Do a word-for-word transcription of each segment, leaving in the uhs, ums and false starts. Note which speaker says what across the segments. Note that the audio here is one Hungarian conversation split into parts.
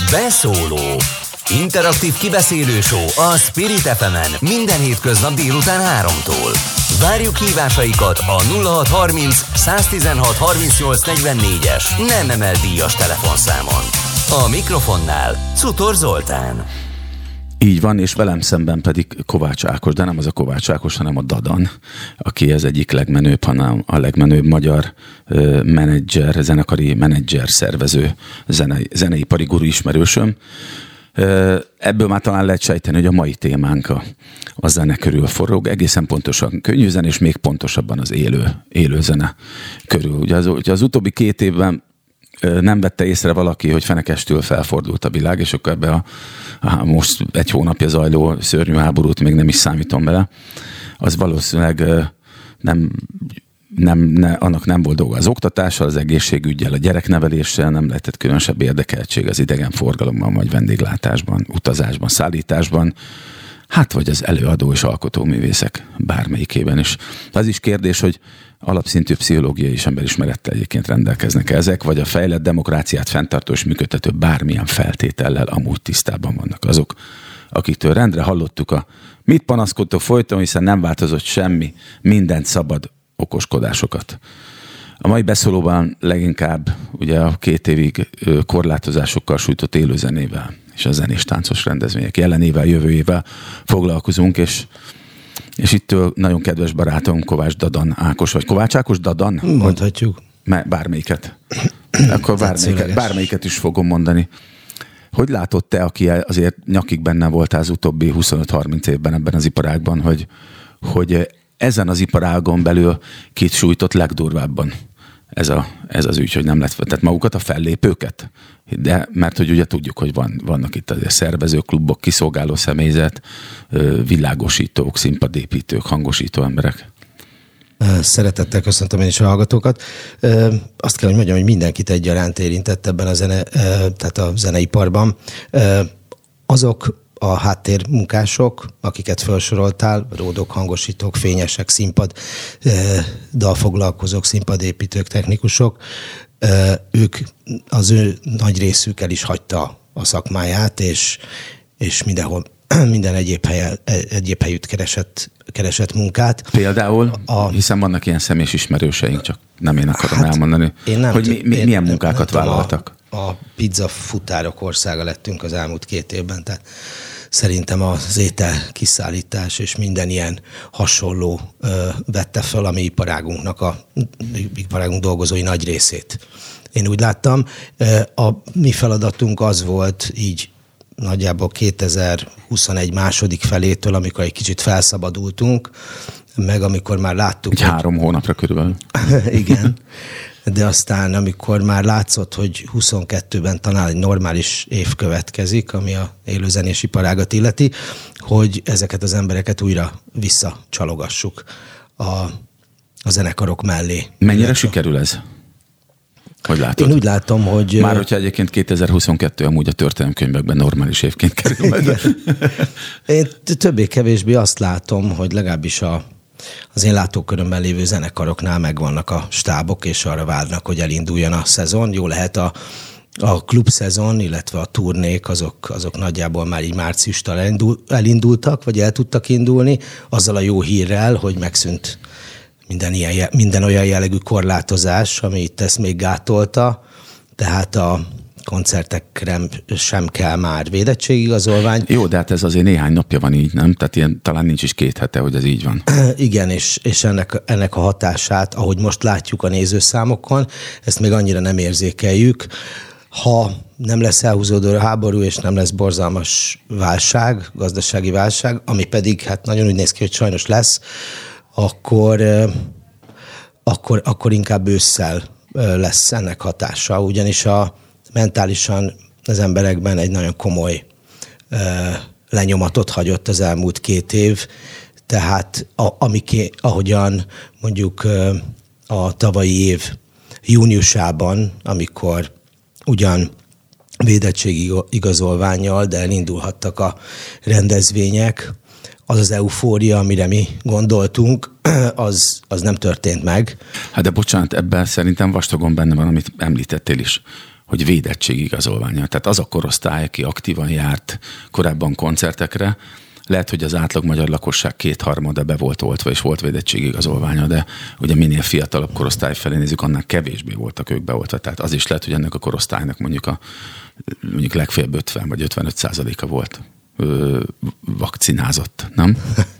Speaker 1: Beszóló. Interaktív kibeszélő show a Spirit ef emen minden hétköznap délután háromtól. Várjuk hívásaikat a nulla hat harminc száztizenhat harmincnyolc negyvennégyes nem emel díjas telefonszámon. A mikrofonnál Czutor Zoltán.
Speaker 2: Így van, és velem szemben pedig Kovács Ákos, de nem az a Kovács Ákos, hanem a Dadan, aki az egyik legmenőbb, hanem a legmenőbb magyar uh, menedzser, zenekari menedzser, szervező, zenei, zeneipari guru ismerősöm. Uh, ebből már talán lehet sejteni, hogy a mai témánk a, a zene körül forog, egészen pontosan könnyű zene, és még pontosabban az élő, élő zene körül. Ugye az, ugye az utóbbi két évben nem vette észre valaki, hogy fenekestől felfordult a világ, és akkor ebbe a, a most egy hónapja zajló szörnyű háborút még nem is számítom bele. Az valószínűleg nem, nem, ne, annak nem volt dolga az oktatással, az egészségüggyel, a gyerekneveléssel, nem lehetett különösebb érdekeltség az idegenforgalomban, vagy vendéglátásban, utazásban, szállításban, hát vagy az előadó és alkotóművészek bármelyikében is. Az is kérdés, hogy alapszintű pszichológiai és emberismerettel egyébként rendelkeznek ezek, vagy a fejlett demokráciát fenntartó és működtető bármilyen feltétellel amúgy tisztában vannak azok, akiktől rendre hallottuk a mit panaszkodtok folyton, hiszen nem változott semmi, mindent szabad okoskodásokat. A mai beszólóban leginkább ugye a két évig korlátozásokkal sújtott élőzenével és a zenés táncos rendezvények jelenével, jövőjével foglalkozunk, és És itt nagyon kedves barátom Kovács Dadan Ákos, vagy Kovács Ákos Dadan?
Speaker 3: Mondhatjuk.
Speaker 2: Bármelyiket. Akkor bármelyiket, bármelyiket is fogom mondani. Hogy látod te, aki azért nyakig benne voltál az utóbbi huszonöt-harminc évben ebben az iparágban, hogy, hogy ezen az iparágon belül kit sújtott legdurvábban ez, a, ez az ügy, hogy nem lett, tehát magukat a fellépőket? De mert hogy ugye tudjuk, hogy van, vannak itt azért szervezőklubok, kiszolgáló személyzet, világosítók, színpadépítők, hangosító emberek.
Speaker 3: Szeretettel köszöntöm én is a hallgatókat. Azt kell, hogy mondjam, hogy mindenkit egyaránt érintett ebben a zene, tehát a zeneiparban. Azok a háttérmunkások, akiket felsoroltál, ródok, hangosítók, fényesek, színpad, dalfoglalkozók, színpadépítők, technikusok, ők, az ő nagy részük el is hagyta a szakmáját, és, és mindenhol, minden egyéb, helyen, egyéb helyütt keresett, keresett munkát.
Speaker 2: Például, a, hiszen vannak ilyen személyes ismerőseink, csak nem én akarom hát elmondani, én nem hogy mi, mi, én milyen munkákat nem, vállaltak. A, a pizza
Speaker 3: futárok országa lettünk az elmúlt két évben, tehát szerintem az étel kiszállítás és minden ilyen hasonló ö, vette fel a mi iparágunknak, a iparágunk dolgozói nagy részét. Én úgy láttam, a mi feladatunk az volt így nagyjából kétezer-huszonegy második felétől, amikor egy kicsit felszabadultunk, meg amikor már láttuk...
Speaker 2: Egy hogy... három hónapra körülbelül.
Speaker 3: Igen. De aztán, amikor már látszott, hogy huszonkettőben talán egy normális év következik, ami a élőzenés iparágat illeti, hogy ezeket az embereket újra visszacsalogassuk a, a zenekarok mellé.
Speaker 2: Mennyire illetve... sikerül ez? Hogy látod?
Speaker 3: Én úgy látom, hogy...
Speaker 2: Már hogyha egyébként kétezer-huszonkettő amúgy a történelemkönyvekben normális évként kerül meg.
Speaker 3: Én többé-kevésbé azt látom, hogy legalábbis a az én látókörömben lévő zenekaroknál megvannak a stábok, és arra várnak, hogy elinduljon a szezon. Jó lehet a, a klubszezon, illetve a turnék, azok, azok nagyjából már így márciustól elindul, elindultak, vagy el tudtak indulni, azzal a jó hírrel, hogy megszűnt minden, ilyen, minden olyan jellegű korlátozás, ami itt ezt még gátolta. Tehát a koncertekre sem kell már védettségigazolvány.
Speaker 2: Jó, de hát ez azért néhány napja van így, nem? Tehát ilyen, talán nincs is két hete, hogy ez így van.
Speaker 3: Igen, és, és ennek, ennek a hatását, ahogy most látjuk a nézőszámokon, ezt még annyira nem érzékeljük. Ha nem lesz elhúzódó a háború, és nem lesz borzalmas válság, gazdasági válság, ami pedig hát nagyon úgy néz ki, hogy sajnos lesz, akkor, akkor, akkor inkább ősszel lesz ennek hatása, ugyanis a mentálisan az emberekben egy nagyon komoly ö, lenyomatot hagyott az elmúlt két év, tehát a, amiké, ahogyan mondjuk ö, a tavalyi év júniusában, amikor ugyan védettségi igazolvánnyal, de elindulhattak a rendezvények, az az eufória, amire mi gondoltunk, az, az nem történt meg.
Speaker 2: Hát de bocsánat, ebben szerintem vastagon benne van, amit említettél is, hogy védettségigazolványa. Tehát az a korosztály, aki aktívan járt korábban koncertekre, lehet, hogy az átlag magyar lakosság kétharmada be volt oltva, és volt védettségigazolványa, de ugye minél fiatalabb korosztály felé nézzük, annál kevésbé voltak ők beoltva. Tehát az is lehet, hogy ennek a korosztálynak mondjuk a mondjuk legfeljebb ötven vagy ötvenöt százaléka volt ö, vakcinázott, nem?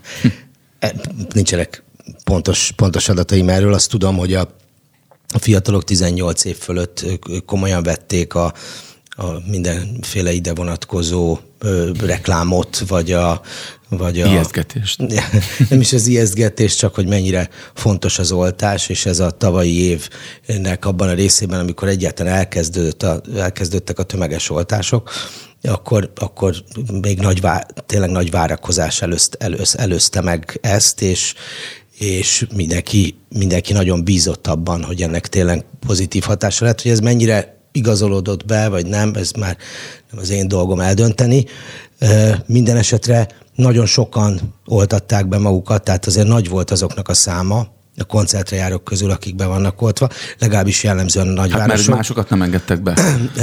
Speaker 3: Nincsenek pontos, pontos adataim erről. Azt tudom, hogy a A fiatalok tizennyolc év fölött komolyan vették a, a mindenféle ide vonatkozó ö, reklámot, vagy a... Vagy a
Speaker 2: ijesztgetést.
Speaker 3: Nem is az ijesztgetés, csak hogy mennyire fontos az oltás, és ez a tavalyi évnek abban a részében, amikor egyáltalán elkezdődött a, elkezdődtek a tömeges oltások, akkor, akkor még nagy, tényleg nagy várakozás előzt, előz, előzte meg ezt, és és mindenki, mindenki nagyon bízott abban, hogy ennek tényleg pozitív hatása lett, hogy ez mennyire igazolódott be, vagy nem, ez már nem az én dolgom eldönteni. Minden esetre nagyon sokan oltatták be magukat, tehát azért nagy volt azoknak a száma, a koncertre járók közül, akik be vannak oltva, legalábbis jellemzően a nagyvárosok.
Speaker 2: Hát mert másokat nem engedtek be.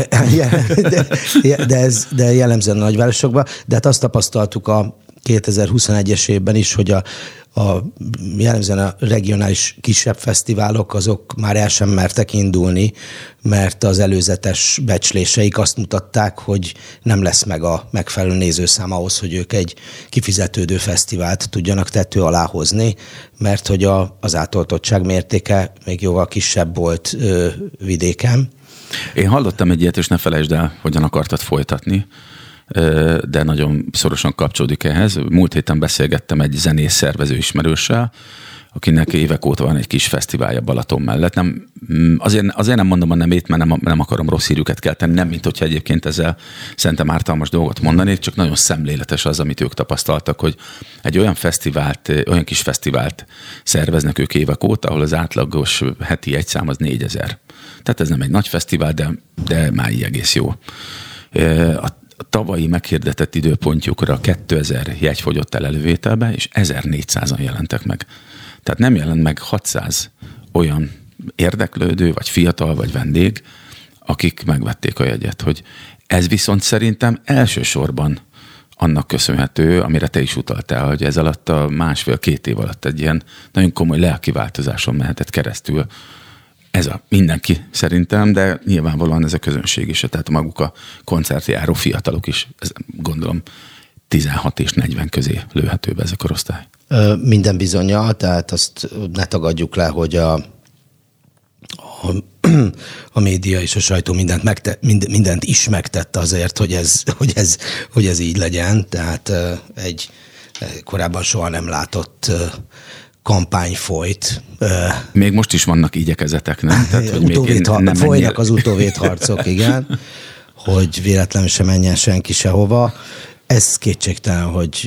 Speaker 3: de, de, ez, de jellemzően a nagyvárosokban, de hát azt tapasztaltuk a kétezer-huszonegyes évben is, hogy a A, jellemzően a regionális kisebb fesztiválok, azok már el sem mertek indulni, mert az előzetes becsléseik azt mutatták, hogy nem lesz meg a megfelelő nézőszám ahhoz, hogy ők egy kifizetődő fesztivált tudjanak tető alá hozni, mert hogy a, az átoltottság mértéke még jóval kisebb volt ö, vidéken.
Speaker 2: Én hallottam egy ilyet, és ne felejtsd el, hogyan akartad folytatni, de nagyon szorosan kapcsolódik ehhez. Múlt héten beszélgettem egy zenész szervező ismerőssel, akinek évek óta van egy kis fesztiválja Balaton mellett. Nem, azért, azért nem mondom a nemét, mert nem, nem akarom rossz hírüket kelteni, nem, mint hogyha egyébként ezzel szerintem ártalmas dolgot mondanék, csak nagyon szemléletes az, amit ők tapasztaltak, hogy egy olyan fesztivált, olyan kis fesztivált szerveznek ők évek óta, ahol az átlagos heti jegyszám az négyezer. Tehát ez nem egy nagy fesztivál, de, de már így egész jó. A A tavalyi meghirdetett időpontjukra kétezer jegy fogyott el elővételbe, és ezernégyszázan jelentek meg. Tehát nem jelent meg hatszáz olyan érdeklődő, vagy fiatal, vagy vendég, akik megvették a jegyet. Hogy ez viszont szerintem elsősorban annak köszönhető, amire te is utaltál, hogy ez alatt a másfél-két év alatt egy ilyen nagyon komoly lelki változáson mehetett keresztül. Ez a mindenki szerintem, de nyilvánvalóan ez a közönség is, tehát maguk a koncertjáró fiatalok is, ez gondolom tizenhat és negyven közé lőhető be ez a korosztály.
Speaker 3: Minden bizonnyal, tehát azt ne tagadjuk le, hogy a, a, a média és a sajtó mindent, megte, mind, mindent is megtett azért, hogy ez, hogy, ez, hogy ez így legyen, tehát egy korábban soha nem látott kampány folyt.
Speaker 2: Még most is vannak igyekezetek, nem? Tehát, hogy
Speaker 3: utóvét,
Speaker 2: még nem
Speaker 3: folynak
Speaker 2: menjél.
Speaker 3: az utóvédharcok, igen, hogy véletlenül se menjen senki sehova. Ez kétségtelen, hogy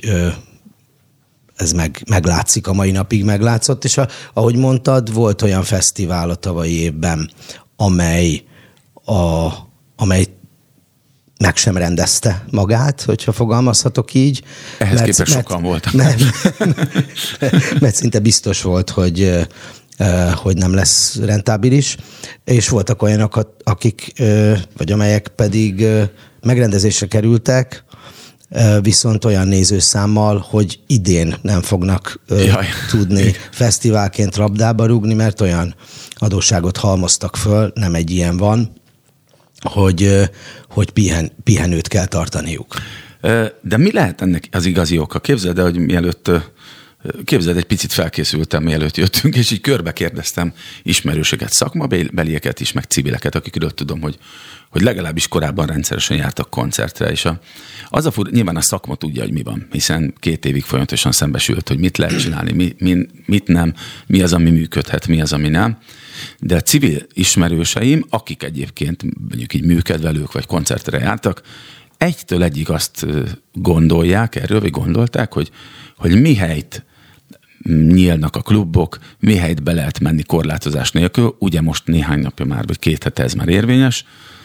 Speaker 3: ez meg, meglátszik, a mai napig meglátszott, és a, ahogy mondtad, volt olyan fesztivál a tavalyi évben, amely, a, amely meg sem rendezte magát, hogyha fogalmazhatok így.
Speaker 2: Ehhez mert, képest mert, sokan voltak.
Speaker 3: Mert, mert, mert szinte biztos volt, hogy, hogy nem lesz rentábilis, és voltak olyanok, akik, vagy amelyek pedig megrendezésre kerültek, viszont olyan nézőszámmal, hogy idén nem fognak Jaj. tudni fesztiválként labdába rúgni, mert olyan adósságot halmoztak föl, nem egy ilyen van, hogy, hogy pihen, pihenőt kell tartaniuk.
Speaker 2: De mi lehet ennek az igazi oka? Képzeld el, hogy mielőtt, képzeld, egy picit felkészültem, mielőtt jöttünk, és így körbe kérdeztem ismerősöket, szakmabelieket is, meg civileket, akikről tudom, hogy, hogy legalábbis korábban rendszeresen jártak koncertre, és a, az a fur, nyilván a szakma tudja, hogy mi van, hiszen két évig folyamatosan szembesült, hogy mit lehet csinálni, mi, mi, mit nem, mi az, ami működhet, mi az, ami nem. De a civil ismerőseim, akik egyébként mondjuk így műkedvelők vagy koncertre jártak, egytől egyig azt gondolják erről, vagy gondolták, hogy, hogy mihelyt nyílnak a klubok, mihelyt be lehet menni korlátozás nélkül, ugye most néhány napja már, vagy két hete ez már érvényes,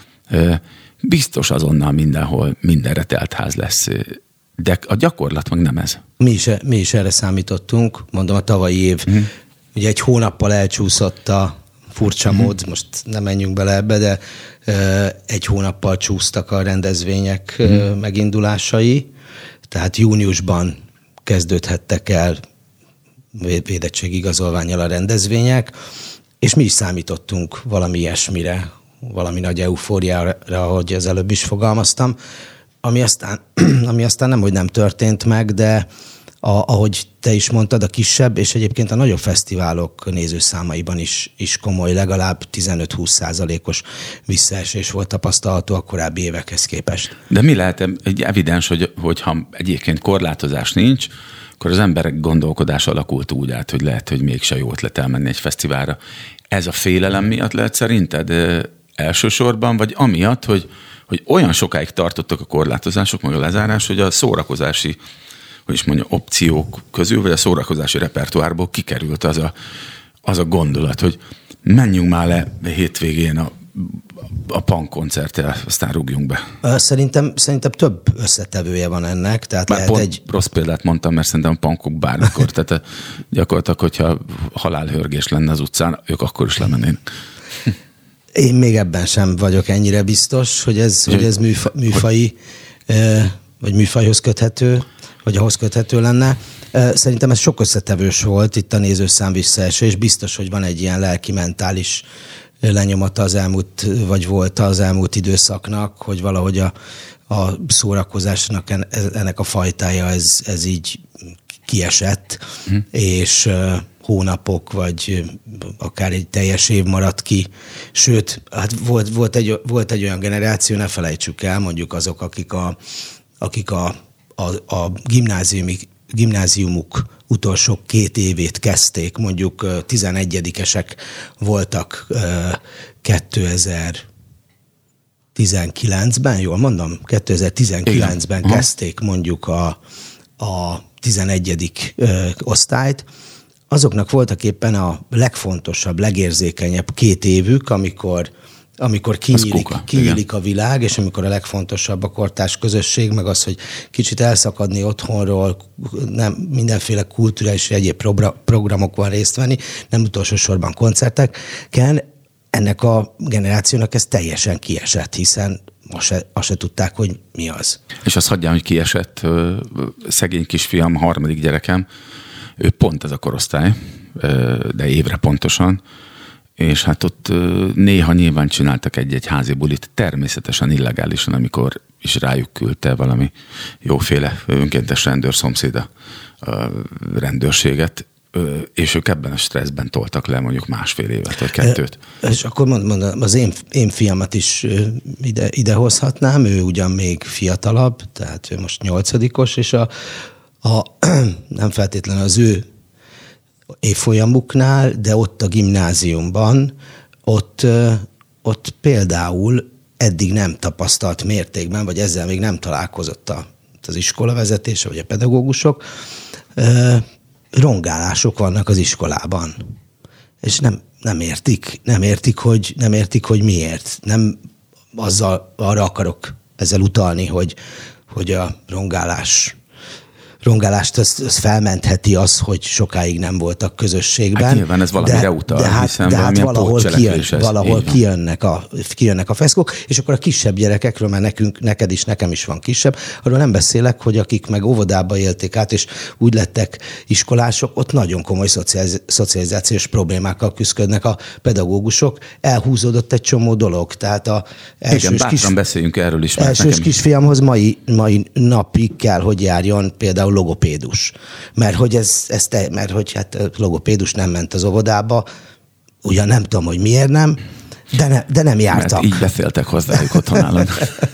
Speaker 2: biztos azonnal mindenhol mindenre telt ház lesz. De a gyakorlat meg nem ez.
Speaker 3: Mi is, mi is erre számítottunk, mondom, a tavalyi év. Mm. Ugye egy hónappal elcsúszott a furcsa mm. mód, most nem menjünk bele ebbe, de egy hónappal csúsztak a rendezvények hmm. megindulásai, tehát júniusban kezdődhettek el védettségigazolvánnyal a rendezvények, és mi is számítottunk valami ilyesmire, valami nagy eufóriára, ahogy az előbb is fogalmaztam, ami aztán, ami aztán nem, hogy nem történt meg, de a, ahogy te is mondtad, a kisebb és egyébként a nagyobb fesztiválok nézőszámaiban is, is komoly, legalább tizenöt-húsz százalékos visszaesés volt tapasztalható a korábbi évekhez képest.
Speaker 2: De mi lehet egy evidens, hogy, hogyha egyébként korlátozás nincs, akkor az emberek gondolkodás alakult úgy át, hogy lehet, hogy mégse jó ötlet elmenni egy fesztiválra. Ez a félelem miatt lehet szerinted elsősorban, vagy amiatt, hogy, hogy olyan sokáig tartottak a korlátozások, meg a lezárás, hogy a szórakozási, hogy is mondja, opciók közül, vagy a szórakozási repertoárból kikerült az a, az a gondolat, hogy menjünk már le hétvégén a, a punk koncerttel, aztán rúgjunk be.
Speaker 3: Szerintem, szerintem több összetevője van ennek. Tehát
Speaker 2: Már
Speaker 3: lehet
Speaker 2: pont
Speaker 3: egy...
Speaker 2: rossz példát mondtam, mert szerintem a punkok bármikor, tehát gyakorlatilag, hogyha halálhörgés lenne az utcán, ők akkor is lemennének.
Speaker 3: Én még ebben sem vagyok ennyire biztos, hogy ez, hogy ez műfa, műfai, vagy műfajhoz köthető, vagy ahhoz köthető lenne. Szerintem ez sok összetevős volt itt a nézőszám visszaesés. Biztos, hogy van egy ilyen lelki-mentális lenyomata az elmúlt, vagy volt az elmúlt időszaknak, hogy valahogy a, a szórakozásnak ennek a fajtája ez, ez így kiesett, hm. és hónapok, vagy akár egy teljes év maradt ki. Sőt, hát volt, volt, egy, volt egy olyan generáció, ne felejtsük el, mondjuk azok, akik a, akik a, a, a gimnáziumi, gimnáziumuk utolsó két évét kezdték, mondjuk tizenegyedikesek voltak kétezer-tizenkilencben, jól mondom? kétezer-tizenkilencben igen. Kezdték mondjuk a, a tizenegyedik osztályt. Azoknak voltak éppen a legfontosabb, legérzékenyebb két évük, amikor amikor kinyílik, kinyílik a világ, és amikor a legfontosabb a kortárs közösség, meg az, hogy kicsit elszakadni otthonról, nem mindenféle kulturális és egyéb programokban részt venni, nem utolsó sorban koncerteken. Ennek a generációnak ez teljesen kiesett, hiszen azt se, azt se tudták, hogy mi az.
Speaker 2: És azt hagyjam, hogy kiesett szegény kisfiam, harmadik gyerekem, ő pont ez a korosztály, de évre pontosan, és hát ott néha nyilván csináltak egy-egy házi bulit, természetesen illegálisan, amikor is rájuk küldte valami jóféle önkéntes rendőrszomszéd a rendőrséget, és ők ebben a stresszben toltak le mondjuk másfél évet, vagy kettőt.
Speaker 3: És akkor mondom, az én, én fiamat is ide, ide hozhatnám, ő ugyan még fiatalabb, tehát ő most nyolcadikos, és a, a, nem feltétlenül az ő évfolyamuknál, de ott a gimnáziumban, ott, ott például eddig nem tapasztalt mértékben, vagy ezzel még nem találkozott a, az iskola vezetése, vagy a pedagógusok, rongálások vannak az iskolában. És nem, nem értik, nem értik, hogy, nem értik, hogy miért. Nem azzal arra akarok ezzel utalni, hogy, hogy a rongálás rongálást az, az felmentheti az, hogy sokáig nem voltak közösségben.
Speaker 2: Hát nyilván ez valamire
Speaker 3: de,
Speaker 2: utal,
Speaker 3: de hát,
Speaker 2: hiszen
Speaker 3: de hát valahol, kijön, valahol kijönnek, a, kijönnek a feszkók, és akkor a kisebb gyerekekről, mert nekünk, neked is, nekem is van kisebb, arról nem beszélek, hogy akik meg óvodába élték át, és úgy lettek iskolások, ott nagyon komoly szocializ- szocializációs problémákkal küzdködnek a pedagógusok. Elhúzódott egy csomó dolog. Tehát a elsős,
Speaker 2: igen, bátran
Speaker 3: kis,
Speaker 2: beszéljünk erről is.
Speaker 3: Elsős kisfiamhoz mai, mai napig kell, hogy járjon például logopédus. Mert hogy ez, ez te, mert hogy hát logopédus nem ment az óvodába, ugyan nem tudom, hogy miért nem, de, ne, de nem jártak.
Speaker 2: Mert így beszéltek hozzájuk otthon.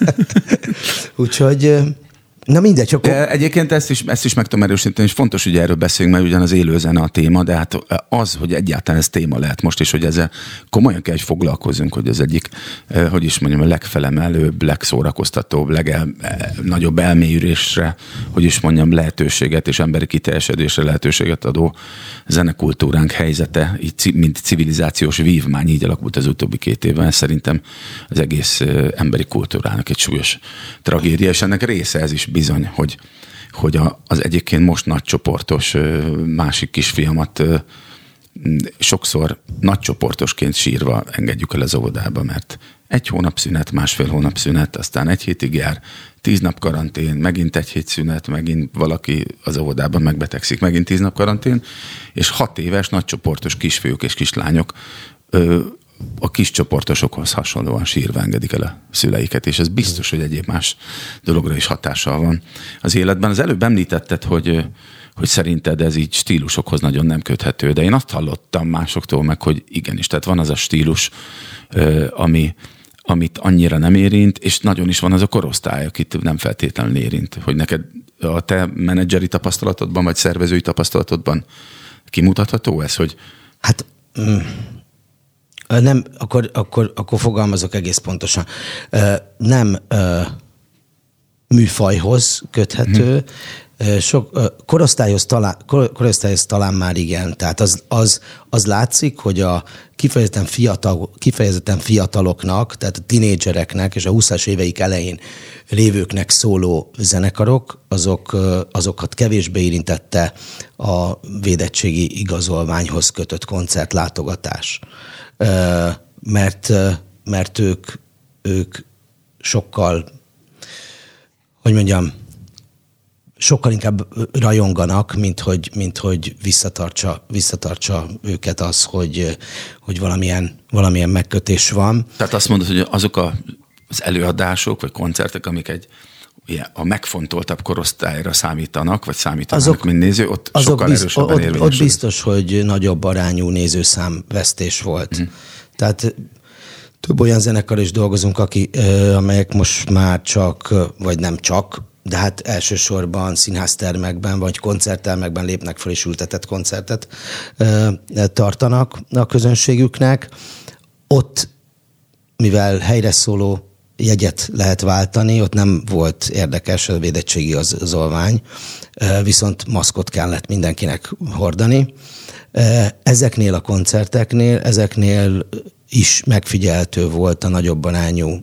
Speaker 3: Úgyhogy, na mindegy. Akkor...
Speaker 2: Egyébként ezt is, ezt is meg tudom erősíteni, és fontos, hogy erről beszéljünk, mert ugyan az élőzene a téma, de hát az, hogy egyáltalán ez téma lehet most, és hogy ezzel komolyan kell, hogy foglalkozunk, hogy az egyik, hogy is mondjam, a legfelemelőbb, legszórakoztatóbb, legnagyobb elmélyülésre, hogy is mondjam, lehetőséget és emberi kiteljesedésre lehetőséget adó zenekultúránk helyzete, így, mint civilizációs vívmány, így alakult az utóbbi két évben. Szerintem az egész emberi kultúrának egy súlyos tragédia, és ennek része ez is bizony, hogy, hogy a, az egyébként most nagy csoportos másik kisfiamat sokszor nagycsoportosként sírva engedjük el az óvodába, mert egy hónap szünet, másfél hónap szünet, aztán egy hétig jár, tíz nap karantén, megint egy hét szünet, megint valaki az óvodában megbetegszik, megint tíz nap karantén, és hat éves nagycsoportos kisfiúk és kislányok ö, a kis csoportosokhoz hasonlóan sírva engedik el a szüleiket, és ez biztos, hogy egyéb más dologra is hatással van az életben. Az előbb említetted, hogy, hogy szerinted ez így stílusokhoz nagyon nem köthető, de én azt hallottam másoktól meg, hogy igenis, tehát van az a stílus, ami, amit annyira nem érint, és nagyon is van az a korosztály, akit nem feltétlenül érint. Hogy neked a te menedzseri tapasztalatodban, vagy szervezői tapasztalatodban kimutatható ez, hogy... Hát... Mm.
Speaker 3: Nem, akkor, akkor, akkor fogalmazok egész pontosan. Nem műfajhoz köthető, sok, korosztályhoz, talán, korosztályhoz talán már igen. Tehát az, az, az látszik, hogy a kifejezetten, fiatal, kifejezetten fiataloknak, tehát a tinédzsereknek és a húszas éveik elején lévőknek szóló zenekarok, azok, azokat kevésbé érintette a védettségi igazolványhoz kötött koncertlátogatás. Mert, mert ők, ők sokkal, hogy mondjam, sokkal inkább rajonganak, mint hogy, mint hogy visszatartsa, visszatartsa őket az, hogy, hogy valamilyen, valamilyen megkötés van.
Speaker 2: Tehát azt mondod, hogy azok a, az előadások, vagy koncertek, amik egy a megfontoltabb korosztályra számítanak, vagy számítanak, azok, mint néző, ott azok sokkal biz, erősebben érvényesül.
Speaker 3: Ott biztos, hogy nagyobb arányú nézőszámvesztés volt. Mm. Tehát több olyan zenekar is dolgozunk, aki, amelyek most már csak, vagy nem csak, de hát elsősorban színháztermekben, vagy koncerttermekben lépnek fel és ültetett koncertet tartanak a közönségüknek. Ott, mivel helyre szóló jegyet lehet váltani, ott nem volt érdekes a védettségi igazolvány, viszont maszkot kellett mindenkinek hordani. Ezeknél a koncerteknél, ezeknél is megfigyelhető volt a nagyobb arányú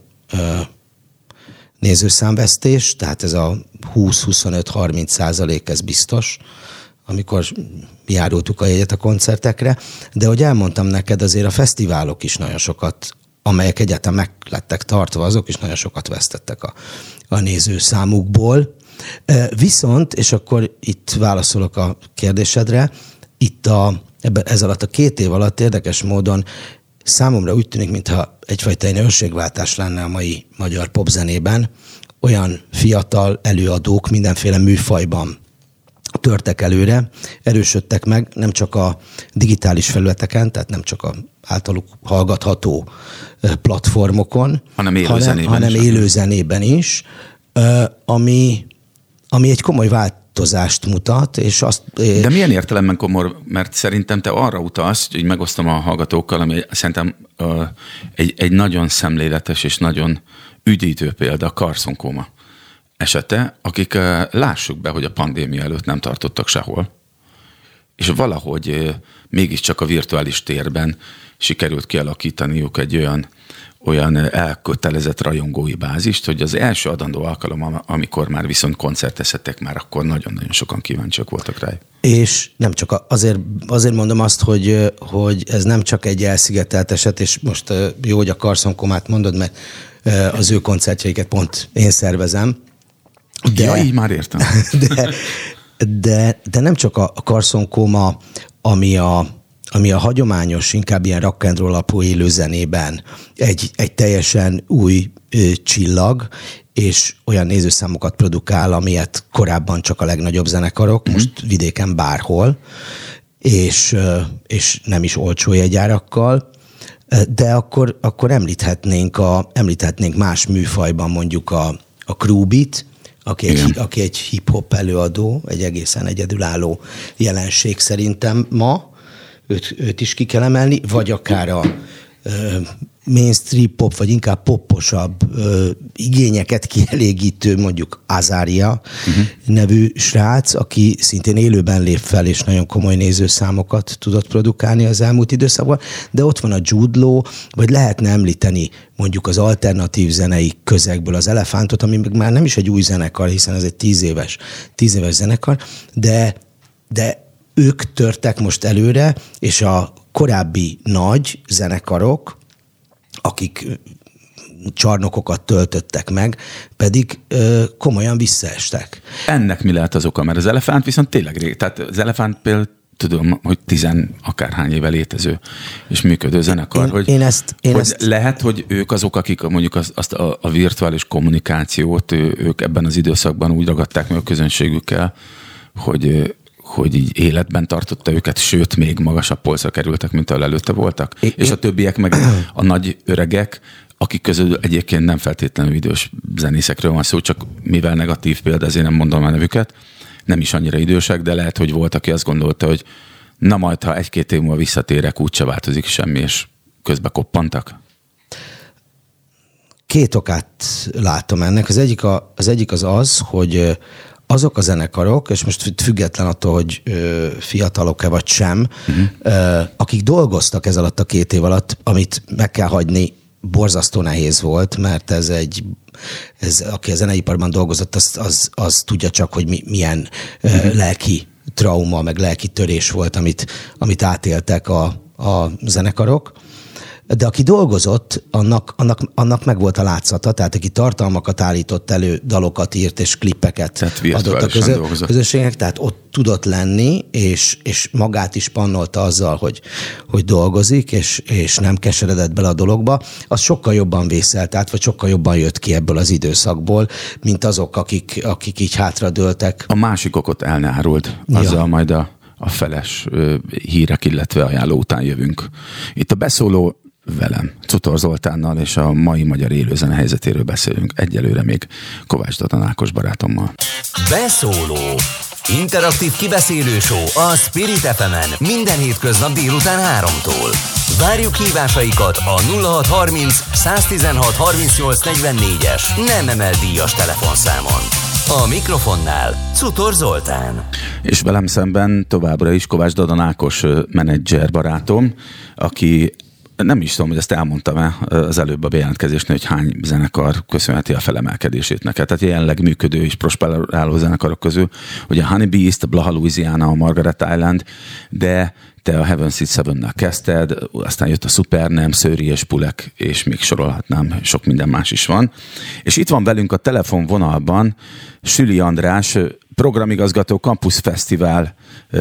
Speaker 3: nézőszámvesztés, tehát ez a húsz-huszonöt-harminc százalék, ez biztos, amikor járultuk a jegyet a koncertekre, de ahogy elmondtam neked, azért a fesztiválok is nagyon sokat, amelyek egyáltalán meg lettek tartva, azok is nagyon sokat vesztettek a, a nézőszámukból. Viszont, és akkor itt válaszolok a kérdésedre, itt a, ebben, ez alatt a két év alatt érdekes módon számomra úgy tűnik, mintha egyfajta egy őrségváltás lenne a mai magyar popzenében. Olyan fiatal előadók mindenféle műfajban törtek előre, erősödtek meg, nem csak a digitális felületeken, tehát nem csak a általuk hallgatható platformokon, hanem élőzenében hanem, hanem élőzenében is, ami, ami egy komoly változást mutat. És azt,
Speaker 2: De milyen értelemben komoly? Mert szerintem te arra utalsz, hogy megosztom a hallgatókkal, ami szerintem uh, egy, egy nagyon szemléletes és nagyon üdítő példa, a Carson Coma esete, akik uh, lássuk be, hogy a pandémia előtt nem tartottak sehol, és valahogy uh, mégiscsak a virtuális térben sikerült kialakítaniuk egy olyan, olyan elkötelezett rajongói bázist, hogy az első adandó alkalom, amikor már viszont koncertezhettek, már akkor nagyon-nagyon sokan kíváncsiak voltak rá.
Speaker 3: És nem csak azért, azért mondom azt, hogy, hogy ez nem csak egy elszigetelt eset, és most jó, hogy a Carson Comát mondod, mert az ő koncertjeiket pont én szervezem.
Speaker 2: De, ja, így már értem.
Speaker 3: De, de, de nem csak a Carson Coma, ami a ami a hagyományos, inkább ilyen rock and roll alapú élőzenében egy, egy teljesen új ö, csillag, és olyan nézőszámokat produkál, amilyet korábban csak a legnagyobb zenekarok, mm-hmm. most vidéken bárhol, és, ö, és nem is olcsó jegyárakkal, de akkor, akkor említhetnénk, a, említhetnénk más műfajban mondjuk a, a Krúbit, aki egy, aki egy hip-hop előadó, egy egészen egyedülálló jelenség szerintem ma, Őt, őt is ki kell emelni, vagy akár a ö, mainstream pop, vagy inkább popposabb ö, igényeket kielégítő, mondjuk Azaria uh-huh. nevű srác, aki szintén élőben lép fel, és nagyon komoly nézőszámokat tudott produkálni az elmúlt időszakban, de ott van a Jude Law, vagy lehetne említeni mondjuk az alternatív zenei közegből az Elefántot, ami már nem is egy új zenekar, hiszen ez egy tíz éves, tíz éves zenekar, de, de ők törtek most előre, és a korábbi nagy zenekarok, akik csarnokokat töltöttek meg, pedig ö, komolyan visszaestek.
Speaker 2: Ennek mi lehet az oka? Mert az Elefánt viszont tényleg rég. Tehát az Elefánt például tudom, hogy tizen akárhány éve létező és működő zenekar.
Speaker 3: Én,
Speaker 2: hogy,
Speaker 3: én ezt, én
Speaker 2: hogy
Speaker 3: ezt...
Speaker 2: lehet, hogy ők azok, akik mondjuk azt, azt a, a virtuális kommunikációt, ő, ők ebben az időszakban úgy ragadták meg a közönségükkel, hogy hogy így életben tartotta őket, sőt, még magasabb polcra kerültek, mint ahol előtte voltak. É, és a többiek meg a nagy öregek, akik közül egyébként nem feltétlenül idős zenészekről van szó, csak mivel negatív példa, ezért nem mondom a nevüket, nem is annyira idősek, de lehet, hogy volt, aki azt gondolta, hogy na majd, ha egy-két év múlva visszatérek, úgyse változik semmi, és közbe koppantak?
Speaker 3: Két okát látom ennek. Az egyik, a, az egyik az az, hogy azok a zenekarok, és most független attól, hogy ö, fiatalok-e vagy sem, uh-huh. ö, akik dolgoztak ez alatt a két év alatt, amit meg kell hagyni, borzasztó nehéz volt, mert ez egy, ez, aki a zeneiparban dolgozott, az, az, az tudja csak, hogy mi, milyen uh-huh. ö, lelki trauma, meg lelki törés volt, amit, amit átéltek a, a zenekarok. De aki dolgozott, annak, annak, annak meg volt a látszata, tehát aki tartalmakat állított elő, dalokat írt és klippeket adott a közö, közösségnek, tehát ott tudott lenni, és, és magát is pannolta azzal, hogy, hogy dolgozik, és, és nem keseredett bele a dologba, az sokkal jobban vészelt át, vagy sokkal jobban jött ki ebből az időszakból, mint azok, akik, akik így hátradőltek.
Speaker 2: A másik okot el ne áruld, azzal ja. majd a, a feles ö, hírek, illetve ajánló után jövünk. Itt a beszóló velem, Czutor Zoltánnal és a mai magyar élőzene helyzetéről beszélünk. Egyelőre még Kovács Dadan Ákos barátommal.
Speaker 1: Beszóló. Interaktív kibeszélő show a Spirit ef emen minden hétköznap délután háromtól. Várjuk hívásaikat a nulla hat harminc száztizenhat harmincnyolc negyvennégyes nem emel díjas telefonszámon. A mikrofonnál Czutor Zoltán.
Speaker 2: És velem szemben továbbra is Kovács Dadan Ákos menedzser barátom, aki nem is tudom, hogy ezt elmondtam-e az előbb a bejelentkezésnél, hogy hány zenekar köszönheti a felemelkedését neked. Tehát jelenleg működő és prosperáló zenekarok közül, hogy a Honey Beast, a Blaha Louisiana, a Margaret Island, de te a Heaven Seat Seven-nel kezdted, aztán jött a Supernem, Szőri és Pulek, és még sorolhatnám, sok minden más is van. És itt van velünk a telefonvonalban Süli András, programigazgató, Campus Fesztivál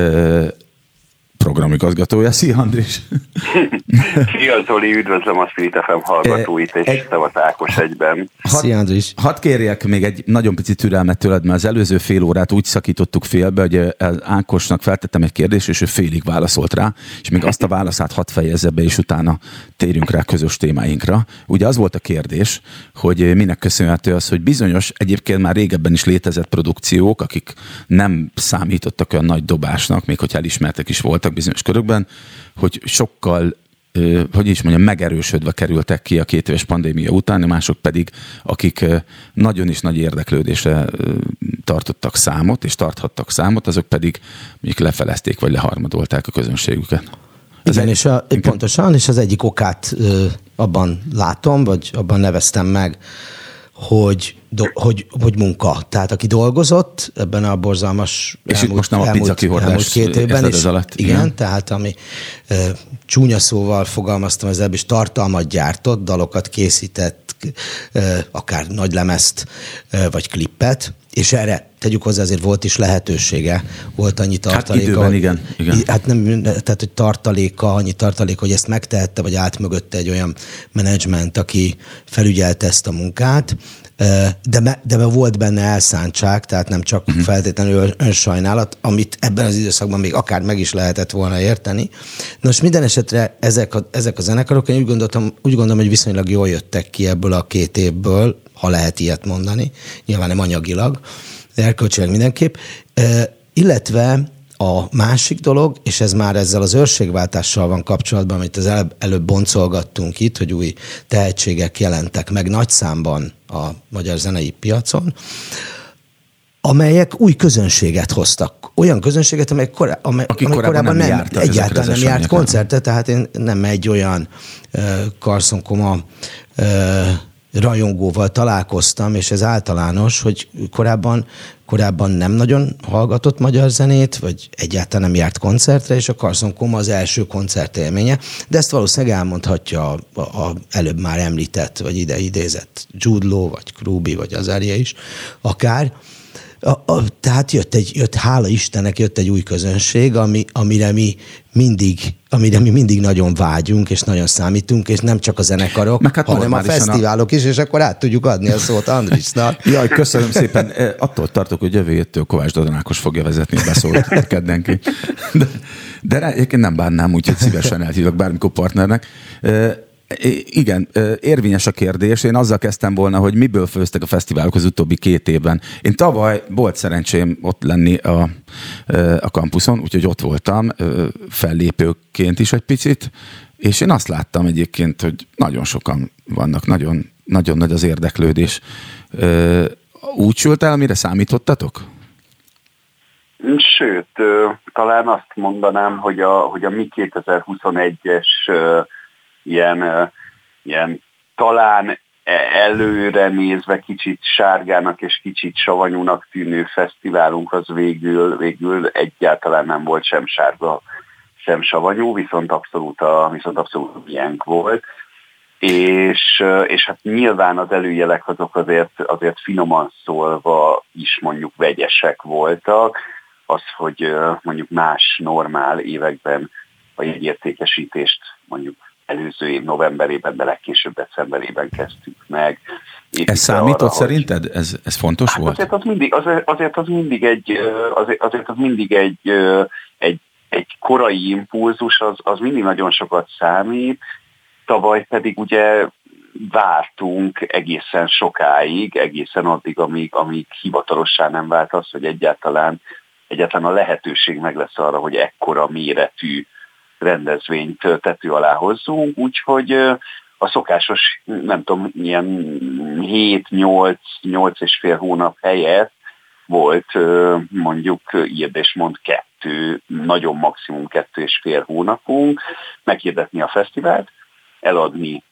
Speaker 2: programigazgatója. Szia, Andris!
Speaker 4: Szia, Zoli, üdvözlöm a Spirit ef em hallgatóit, és egy... te vagy Ákos egyben.
Speaker 3: Szia, Andris!
Speaker 2: Hadd kérjek még egy nagyon pici türelmet tőled, mert az előző fél órát úgy szakítottuk félbe, hogy az Ákosnak feltettem egy kérdést, és ő félig válaszolt rá, és még azt a válaszát hadd fejezze be, és utána térjünk rá közös témáinkra. Ugye az volt a kérdés, hogy minek köszönhető az, hogy bizonyos, egyébként már régebben is létezett produkciók, akik nem számítottak olyan nagy dobásnak, még hogy elismertek is voltak bizonyos körökben, hogy sokkal, hogy is mondjam, megerősödve kerültek ki a két éves pandémia után, mások pedig, akik nagyon is nagy érdeklődésre tartottak számot, és tarthattak számot, azok pedig mondjuk lefelezték, vagy leharmadolták a közönségüket.
Speaker 3: Igen, és a, pontosan, és az egyik okát ö, abban látom, vagy abban neveztem meg, hogy, do, hogy, hogy munka. Tehát aki dolgozott ebben a borzalmas
Speaker 2: és
Speaker 3: elmúlt,
Speaker 2: most nem a pizzakihordás
Speaker 3: két évben, és
Speaker 2: alatt.
Speaker 3: Igen, igen, tehát ami e, csúnya szóval fogalmaztam az ebből, és tartalmat gyártott, dalokat készített, e, akár nagylemezt, e, vagy klippet, és erre tegyük hozzá, azért volt is lehetősége, volt annyi tartaléka.
Speaker 2: Hát időben,
Speaker 3: hogy,
Speaker 2: igen, igen.
Speaker 3: Hát nem, tehát, hogy tartaléka, annyi tartaléka, hogy ezt megtehette, vagy átmögötte egy olyan menedzsment, aki felügyelte ezt a munkát, de, de volt benne elszántság, tehát nem csak uh-huh. feltétlenül önsajnálat, amit ebben az időszakban még akár meg is lehetett volna érteni. Nos, minden esetre ezek a, ezek a zenekarok, én úgy gondoltam, úgy gondolom, hogy viszonylag jól jöttek ki ebből a két évből, ha lehet ilyet mondani, nyilván nem anyagilag, de erkölcsileg mindenképp, e, illetve a másik dolog, és ez már ezzel az őrségváltással van kapcsolatban, amit az előbb, előbb boncolgattunk itt, hogy új tehetségek jelentek meg nagy számban a magyar zenei piacon, amelyek új közönséget hoztak. Olyan közönséget, amely, korá, amely, amely korábban, korábban nem, nem egyáltalán nem járt koncertet, tehát én nem egy olyan uh, Carson Coma uh, rajongóval találkoztam, és ez általános, hogy korábban, korábban nem nagyon hallgatott magyar zenét, vagy egyáltalán nem járt koncertre, és a Carson Coma az első koncertélménye, de ezt valószínűleg elmondhatja a, a, a előbb már említett, vagy ide idézett Jude Law, vagy Kruby, vagy Azaria is, akár. A, a, tehát jött egy, jött, hála Istennek, jött egy új közönség, ami, amire mi mindig, amire mi mindig nagyon vágyunk, és nagyon számítunk, és nem csak a zenekarok, hát hanem a fesztiválok a... is, és akkor át tudjuk adni a szót Andrisnak.
Speaker 2: Jaj, köszönöm szépen. Attól tartok, hogy jövő héttől Kovács Dodon Ákos fogja vezetni a beszólt keddenki. De, de egyébként nem bánnám, úgyhogy szívesen elhívok bármikor partnernek. Igen, érvényes a kérdés. Én azzal kezdtem volna, hogy miből főztek a fesztiválok az utóbbi két évben. Én tavaly volt szerencsém ott lenni a, a kampuszon, úgyhogy ott voltam fellépőként is egy picit, és én azt láttam egyébként, hogy nagyon sokan vannak, nagyon, nagyon nagy az érdeklődés. Úgy sült el, amire számítottatok?
Speaker 4: Sőt, talán azt mondanám, hogy a, hogy a mi kétezer-huszonegyes Ilyen, ilyen talán előre nézve kicsit sárgának és kicsit savanyúnak tűnő fesztiválunk az végül, végül egyáltalán nem volt sem sárga, sem savanyú, viszont abszolút, a, viszont abszolút ilyenk volt. És, és hát nyilván az előjelek azok azért, azért finoman szólva is mondjuk vegyesek voltak. Az, hogy mondjuk más normál években a jegyértékesítést mondjuk előző év novemberében, de legkésőbb decemberében kezdtük meg.
Speaker 2: Ez számított arra, szerinted? Ez, ez fontos
Speaker 4: hát
Speaker 2: volt?
Speaker 4: Azért az mindig, azért, azért az mindig egy, azért, azért az mindig egy, egy, egy korai impulzus, az, az mindig nagyon sokat számít. Tavaly pedig ugye vártunk egészen sokáig, egészen addig, amíg, amíg hivatalossá nem vált az, hogy egyáltalán, egyáltalán a lehetőség meg lesz arra, hogy ekkora méretű rendezvényt tető alá hozzunk, úgyhogy a szokásos, nem tudom, ilyen hét-nyolc és fél hónap helyett volt mondjuk írd és mond kettő, nagyon maximum kettő és fél hónapunk, meghirdetni a fesztivált, eladni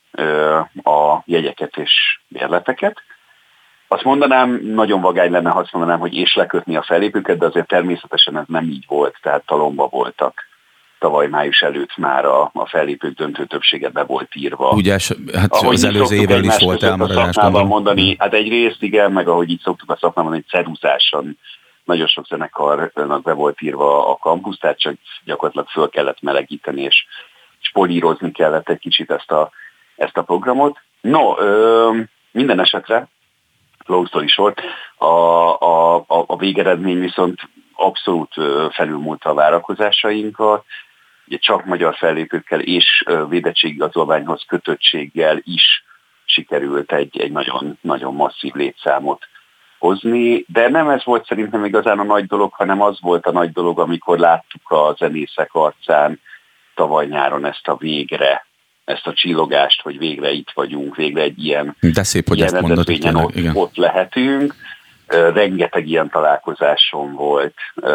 Speaker 4: a jegyeket és bérleteket. Azt mondanám, nagyon vagány lenne, ha azt mondanám, hogy és lekötni a fellépőket, de azért természetesen ez nem így volt, tehát talomba voltak. Tavaly május előtt már a, a fellépők döntő többsége be volt írva.
Speaker 2: Ugye, hát ahogy az előző évvel is volt elmaradás.
Speaker 4: Mondani, hát egyrészt igen, meg ahogy így szoktuk a szakmában, hogy ceruzásan nagyon sok zenekarnak be volt írva a kampusz, tehát csak gyakorlatilag föl kellett melegíteni, és, és polírozni kellett egy kicsit ezt a, ezt a programot. No, ö, minden esetre, long story short, a, a, a, a végeredmény viszont abszolút felülmúlta a várakozásainkat, ugye csak magyar fellépőkkel és védettségigazolványhoz kötöttséggel is sikerült egy, egy nagyon, nagyon masszív létszámot hozni, de nem ez volt szerintem igazán a nagy dolog, hanem az volt a nagy dolog, amikor láttuk a zenészek arcán tavaly nyáron ezt a végre, ezt a csillogást, hogy végre itt vagyunk, végre egy ilyen,
Speaker 2: de szép, hogy
Speaker 4: ilyen
Speaker 2: ezt mondod,
Speaker 4: ott, ott lehetünk. Rengeteg ilyen találkozásom volt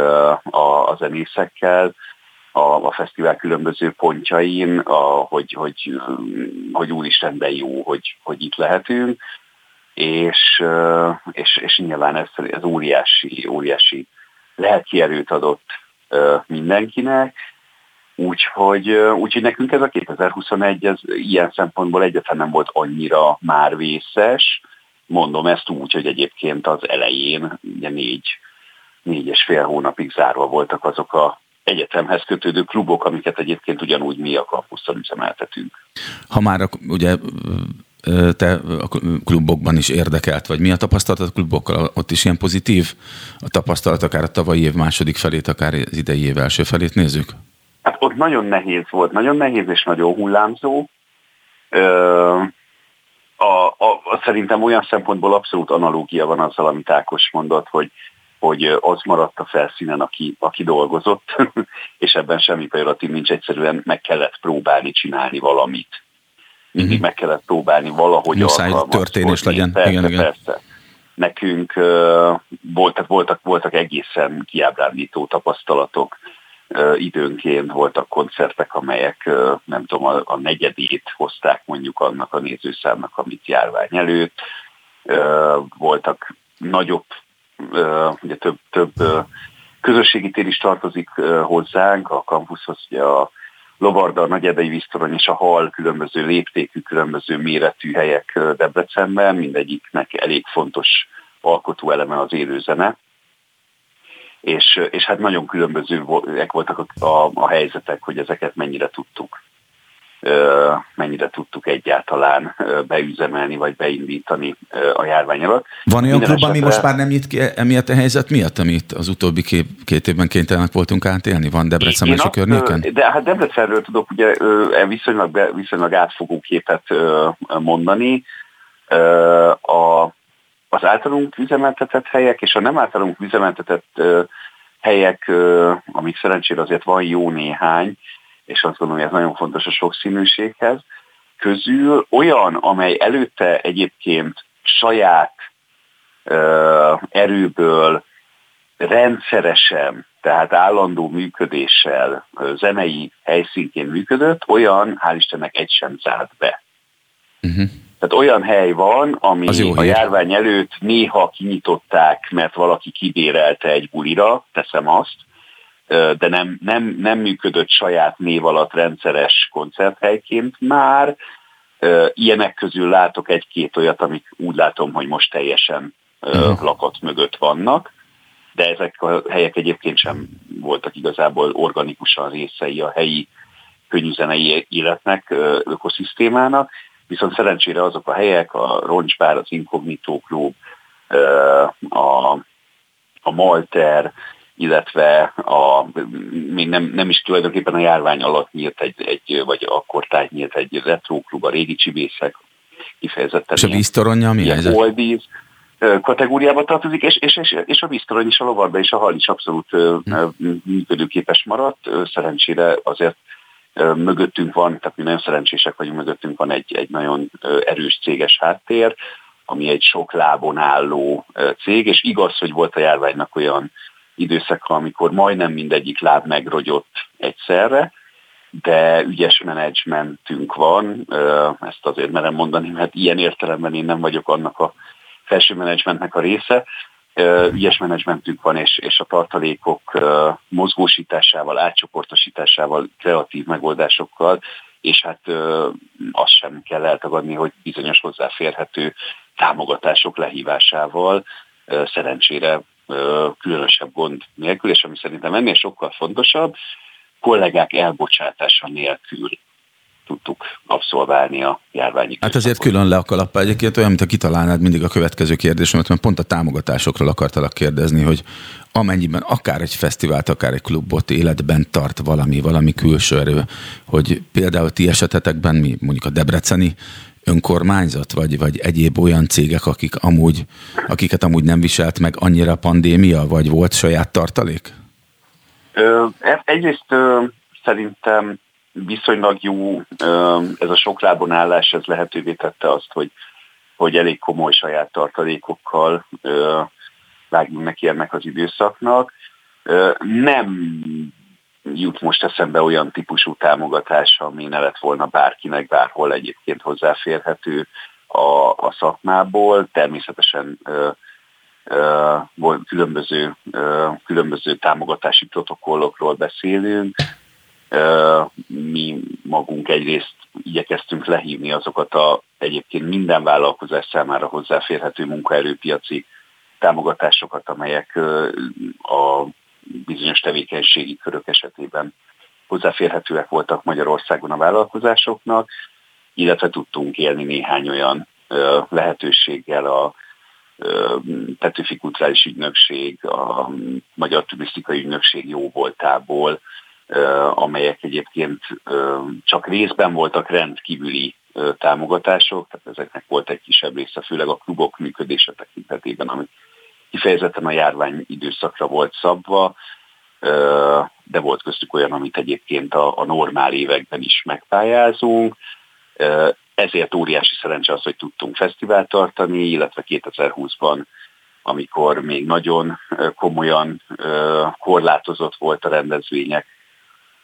Speaker 4: a, a zenészekkel, a, a fesztivál különböző pontjain, a, hogy, hogy, hogy úristen, de jó, hogy, hogy itt lehetünk, és, és, és nyilván ez, ez óriási, óriási lelki erőt adott mindenkinek, úgyhogy, úgyhogy nekünk ez a kétezer-huszonegy ez ilyen szempontból egyáltalán nem volt annyira már vészes. Mondom ezt úgy, hogy egyébként az elején ugye négy, négy és fél hónapig zárva voltak azok a egyetemhez kötődő klubok, amiket egyébként ugyanúgy mi a kampuszon üzemeltetünk.
Speaker 2: Ha már ugye te a klubokban is érdekelt vagy, mi a tapasztalat a klubokkal? Ott is ilyen pozitív a tapasztalat, akár a tavalyi év második felét, akár az idei év első felét nézzük?
Speaker 4: Hát ott nagyon nehéz volt, nagyon nehéz és nagyon hullámzó. Ö- A, a, a, szerintem olyan szempontból abszolút analógia van azzal, amit Ákos mondott, hogy, hogy az maradt a felszínen, aki, aki dolgozott, és ebben semmi pejoratív nincs, egyszerűen meg kellett próbálni csinálni valamit. Mindig uh-huh. meg kellett próbálni valahogy
Speaker 2: alkalmazkodni. Történés legyen.
Speaker 4: Persze,
Speaker 2: igen, igen.
Speaker 4: persze. Nekünk uh, volt, voltak, voltak egészen kiábrándító tapasztalatok időnként voltak koncertek, amelyek nem tudom, a, a negyedét hozták mondjuk annak a nézőszámnak, amit járvány előtt. Voltak nagyobb, ugye több, több közösségi tér is tartozik hozzánk, a kampuszhoz, ugye a Lovarda, a Nagyerdei Víztorony és a Hall különböző léptékű, különböző méretű helyek Debrecenben, mindegyiknek elég fontos alkotóeleme az élőzene. És, és hát nagyon különbözőek voltak a, a, a helyzetek, hogy ezeket mennyire tudtuk, mennyire tudtuk egyáltalán beüzemelni, vagy beindítani a járvány alatt.
Speaker 2: Van olyan klub, ami most már nem nyit ki emiatt a helyzet miatt, amit az utóbbi két, két évben kénytelenek voltunk átélni? Van Debrecen és a környéken?
Speaker 4: De hát Debrecenről tudok ugye viszonylag, viszonylag átfogó képet mondani. A Az általunk üzemeltetett helyek és a nem általunk üzemeltetett helyek, amik szerencsére azért van jó néhány, és azt gondolom, hogy ez nagyon fontos a sokszínűséghez, közül olyan, amely előtte egyébként saját erőből rendszeresen, tehát állandó működéssel, zenei helyszínként működött, olyan, hál' Istennek, egy sem zárt be. Uh-huh. Tehát olyan hely van, ami a járvány előtt néha kinyitották, mert valaki kibérelte egy bulira, teszem azt, de nem, nem, nem működött saját név alatt rendszeres koncerthelyként már. Ilyenek közül látok egy-két olyat, amik úgy látom, hogy most teljesen uh-huh. lakat mögött vannak, de ezek a helyek egyébként sem voltak igazából organikusan részei a helyi könnyűzenei életnek, ökoszisztémának. Viszont szerencsére azok a helyek, a Roncsbár, az Inkognitó Klub, a, a Malter, illetve a, még nem, nem is tulajdonképpen a járvány alatt nyílt egy, egy vagy akkor tájt nyílt egy retro klub, a Régi Csibészek, kifejezetten.
Speaker 2: És a Víztoronyja mi helyzet?
Speaker 4: Oldies kategóriába tartozik, és, és, és, és a Víztorony is, a Lovarda és a Hall is abszolút hmm. működőképes maradt. Szerencsére azért mögöttünk van, tehát mi nagyon szerencsések vagyunk, mögöttünk van egy, egy nagyon erős céges háttér, ami egy sok lábon álló cég, és igaz, hogy volt a járványnak olyan időszaka, amikor majdnem mindegyik láb megrogyott egyszerre, de ügyes menedzsmentünk van, ezt azért merem mondani, mert ilyen értelemben én nem vagyok annak a felső menedzsmentnek a része, ügyes menedzsmentünk van, és, és a tartalékok mozgósításával, átcsoportosításával, kreatív megoldásokkal, és hát azt sem kell eltagadni, hogy bizonyos hozzáférhető támogatások lehívásával szerencsére különösebb gond nélkül, és ami szerintem ennél sokkal fontosabb, kollégák elbocsátása nélkül tudtuk abszolválni a járványi.
Speaker 2: Hát azért külön le a kalappal. Egyébként olyan, mint a kitalálnád mindig a következő kérdésemet, mert pont a támogatásokról akartalak kérdezni, hogy amennyiben akár egy fesztivált, akár egy klubot életben tart valami, valami külső erő, hogy például ti esetetekben mi, mondjuk a debreceni önkormányzat, vagy, vagy egyéb olyan cégek, akik amúgy, akiket amúgy nem viselt meg annyira a pandémia, vagy volt saját tartalék?
Speaker 4: Ö, egyrészt ö, szerintem viszonylag jó ez a sok lábon állás, ez lehetővé tette azt, hogy, hogy elég komoly saját tartalékokkal vágjunk neki ennek az időszaknak. Nem jut most eszembe olyan típusú támogatás, ami ne lett volna bárkinek bárhol egyébként hozzáférhető a, a szakmából. Természetesen különböző, különböző támogatási protokollokról beszélünk. Mi magunk egyrészt igyekeztünk lehívni azokat a egyébként minden vállalkozás számára hozzáférhető munkaerőpiaci támogatásokat, amelyek a bizonyos tevékenységi körök esetében hozzáférhetőek voltak Magyarországon a vállalkozásoknak, illetve tudtunk élni néhány olyan lehetőséggel a Petőfi Kulturális Ügynökség, a Magyar Turisztikai Ügynökség jóvoltából, amelyek egyébként csak részben voltak rendkívüli támogatások, tehát ezeknek volt egy kisebb része, főleg a klubok működése tekintetében, ami kifejezetten a járvány időszakra volt szabva, de volt köztük olyan, amit egyébként a, a normál években is megpályázunk. Ezért óriási szerencse az, hogy tudtunk fesztivált tartani, illetve kétezer-húszban, amikor még nagyon komolyan korlátozott volt a rendezvények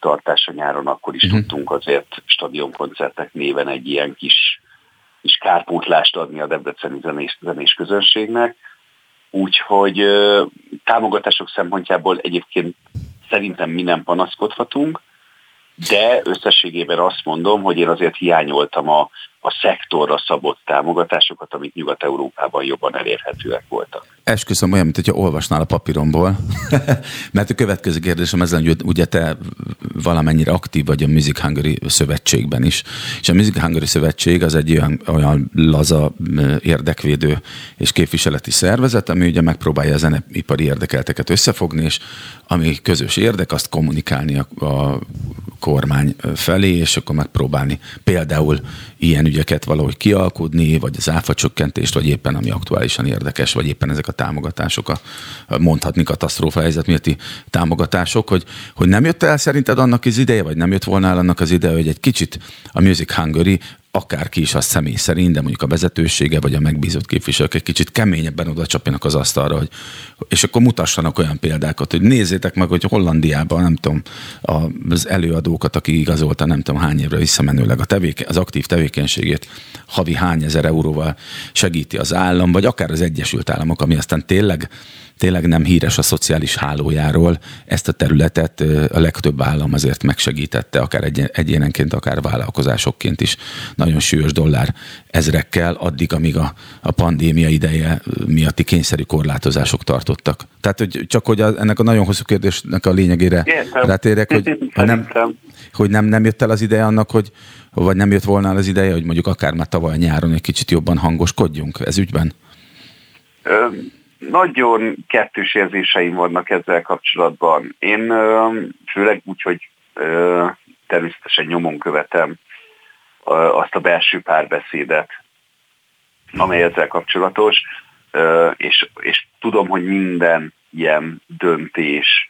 Speaker 4: tartása nyáron, akkor is uh-huh. tudtunk azért stadionkoncertek néven egy ilyen kis, kis kárpótlást adni a debreceni zenés, zenés közönségnek. Úgyhogy támogatások szempontjából egyébként szerintem mi nem panaszkodhatunk, de összességében azt mondom, hogy én azért hiányoltam a, a szektorra szabott támogatásokat, amik Nyugat-Európában jobban elérhetőek voltak.
Speaker 2: Esküszöm, olyan, mint hogyha olvasnál a papíromból, mert a következő kérdésem ezen, hogy ugye te valamennyire aktív vagy a Music Hungary szövetségben is, és a Music Hungary szövetség az egy olyan, olyan laza érdekvédő és képviseleti szervezet, ami ugye megpróbálja a zeneipari érdekelteket összefogni, és ami közös érdek, azt kommunikálni a, a kormány felé, és akkor megpróbálni például ilyen ügyeket valahogy kialkudni, vagy az áfacsökkentést, vagy éppen ami aktuálisan érdekes, vagy éppen ezek a támogatások, a, mondhatni katasztrófa helyzet miatti támogatások, hogy, hogy nem jött el szerinted annak az ideje, vagy nem jött volna el annak az ideje, hogy egy kicsit a Music Hungary, akárki is az személy szerint, de mondjuk a vezetősége, vagy a megbízott képviselők egy kicsit keményebben oda csapjanak az asztalra, hogy, és akkor mutassanak olyan példákat, hogy nézzétek meg, hogy Hollandiában, nem tudom, az előadókat, aki igazolta nem tudom hány évre visszamenőleg a tevéke, az aktív tevékenységét havi hány ezer euróval segíti az állam, vagy akár az Egyesült Államok, ami aztán tényleg tényleg nem híres a szociális hálójáról, ezt a területet a legtöbb állam azért megsegítette, akár egyénenként, akár vállalkozásokként is nagyon súlyos dollár ezrekkel, addig, amíg a, a pandémia ideje miatti kényszerű korlátozások tartottak. Tehát, hogy csak hogy a, ennek a nagyon hosszú kérdésnek a lényegére Értem. rátérek, hogy, hogy, nem, hogy nem, nem jött el az ideje annak, hogy vagy nem jött volna el az ideje, hogy mondjuk akár már tavaly nyáron egy kicsit jobban hangoskodjunk ez ügyben?
Speaker 4: Öm. Nagyon kettős érzéseim vannak ezzel kapcsolatban. Én főleg úgy, hogy természetesen nyomon követem azt a belső párbeszédet, amely ezzel kapcsolatos, és, és tudom, hogy minden ilyen döntés,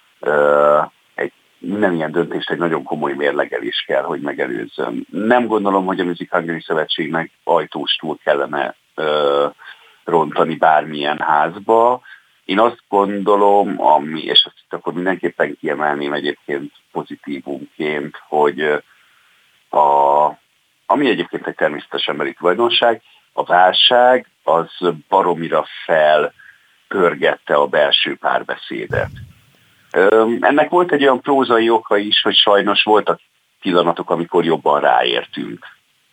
Speaker 4: egy, minden ilyen döntést egy nagyon komoly mérlegelés kell, hogy megelőzzön. Nem gondolom, hogy a Music Hungary Szövetségnek ajtóstól kellene rontani bármilyen házba. Én azt gondolom, ami, és azt akkor mindenképpen kiemelném egyébként pozitívumként, hogy a, ami egyébként egy természetes emberi tulajdonság, a válság az baromira felpörgette a belső párbeszédet. Ennek volt egy olyan prózai oka is, hogy sajnos voltak pillanatok, amikor jobban ráértünk.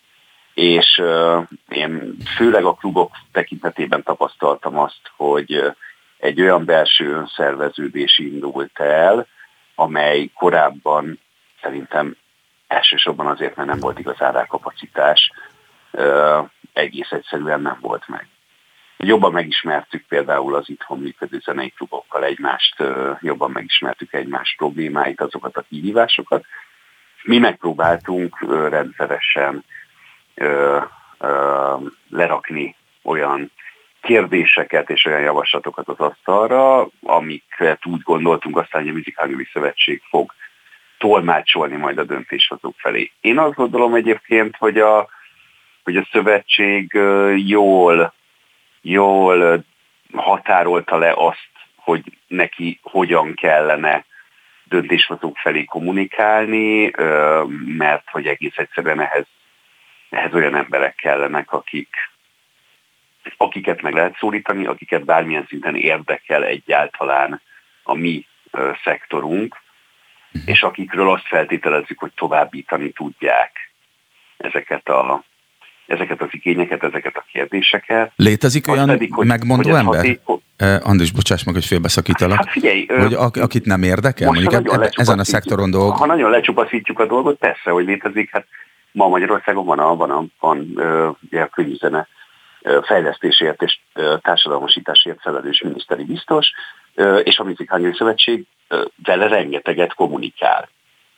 Speaker 4: És uh, én főleg a klubok tekintetében tapasztaltam azt, hogy uh, egy olyan belső önszerveződés indult el, amely korábban szerintem elsősorban azért, mert nem volt igazán rá kapacitás, uh, egész egyszerűen nem volt meg. Jobban megismertük például az itthon működő zenei klubokkal egymást, uh, jobban megismertük egymás problémáit, azokat a kihívásokat. Mi megpróbáltunk uh, rendszeresen Ö, ö, lerakni olyan kérdéseket és olyan javaslatokat az asztalra, amiket úgy gondoltunk aztán, hogy a Music Hungary Szövetség fog tolmácsolni majd a döntéshozók felé. Én azt gondolom egyébként, hogy a, hogy a szövetség jól, jól határolta le azt, hogy neki hogyan kellene döntéshozók felé kommunikálni, mert hogy egész egyszerűen ehhez Ehhez olyan emberek kellenek, akik, akiket meg lehet szólítani, akiket bármilyen szinten érdekel egyáltalán a mi ö, szektorunk, és akikről azt feltételezzük, hogy továbbítani tudják ezeket, a, ezeket az igényeket, ezeket a kérdéseket.
Speaker 2: Létezik azt olyan pedig, hogy, megmondó hogy ember? Hatéko... Eh, Andris, bocsáss meg, hogy félbeszakítalak. Hát figyelj, hogy ö... akit nem érdekel? Mondjuk e- ezen a szektoron dolg...
Speaker 4: Ha nagyon lecsupaszítjuk a dolgot, persze, hogy létezik, hát ma Magyarországon van a, van a, van, ö, a könyvzene fejlesztésért és ö, társadalmasításért felelős miniszteri biztos, ö, és a Music Hungary Szövetség ö, vele rengeteget kommunikál.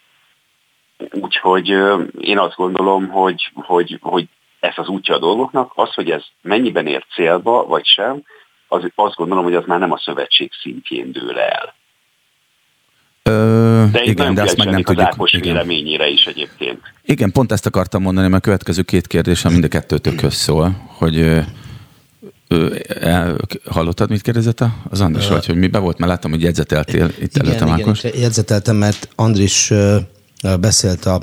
Speaker 4: Úgyhogy ö, én azt gondolom, hogy, hogy, hogy ez az útja a dolgoknak, az, hogy ez mennyiben ér célba, vagy sem, az, azt gondolom, hogy az már nem a szövetség szintjén dől el.
Speaker 2: Ö,
Speaker 4: de
Speaker 2: igen, de azt meg nem tudjuk.
Speaker 4: Ákos véleményére is egyébként.
Speaker 2: Igen, pont ezt akartam mondani, mert a következő két kérdésem mind a kettőtökhöz szól, hogy el, hallottad, mit kérdezett az Andris, vagy hogy mi be volt? Mert láttam, hogy jegyzeteltél itt
Speaker 3: igen,
Speaker 2: előttem,
Speaker 3: igen,
Speaker 2: Ákos.
Speaker 3: Igen, jegyzeteltem, mert Andris beszélt a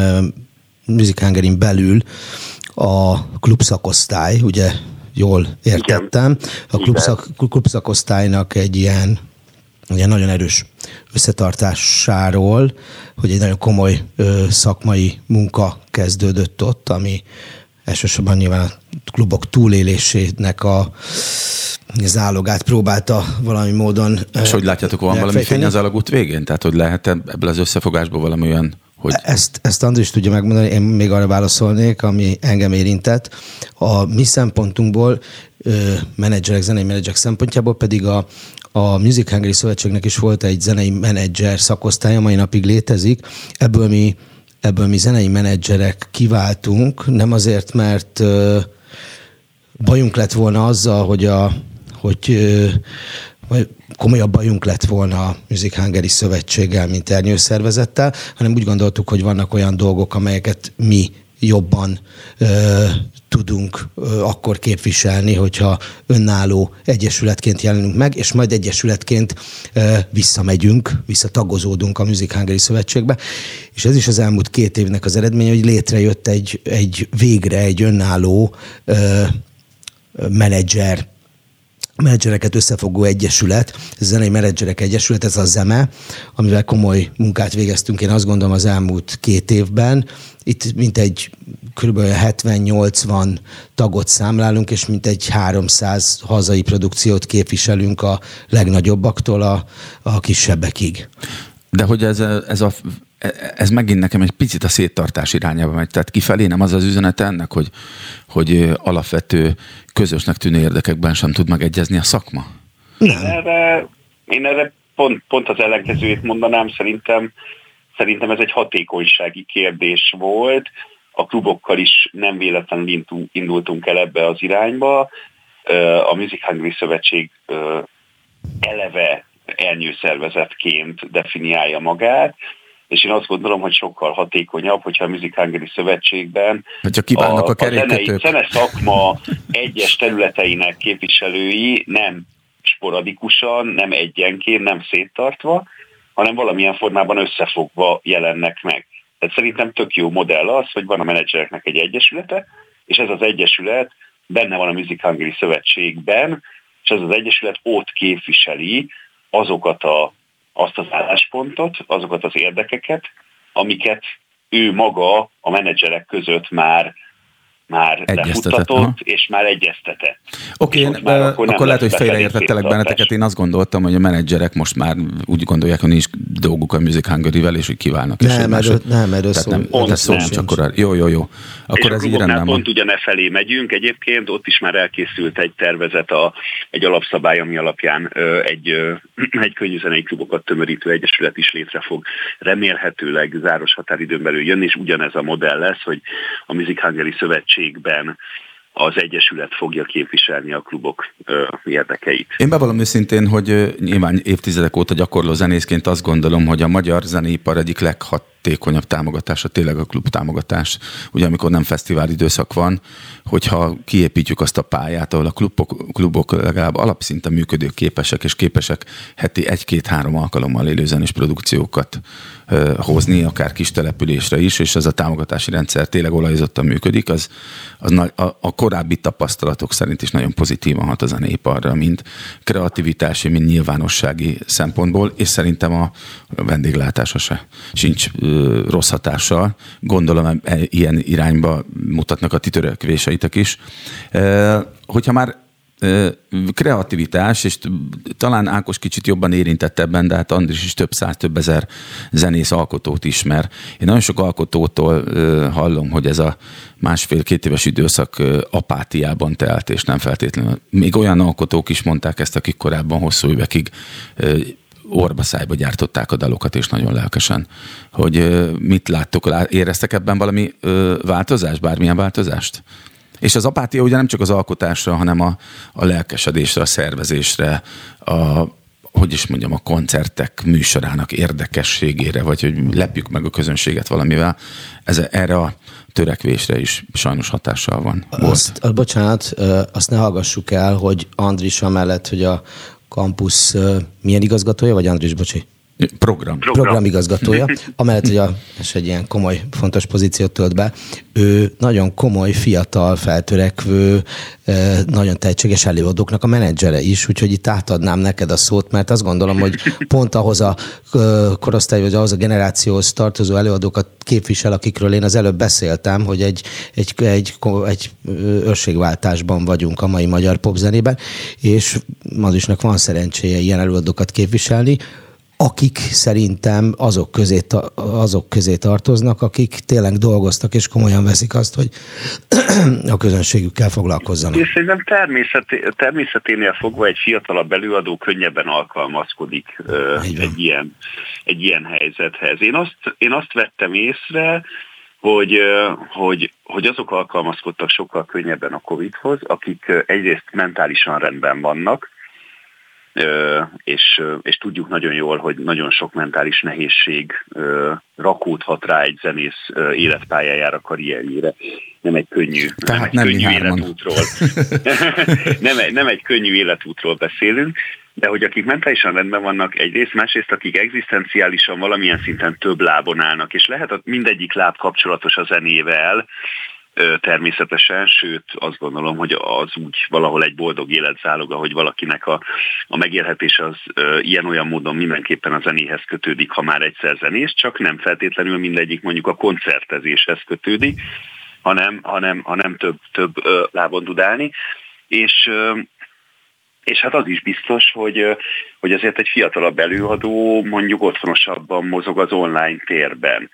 Speaker 3: Music Hungary-n belül a klubszakosztály, ugye jól értettem, a klubszak, klubszakosztálynak egy ilyen, ilyen nagyon erős összetartásáról, hogy egy nagyon komoly ö, szakmai munka kezdődött ott, ami elsősorban nyilván a klubok túlélésének a zálogát próbálta valami módon.
Speaker 2: És hogy látjátok, van valami fény az alagút végén? Tehát, hogy lehet ebből az összefogásból valami olyan, hogy...
Speaker 3: Ezt, ezt Andris tudja megmondani, én még arra válaszolnék, ami engem érintett. A mi szempontunkból, menedzserek, zenei menedzserek szempontjából pedig a, a Music Hungary Szövetségnek is volt egy zenei menedzser szakosztálya, mai napig létezik. Ebből mi, ebből mi zenei menedzserek kiváltunk, nem azért, mert bajunk lett volna azzal, hogy, a, hogy komolyabb bajunk lett volna a Music Hungary Szövetséggel, mint ernyőszervezettel, hanem úgy gondoltuk, hogy vannak olyan dolgok, amelyeket mi jobban ö, tudunk ö, akkor képviselni, hogyha önálló egyesületként jelenünk meg, és majd egyesületként ö, visszamegyünk, visszatagozódunk a Music Hungary Szövetségbe. És ez is az elmúlt két évnek az eredménye, hogy létrejött egy, egy végre egy önálló ö, menedzser menedzsereket összefogó egyesület, ez a Zenei Menedzserek Egyesület, ez a ZEME, amivel komoly munkát végeztünk, én azt gondolom az elmúlt két évben. Itt mintegy kb. hetven-nyolcvan tagot számlálunk, és mintegy háromszáz hazai produkciót képviselünk a legnagyobbaktól a, a kisebbekig.
Speaker 2: De hogy ez, ez, a, ez megint nekem egy picit a széttartás irányába megy. Tehát kifelé nem az az üzenet ennek, hogy, hogy alapvető közösnek tűnő érdekekben sem tud megegyezni a szakma?
Speaker 4: Én erre, én erre pont, pont az ellenkezőjét mondanám, szerintem, szerintem ez egy hatékonysági kérdés volt. A klubokkal is nem véletlenül indultunk el ebbe az irányba. A Music Hungary Szövetség eleve ernyőszervezetként definiálja magát, és én azt gondolom, hogy sokkal hatékonyabb, hogyha a Music Hungary Szövetségben
Speaker 2: a,
Speaker 4: a,
Speaker 2: a
Speaker 4: zenei, zene szakma egyes területeinek képviselői nem sporadikusan, nem egyenként, nem széttartva, hanem valamilyen formában összefogva jelennek meg. Tehát szerintem tök jó modell az, hogy van a menedzsereknek egy egyesülete, és ez az egyesület benne van a Music Hungary Szövetségben, és ez az egyesület ott képviseli azokat a, azt az álláspontot, azokat az érdekeket, amiket ő maga a menedzserek között már, már lefuttatott, és már egyeztetett.
Speaker 2: Oké, okay, akkor, akkor lehet, hogy félreértettelek benneteket. Én azt gondoltam, hogy a menedzserek most már úgy gondolják, hogy nincs dolguk a Music Hungary-vel, és hogy kiválnak.
Speaker 3: Nem, erről, nem, erről szó.
Speaker 2: Nem, pont szó nem. Akkor, jó, jó, jó. Akkor
Speaker 4: és
Speaker 2: ez
Speaker 4: a
Speaker 2: így rendben
Speaker 4: pont van. Ugyane felé megyünk. Egyébként ott is már elkészült egy tervezet, a, egy alapszabály, ami alapján ö, egy, ö, egy könnyűzenei klubokat tömörítő egyesület is létre fog remélhetőleg záros határidőn belül jönni, és ugyanez a modell lesz, hogy a Music Hungary Szövetségben az egyesület fogja képviselni a klubok ö, érdekeit.
Speaker 2: Én bevallom őszintén, hogy nyilván évtizedek óta gyakorló zenészként azt gondolom, hogy a magyar zeneipar egyik leghatékonyabb támogatása tényleg a klub támogatás. Ugye amikor nem fesztivál időszak van, hogyha kiépítjük azt a pályát, ahol a klubok, klubok legalább alapszinten működő képesek, és képesek heti egy-két-három alkalommal élő zenés produkciókat ö, hozni, akár kis településre is, és ez a támogatási rendszer tényleg olajozottan működik, az, az a, a korábbi tapasztalatok szerint is nagyon pozitívan hat a zeneiparra, mint kreativitási, mint nyilvánossági szempontból, és szerintem a vendéglátása se sincs ö, rossz hatással. Gondolom, e, ilyen irányba mutatnak a ti törekvéseitek is. E, hogyha már e, kreativitás, és talán Ákos kicsit jobban érintett ebben, de hát Andris is több száz, több ezer zenész alkotót ismer. Én nagyon sok alkotótól e, hallom, hogy ez a másfél-két éves időszak apátiában telt, és nem feltétlenül. Még olyan alkotók is mondták ezt, akik korábban hosszú évekig orba szájba gyártották a dalokat, és nagyon lelkesen. Hogy mit láttok, éreztek ebben valami változást, bármilyen változást? És az apátia ugye nem csak az alkotásra, hanem a, a lelkesedésre, a szervezésre, a, hogy hogy is mondjam, a koncertek műsorának érdekességére, vagy hogy lepjük meg a közönséget valamivel, ez erre a törekvésre is sajnos hatással van.
Speaker 3: Azt, bocsánat, azt ne hallgassuk el, hogy Andris amellett, hogy a Campus milyen igazgatója, vagy Andris, bocsi?
Speaker 2: Program.
Speaker 3: Programigazgatója, amellett, hogy a, és egy ilyen komoly, fontos pozíciót tölt be, ő nagyon komoly, fiatal, feltörekvő, nagyon tehetséges előadóknak a menedzsere is, úgyhogy itt átadnám neked a szót, mert azt gondolom, hogy pont ahhoz a korosztály, vagy ahhoz a generációhoz tartozó előadókat képvisel, akikről én az előbb beszéltem, hogy egy, egy, egy, egy őrségváltásban vagyunk a mai magyar popzenében, és Madisnak van szerencséje ilyen előadókat képviselni, akik szerintem azok közé, azok közé tartoznak, akik tényleg dolgoztak, és komolyan veszik azt, hogy a közönségükkel foglalkozzanak.
Speaker 4: És szerintem természet, természeténél fogva egy fiatalabb előadó könnyebben alkalmazkodik egy, egy, ilyen, egy ilyen helyzethez. Én azt, én azt vettem észre, hogy, hogy, hogy azok alkalmazkodtak sokkal könnyebben a Covidhoz, akik egyrészt mentálisan rendben vannak, És, és tudjuk nagyon jól, hogy nagyon sok mentális nehézség rakódhat rá egy zenész életpályájára, karrierjére. Nem egy könnyű, nem egy könnyű életútról. nem, egy, nem egy könnyű életútról beszélünk, de hogy akik mentálisan rendben vannak egyrészt, másrészt akik egzisztenciálisan valamilyen szinten több lábon állnak, és lehet mindegyik láb kapcsolatos a zenével, természetesen, sőt azt gondolom, hogy az úgy valahol egy boldog életzáloga, hogy valakinek a, a megélhetés az ö, ilyen-olyan módon mindenképpen a zenéhez kötődik, ha már egyszer zenész, csak nem feltétlenül mindegyik mondjuk a koncertezéshez kötődik, hanem, hanem, hanem több, több ö, lábon tud állni. És, ö, és hát az is biztos, hogy, ö, hogy azért egy fiatalabb előadó mondjuk otthonosabban mozog az online térben.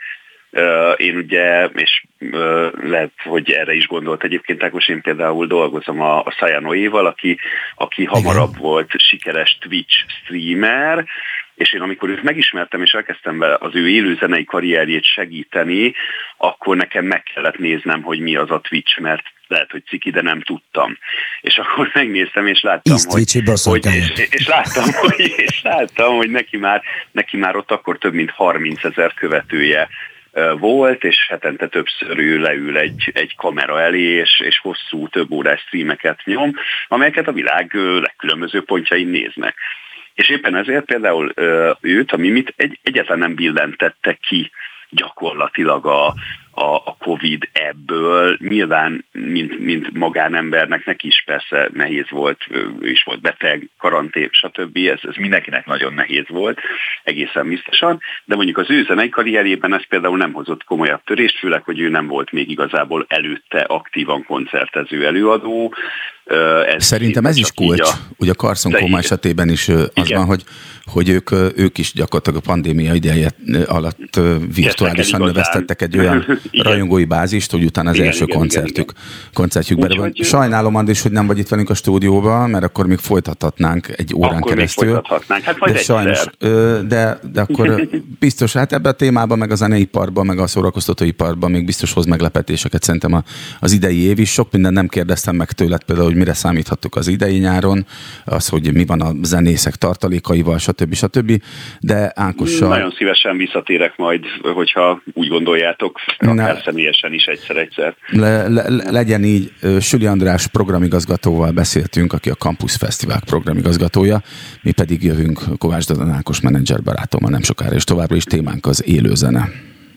Speaker 4: Én ugye, és lehet, hogy erre is gondolt egyébként Ákos, én például dolgozom a, a Sayanoéval, aki, aki hamarabb Igen. volt sikeres Twitch streamer, és én amikor őt megismertem, és elkezdtem vele az ő élőzenei karrierjét segíteni, akkor nekem meg kellett néznem, hogy mi az a Twitch, mert lehet, hogy ciki, de nem tudtam. És akkor megnéztem, és láttam, hogy, hogy és, és, láttam, hogy, és láttam, hogy neki már, neki már ott akkor több mint harmincezer követője volt, és hetente többször ő leül egy, egy kamera elé, és, és hosszú, több órás streameket nyom, amelyeket a világ legkülönbözőbb pontjain néznek. És éppen ezért például őt, a Mimit egy, egyáltalán nem billentette ki gyakorlatilag a, a, a Covid ebből. Nyilván, mint, mint magánembernek neki is persze nehéz volt, ő is volt beteg, karantén, stb. Ez, ez mindenkinek nagyon nehéz volt, egészen biztosan, de mondjuk az ő zenei karrierjében ez például nem hozott komolyabb törést, főleg, hogy ő nem volt még igazából előtte aktívan koncertező előadó.
Speaker 2: Ez Szerintem ez is kulcs. A... Ugye a Carson Koma esetében is az Igen. van, hogy, hogy ők, ők is gyakorlatilag a pandémia ideje alatt virtuálisan növesztettek egy olyan rajongói bázist, hogy utána az igen, első igen, koncertük, igen, koncertjükben van. Hogy... Sajnálom, Andris, hogy nem vagy itt velünk a stúdióban, mert akkor még folytathatnánk egy órán akkor keresztül. Akkor még folytathatnánk, hát majd de sajnos, de, de akkor biztos, hát ebben a témában, meg a zeneiparban, meg a szórakoztatóiparban még biztos hoz meglepetéseket. Szerintem az idei év is sok minden nem kérdeztem meg tőled, például, hogy mire számíthattuk az idei nyáron, az, hogy mi van a zenészek tartalékaival, stb. stb. De Ákossal...
Speaker 4: Nagyon szívesen visszatérek majd, hogyha úgy gondoljátok, akár személyesen is egyszer-egyszer.
Speaker 2: Le, le, legyen így. Süli András programigazgatóval beszéltünk, aki a Campus Fesztivál programigazgatója, mi pedig jövünk Kovács Dadan Ákos menedzser barátommal nem sokára, és továbbra is témánk az élőzene.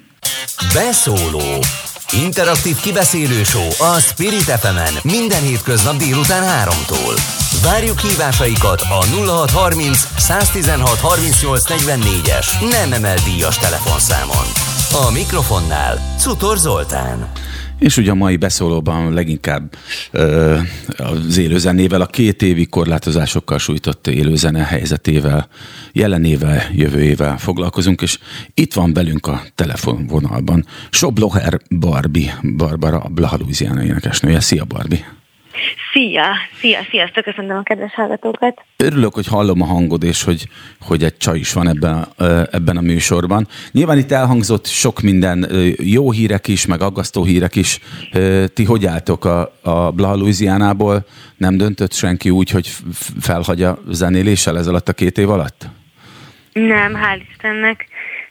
Speaker 1: Beszóló. Interaktív kibeszélő show a Spirit ef emen minden hétköznap délután háromtól. Várjuk hívásaikat a nulla hat harminc száztizenhat harmincnyolc negyvennégyes nem emel díjas telefonszámon. A mikrofonnál Cutor Zoltán.
Speaker 2: És ugye a mai beszólóban leginkább ö, az élőzenével, a két évi korlátozásokkal sújtott élőzene helyzetével, jelenével, jövőjével foglalkozunk, és itt van velünk a telefonvonalban Sobloher Barbie, Barbara, Blaha Louisiana énekesnője. Szia, Barbie!
Speaker 5: Szia! Szia! Sziasztok! Köszönöm a kedves hallgatókat!
Speaker 2: Örülök, hogy hallom a hangod, és hogy, hogy egy csaj is van ebben a, ebben a műsorban. Nyilván itt elhangzott sok minden, jó hírek is, meg aggasztó hírek is. Ti hogy álltok a, a Blaha Louisianából? Nem döntött senki úgy, hogy felhagy a zenéléssel ez alatt a két év alatt?
Speaker 5: Nem, hál' Istennek.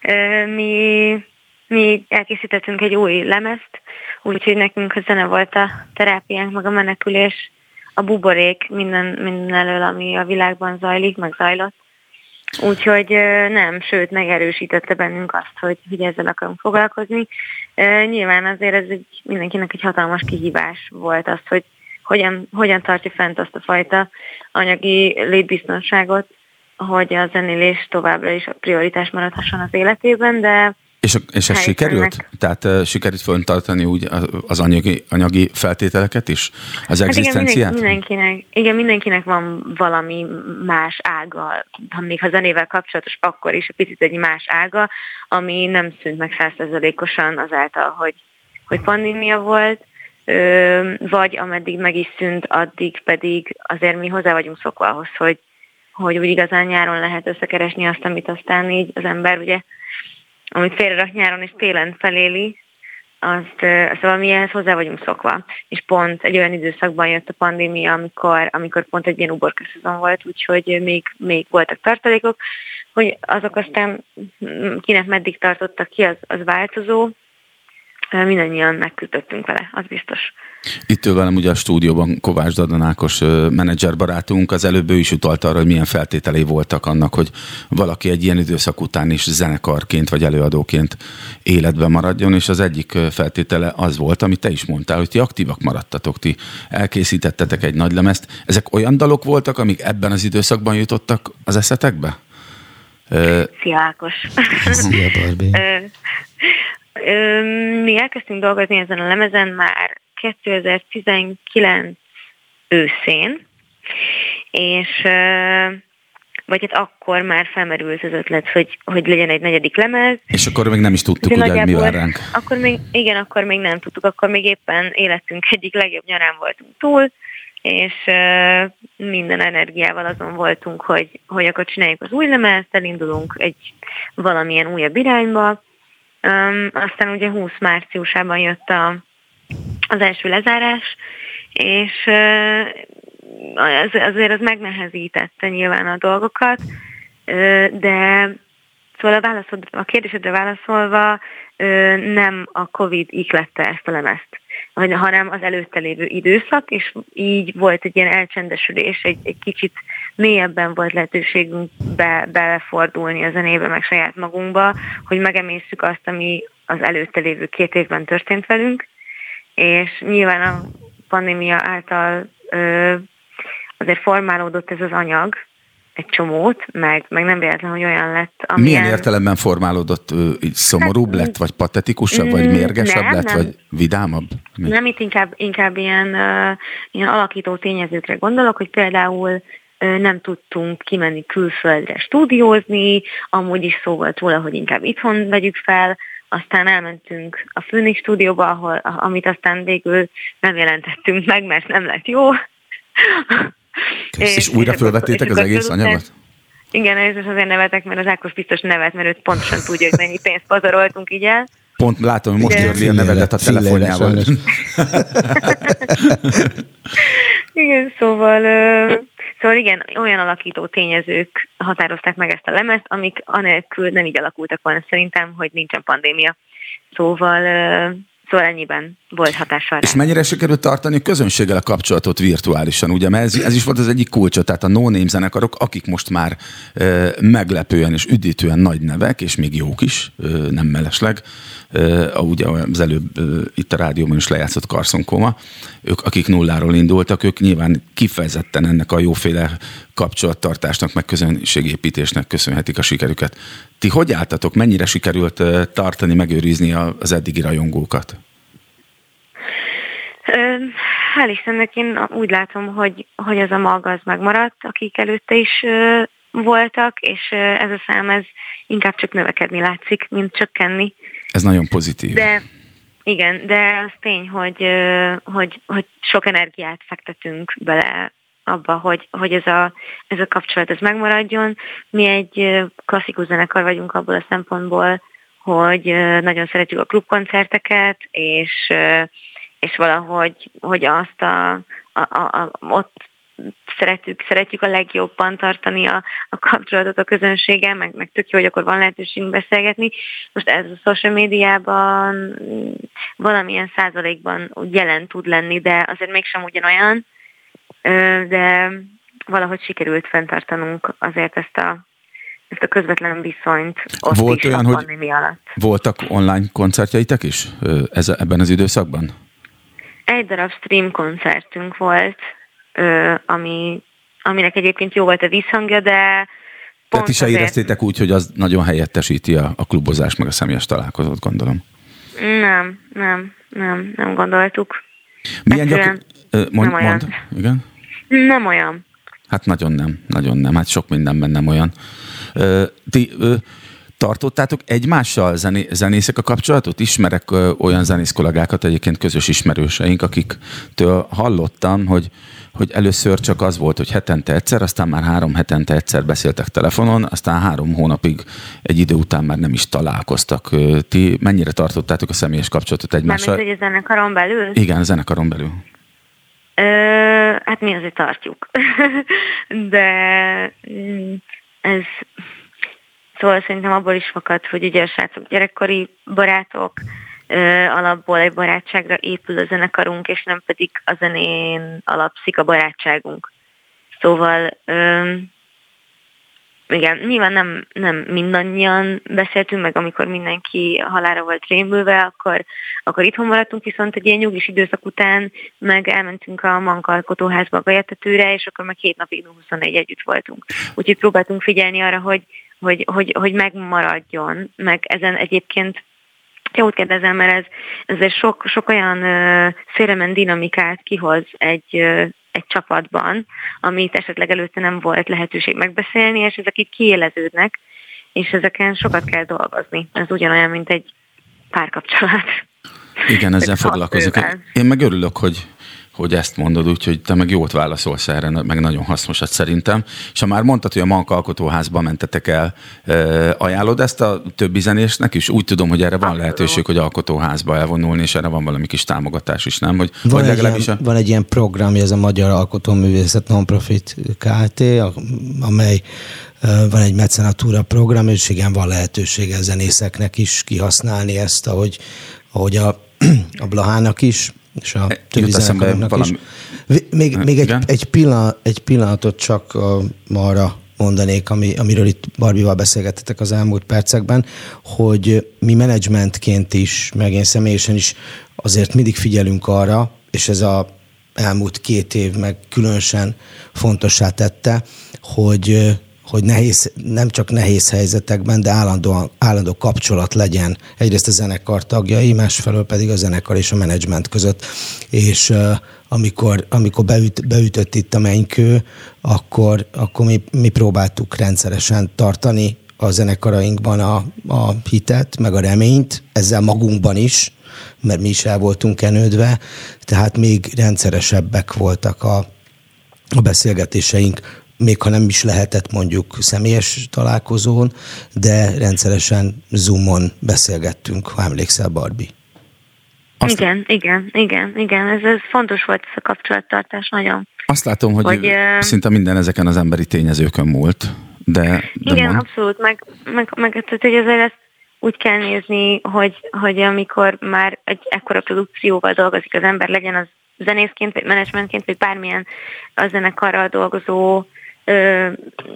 Speaker 5: Mi, mi elkészítettünk egy új lemezt, úgyhogy nekünk a zene volt a terápiánk, meg a menekülés, a buborék minden, minden elől, ami a világban zajlik, meg zajlott. Úgyhogy nem, sőt, megerősítette bennünk azt, hogy, hogy ezzel akarunk foglalkozni. Nyilván azért ez egy, mindenkinek egy hatalmas kihívás volt az, hogy hogyan, hogyan tartja fent azt a fajta anyagi létbiztonságot, hogy a zenélés továbbra is a prioritás maradhasson az életében, de
Speaker 2: És, a, és ez sikerült? Tehát uh, sikerült föntartani úgy az anyagi, anyagi feltételeket is? Az hát egzisztenciát?
Speaker 5: Igen, mindenkinek, igen, mindenkinek van valami más ága, ha még ha zenével kapcsolatos, akkor is egy picit egy más ága, ami nem szűnt meg száz százalékosan azáltal, hogy, hogy pandémia volt, ö, vagy ameddig meg is szűnt, addig pedig azért mi hozzá vagyunk szokva ahhoz, hogy, hogy úgy igazán nyáron lehet összekeresni azt, amit aztán így az ember ugye amit félrerak nyáron és télen feléli, azt, szóval mi ehhez hozzá vagyunk szokva. És pont egy olyan időszakban jött a pandémia, amikor, amikor pont egy ilyen uborkaszezon volt, úgyhogy még, még voltak tartalékok, hogy azok aztán kinek meddig tartottak ki, az, az változó. Mindannyian megküzdöttünk vele, az biztos.
Speaker 2: Itt ül velem ugye a stúdióban Kovács Dadan Ákos menedzserbarátunk, az előbb ő is utalt arra, hogy milyen feltételei voltak annak, hogy valaki egy ilyen időszak után is zenekarként vagy előadóként életben maradjon, és az egyik feltétele az volt, amit te is mondtál, hogy ti aktívak maradtatok, ti elkészítettetek egy nagy lemezt. Ezek olyan dalok voltak, amik ebben az időszakban jutottak az eszetekbe?
Speaker 5: Szia Ákos!
Speaker 3: Szia Barbie!
Speaker 5: Mi elkezdtünk dolgozni ezen a lemezen már kétezer-tizenkilenc őszén, és vagy hát akkor már felmerült az ötlet, hogy, hogy legyen egy negyedik lemez.
Speaker 2: És akkor még nem is tudtuk, ugye, hogy mi vár ránk.
Speaker 5: Akkor még, igen, akkor még nem tudtuk, akkor még éppen életünk egyik legjobb nyarán voltunk túl, és uh, minden energiával azon voltunk, hogy, hogy akkor csináljuk az új lemezt, elindulunk egy valamilyen újabb irányba. Um, aztán ugye húsz márciusában jött a, az első lezárás, és uh, az, azért az megnehezítette nyilván a dolgokat, uh, de szóval a, válaszod, a kérdésedre válaszolva uh, nem a Covid iklette ezt a lemezt, hanem az előtte lévő időszak, és így volt egy ilyen elcsendesülés, egy, egy kicsit mélyebben volt lehetőségünk be, belefordulni a zenébe, meg saját magunkba, hogy megemészszük azt, ami az előtte lévő két évben történt velünk, és nyilván a pandémia által ö, azért formálódott ez az anyag, egy csomót, meg, meg nem véletlen, hogy olyan lett, amilyen...
Speaker 2: Milyen értelemben formálódott? Így szomorúbb hát, lett, vagy patetikusabb, vagy mérgesebb nem, lett, nem. vagy vidámabb? Mi?
Speaker 5: Nem, itt inkább, inkább ilyen, uh, ilyen alakító tényezőkre gondolok, hogy például uh, nem tudtunk kimenni külföldre stúdiózni, amúgy is szó volt róla, hogy inkább itthon vegyük fel, aztán elmentünk a Phoenix stúdióba, ahol, amit aztán végül nem jelentettünk meg, mert nem lett jó.
Speaker 2: És, és újra fölvettétek az egész anyagot?
Speaker 5: Igen, és azért nevetek, mert az Ákos biztos nevet, mert őt pontosan tudja, hogy mennyi pénzt pazaroltunk így el.
Speaker 2: Pont látom, hogy most jörli a nevedet a telefonjával.
Speaker 5: Igen, szóval, szóval igen, olyan alakító tényezők határozták meg ezt a lemezt, amik anélkül nem így alakultak volna szerintem, hogy nincsen pandémia. Szóval... Szóval ennyiben volt hatással rá.
Speaker 2: És mennyire sikerült tartani a közönséggel a kapcsolatot virtuálisan, ugye? Mert ez, ez is volt az egyik kulcsa, tehát a no-name zenekarok, akik most már e, meglepően és üdítően nagy nevek, és még jók is, e, nem mellesleg, e, ugye az előbb e, itt a rádióban is lejátszott Carson Coma, ők, akik nulláról indultak, ők nyilván kifejezetten ennek a jóféle kapcsolattartásnak, meg közönségépítésnek köszönhetik a sikerüket. Ti hogy álltatok? Mennyire sikerült tartani, megőrizni az eddigi rajongókat?
Speaker 5: Hál' Istennek én úgy látom, hogy, hogy ez a mag az megmaradt, akik előtte is voltak, és ez a szám ez inkább csak növekedni látszik, mint csökkenni.
Speaker 2: Ez nagyon pozitív.
Speaker 5: De igen, de az tény, hogy, hogy, hogy sok energiát fektetünk bele abba, hogy, hogy ez, a, ez a kapcsolat ez megmaradjon. Mi egy klasszikus zenekar vagyunk abból a szempontból, hogy nagyon szeretjük a klubkoncerteket, és, és valahogy hogy azt a, a, a, a, ott szeretjük, szeretjük a legjobban tartani a, a kapcsolatot a közönséggel, meg, meg tök jó, hogy akkor van lehetőségünk beszélgetni. Most ez a social médiában valamilyen százalékban jelen tud lenni, de azért mégsem ugyanolyan, de valahogy sikerült fenntartanunk azért ezt a, ezt a közvetlen viszonyt ott
Speaker 2: Volt
Speaker 5: is
Speaker 2: olyan,
Speaker 5: a
Speaker 2: hogy
Speaker 5: pandémia alatt.
Speaker 2: Voltak online koncertjeitek is ez, ebben az időszakban?
Speaker 5: Egy darab stream koncertünk volt, ami, aminek egyébként jó volt a visszhangja, de
Speaker 2: Tehát is azért... éreztétek úgy, hogy az nagyon helyettesíti a, a klubozást, meg a személyes találkozót, gondolom.
Speaker 5: Nem, nem, nem, nem gondoltuk.
Speaker 2: Milyen gyakor... Mond, nem mond. Igen?
Speaker 5: Nem olyan.
Speaker 2: Hát nagyon nem, nagyon nem. Hát sok mindenben nem olyan. Ti tartottátok egymással zené, zenészek a kapcsolatot? Ismerek olyan zenész kollégákat, egyébként közös ismerőseink, akiktől hallottam, hogy, hogy először csak az volt, hogy hetente egyszer, aztán már három hetente egyszer beszéltek telefonon, aztán három hónapig egy idő után már nem is találkoztak. Ti mennyire tartottátok a személyes kapcsolatot egymással?
Speaker 5: Mármint, hogy a zenekaron belül?
Speaker 2: Igen, a zenekaron belül.
Speaker 5: Ö, hát mi azért tartjuk. De ez... Szóval szerintem abból is fakad, hogy ugye a srácok gyerekkori barátok, ö, alapból egy barátságra épül a zenekarunk, és nem pedig a zenén alapszik a barátságunk. Szóval ö, igen, nyilván nem, nem mindannyian beszéltünk meg, amikor mindenki halára volt rémülve, akkor, akkor itthon maradtunk, viszont egy ilyen nyugis időszak után meg elmentünk a Manka alkotóházba a Gajatetőre, és akkor meg két napig huszonnégy együtt voltunk. Úgyhogy próbáltunk figyelni arra, hogy Hogy, hogy, hogy megmaradjon, meg ezen egyébként jót kérdezem, mert ez, ez sok, sok olyan uh, félrement dinamikát kihoz egy, uh, egy csapatban, amit esetleg előtte nem volt lehetőség megbeszélni, és ezek itt kiéleződnek, és ezeken sokat kell dolgozni. Ez ugyanolyan, mint egy párkapcsolat.
Speaker 2: Igen, ezzel foglalkozik. Én meg örülök, hogy hogy ezt mondod, úgyhogy te meg jót válaszolsz erre, meg nagyon hasznosat szerintem. És ha már mondtad, hogy a Manka alkotóházba mentetek el, ajánlod ezt a többi zenésnek is? Úgy tudom, hogy erre van lehetőség, hogy alkotóházba elvonulni, és erre van valami kis támogatás is, nem? Hogy,
Speaker 3: van, egy ilyen, a... van egy ilyen programja, ez a Magyar Alkotóművészet Nonprofit Kft., amely van egy mecenatúra program, és igen, van lehetősége a zenészeknek is kihasználni ezt, ahogy, ahogy a, a Blahának is, és a többi zenekaroknak valami... is. Még, még egy, egy, pillanat, egy pillanatot csak uh, arra mondanék, ami, amiről itt Barbival beszélgettetek az elmúlt percekben, hogy mi menedzsmentként is, meg én személyesen is azért mindig figyelünk arra, és ez az elmúlt két év meg különösen fontossá tette, hogy hogy nehéz, nem csak nehéz helyzetekben, de állandó, állandó kapcsolat legyen egyrészt a zenekar tagjai, másfelől pedig a zenekar és a menedzsment között. És uh, amikor, amikor beüt, beütött itt a mennykő, akkor, akkor mi, mi próbáltuk rendszeresen tartani a zenekarainkban a, a hitet, meg a reményt, ezzel magunkban is, mert mi is el voltunk kenődve, tehát még rendszeresebbek voltak a, a beszélgetéseink, még ha nem is lehetett mondjuk személyes találkozón, de rendszeresen Zoomon beszélgettünk, ha emlékszel, Barbie.
Speaker 5: Azt igen, igen, igen, igen, ez, ez fontos volt ez a kapcsolattartás nagyon.
Speaker 2: Azt látom, hogy, hogy szinte minden ezeken az emberi tényezőkön múlt, de... de
Speaker 5: igen,
Speaker 2: mond.
Speaker 5: abszolút, meg, meg, meg tehát, hogy ezért ezt úgy kell nézni, hogy, hogy amikor már egy ekkora produkcióval dolgozik az ember, legyen az zenészként, vagy menedzsmentként, vagy bármilyen a zenekarral dolgozó ö,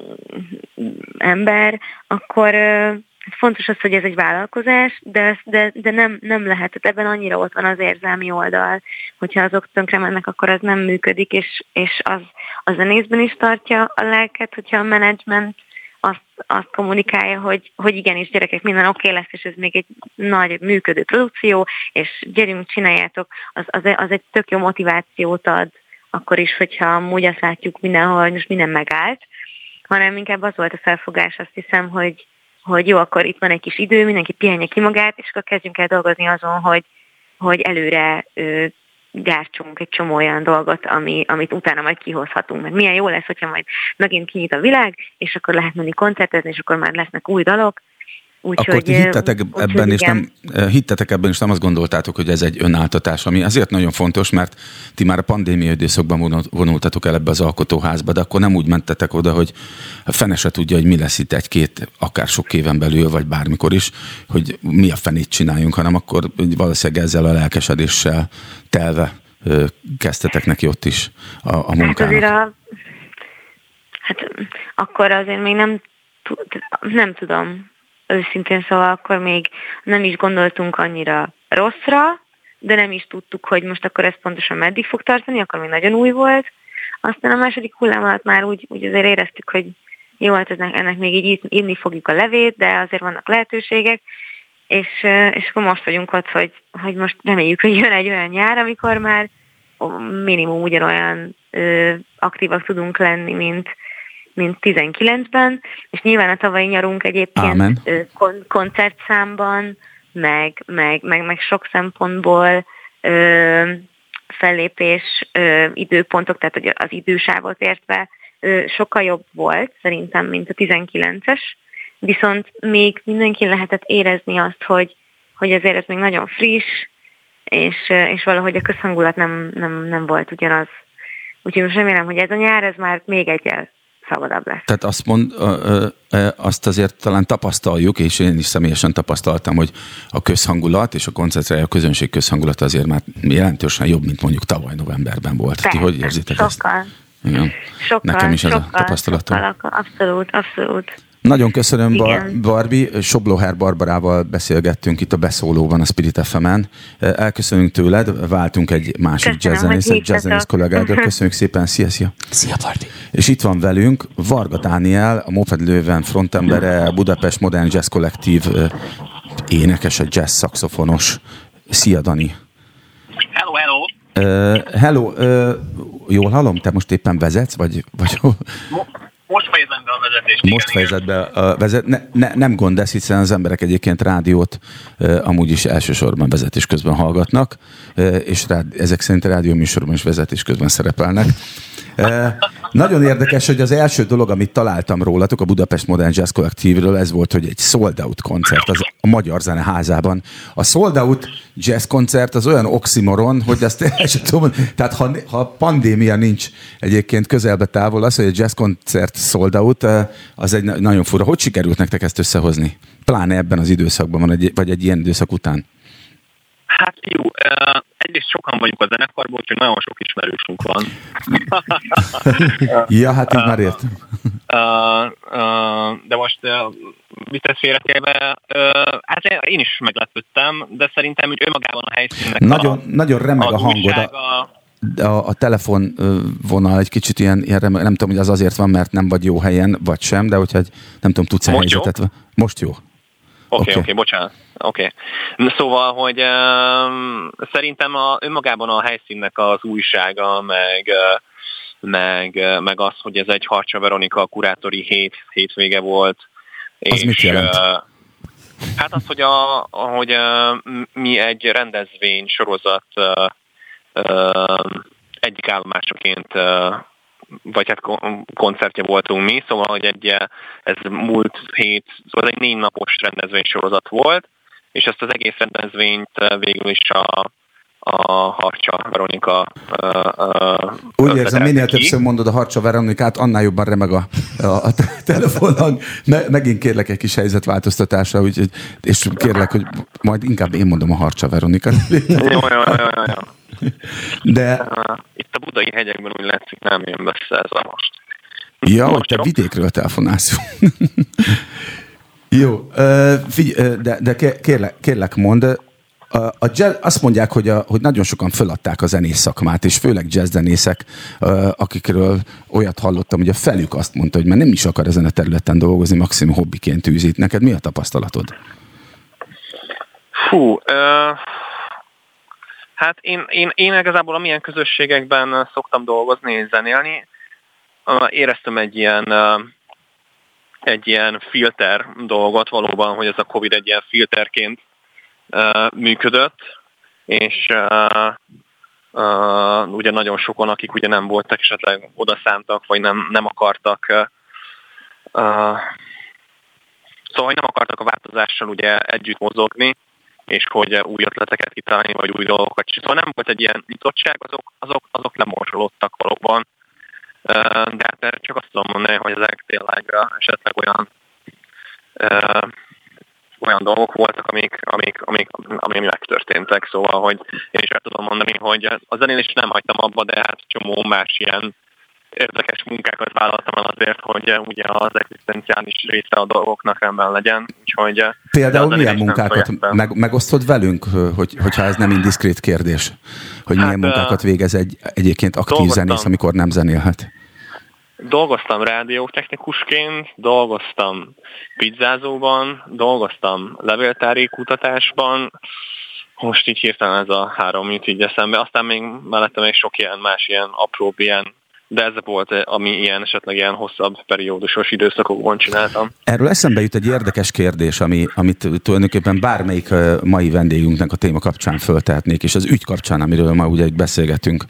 Speaker 5: ember, akkor ö, fontos az, hogy ez egy vállalkozás, de, de, de nem, nem lehet. Ebben annyira ott van az érzelmi oldal, hogyha azok tönkre mennek, akkor az nem működik, és, és az a zenészben is tartja a lelket, hogyha a menedzsment azt, azt kommunikálja, hogy, hogy igenis gyerekek, minden oké okay lesz, és ez még egy nagy működő produkció, és gyerünk, csináljátok, az, az, az egy tök jó motivációt ad, akkor is, hogyha amúgy azt látjuk mindenhol, hogy most minden megállt, hanem inkább az volt a felfogás, azt hiszem, hogy, hogy jó, akkor itt van egy kis idő, mindenki pihenje ki magát, és akkor kezdjünk el dolgozni azon, hogy, hogy előre ö, gyártsunk egy csomó olyan dolgot, ami, amit utána majd kihozhatunk. Mert milyen jó lesz, hogyha majd megint kinyit a világ, és akkor lehet menni koncertezni, és akkor már lesznek új dalok. Úgy,
Speaker 2: Akkor
Speaker 5: hogy,
Speaker 2: ti hittetek
Speaker 5: úgy,
Speaker 2: ebben,
Speaker 5: úgy,
Speaker 2: és nem, hittetek ebben, és nem azt gondoltátok, hogy ez egy önáltatás, ami azért nagyon fontos, mert ti már a pandémia időszakban vonultatok el ebbe az alkotóházba, de akkor nem úgy mentetek oda, hogy a fene se tudja, hogy mi lesz itt egy-két, akár sok éven belül, vagy bármikor is, hogy mi a fenét csináljunk, hanem akkor valószínűleg ezzel a lelkesedéssel telve kezdtetek neki ott is a, a munkának. Hát azért a,
Speaker 5: hát akkor azért még nem, nem tudom. Őszintén szóval akkor még nem is gondoltunk annyira rosszra, de nem is tudtuk, hogy most akkor ez pontosan meddig fog tartani, akkor még nagyon új volt. Aztán a második hullám alatt már úgy, úgy azért éreztük, hogy jó, hát ennek, ennek még így írni fogjuk a levét, de azért vannak lehetőségek, és, és akkor most vagyunk ott, hogy, hogy most reméljük, hogy jön egy olyan nyár, amikor már minimum ugyanolyan ö, aktívak tudunk lenni, mint mint tizenkilencben, és nyilván a tavalyi nyarunk egyébként kon- koncertszámban, meg, meg, meg, meg sok szempontból ö, fellépés ö, időpontok, tehát az idősávot értve ö, sokkal jobb volt szerintem, mint a tizenkilences, viszont még mindenki lehetett érezni azt, hogy, hogy azért ez még nagyon friss, és, és valahogy a közhangulat nem, nem, nem volt ugyanaz. Úgyhogy most remélem, hogy ez a nyár, ez már még egyel szabadabb lesz.
Speaker 2: Tehát azt, mond, ö, ö, azt azért talán tapasztaljuk, és én is személyesen tapasztaltam, hogy a közhangulat és a koncertrája, a közönség közhangulata azért már jelentősen jobb, mint mondjuk tavaly novemberben volt.
Speaker 5: Persze,
Speaker 2: ti hogy érzitek
Speaker 5: sokkal.
Speaker 2: ezt? Igen.
Speaker 5: Sokkal,
Speaker 2: Nekem is ez
Speaker 5: sokkal,
Speaker 2: a tapasztalatom.
Speaker 5: Sokkal, abszolút, abszolút.
Speaker 2: Nagyon köszönöm, Bar- Barbie. Soblóher Barbarával beszélgettünk itt a Beszólóban, a Spirit ef emen. Elköszönünk tőled, váltunk egy másik jazzzenész, egy jazzzenész kollégádról. Köszönjük szépen, szia, szia!
Speaker 3: Szia, Barbie!
Speaker 2: És itt van velünk Varga Dániel, a Moped Löwen frontembere, Budapest Modern Jazz Kollektív énekes, a jazz szaxofonos. Szia, Dani!
Speaker 6: Hello, hello!
Speaker 2: Uh, hello, uh, jól hallom? Te most éppen vezetsz, vagy... vagy
Speaker 6: Most fejezem be a vezetést.
Speaker 2: Most fejezed be a vezet. Ne, ne, nem gond ez, hiszen az emberek egyébként rádiót uh, amúgy is elsősorban vezetés közben hallgatnak, uh, és rád, ezek szerint a rádióműsorban is vezetés közben szerepelnek. Uh, nagyon érdekes, hogy az első dolog, amit találtam rólatok a Budapest Modern Jazz Kollektívről, ez volt, hogy egy sold out koncert az a Magyar Zeneházában. A sold out jazz koncert az olyan oximoron, hogy azt el sem tudom, tehát ha, ha pandémia nincs egyébként közelbe távol, az, hogy egy jazz koncert sold out, az egy nagyon fura. Hogy sikerült nektek ezt összehozni? Pláne ebben az időszakban, van egy, vagy egy ilyen időszak után?
Speaker 6: Hát jó, uh, egyrészt sokan vagyunk a zenekarból, úgyhogy nagyon sok ismerősünk van.
Speaker 2: Ja, hát így már értem.
Speaker 6: Uh, uh, de most uh, viccet félretéve, uh, hát én is meglepődtem, de szerintem hogy önmagában a helyszínnek
Speaker 2: nagyon,
Speaker 6: a,
Speaker 2: nagyon remeg a, a hangod. A, a, a telefonvonal egy kicsit ilyen, ilyen remeg, nem tudom, hogy az azért van, mert nem vagy jó helyen, vagy sem, de hogyha nem tudom, tudsz-e
Speaker 6: most
Speaker 2: helyzetet.
Speaker 6: Jó?
Speaker 2: Most jó.
Speaker 6: Oké, okay, oké, okay, okay, bocsánat. Oké. Okay. Szóval, hogy um, szerintem a, önmagában a helyszínnek az újsága, meg, uh, meg, uh, meg az, hogy ez egy Harcsa Veronika kurátori hét, hétvége volt.
Speaker 2: Az és, mit jelent? Uh,
Speaker 6: hát az, hogy, a, hogy uh, mi egy rendezvény sorozat uh, uh, egyik állomásaként uh, vagy hát koncertje voltunk mi, szóval, hogy egy, ez múlt hét, szóval egy négy napos rendezvénysorozat volt, és ezt az egész rendezvényt végül is a, a Harcsa Veronika uh,
Speaker 2: úgy érzem, minél ki. Többször mondod a Harcsa Veronikát, annál jobban remeg a, a, a telefonhang. Me, megint kérlek egy kis helyzetváltoztatásra, úgyhogy, és kérlek, hogy majd inkább én mondom a Harcsa Veronikát.
Speaker 6: Jó, jó, jó, jó, jó.
Speaker 2: De...
Speaker 6: Itt a budai hegyekben úgy látszik, nem jön össze ez a most.
Speaker 2: Ja, most hogy te jobb? Vidékről telefonálsz. Jó, figy- de, de kérlek, kérlek mondd, a jazz, azt mondják, hogy, a, hogy nagyon sokan föladták a zenész szakmát, és főleg jazzzenészek, akikről olyat hallottam, hogy a felük azt mondta, hogy már nem is akar ezen a területen dolgozni, maximum hobbiként űzít. Neked mi a tapasztalatod?
Speaker 6: Fú, uh... Hát én, én, én igazából amilyen közösségekben szoktam dolgozni és zenélni, éreztem egy ilyen, egy ilyen filter dolgot valóban, hogy ez a Covid egy ilyen filterként működött, és uh, uh, ugye nagyon sokan, akik ugye nem voltak, esetleg odaszántak, vagy nem, nem akartak uh, uh, szóval nem akartak a változással ugye együtt mozogni, és hogy új ötleteket kitalálni, vagy új dolgokat. Szóval nem volt egy ilyen nyitottság, azok, azok, azok lemorzsolódtak valóban. De hát csak azt tudom mondani, hogy ezek tényleg esetleg olyan, olyan dolgok voltak, amik, amik, amik, amik megtörténtek. Szóval, hogy én is el tudom mondani, hogy a zenélést nem hagytam abba, de hát csomó más ilyen érdekes munkákat vállaltam el azért, hogy ugye az egzisztenciális része a dolgoknak rendben legyen. Úgyhogy
Speaker 2: például milyen munkákat meg, megosztod velünk, hogy, hogyha ez nem indiszkrét kérdés, hogy hát, milyen munkákat végez egy egyébként aktív zenész, amikor nem zenélhet?
Speaker 6: Dolgoztam rádiótechnikusként, dolgoztam pizzázóban, dolgoztam levéltári kutatásban, most így hirtelen ez a három jut így eszembe, aztán még mellette még sok ilyen más ilyen apróbb ilyen, de ez volt, ami ilyen esetleg ilyen hosszabb periódusos időszakokban csináltam.
Speaker 2: Erről eszembe jut egy érdekes kérdés, ami, amit tulajdonképpen bármelyik mai vendégünknek a téma kapcsán föltehetnék, és az ügy kapcsán, amiről ma ugye beszélgetünk,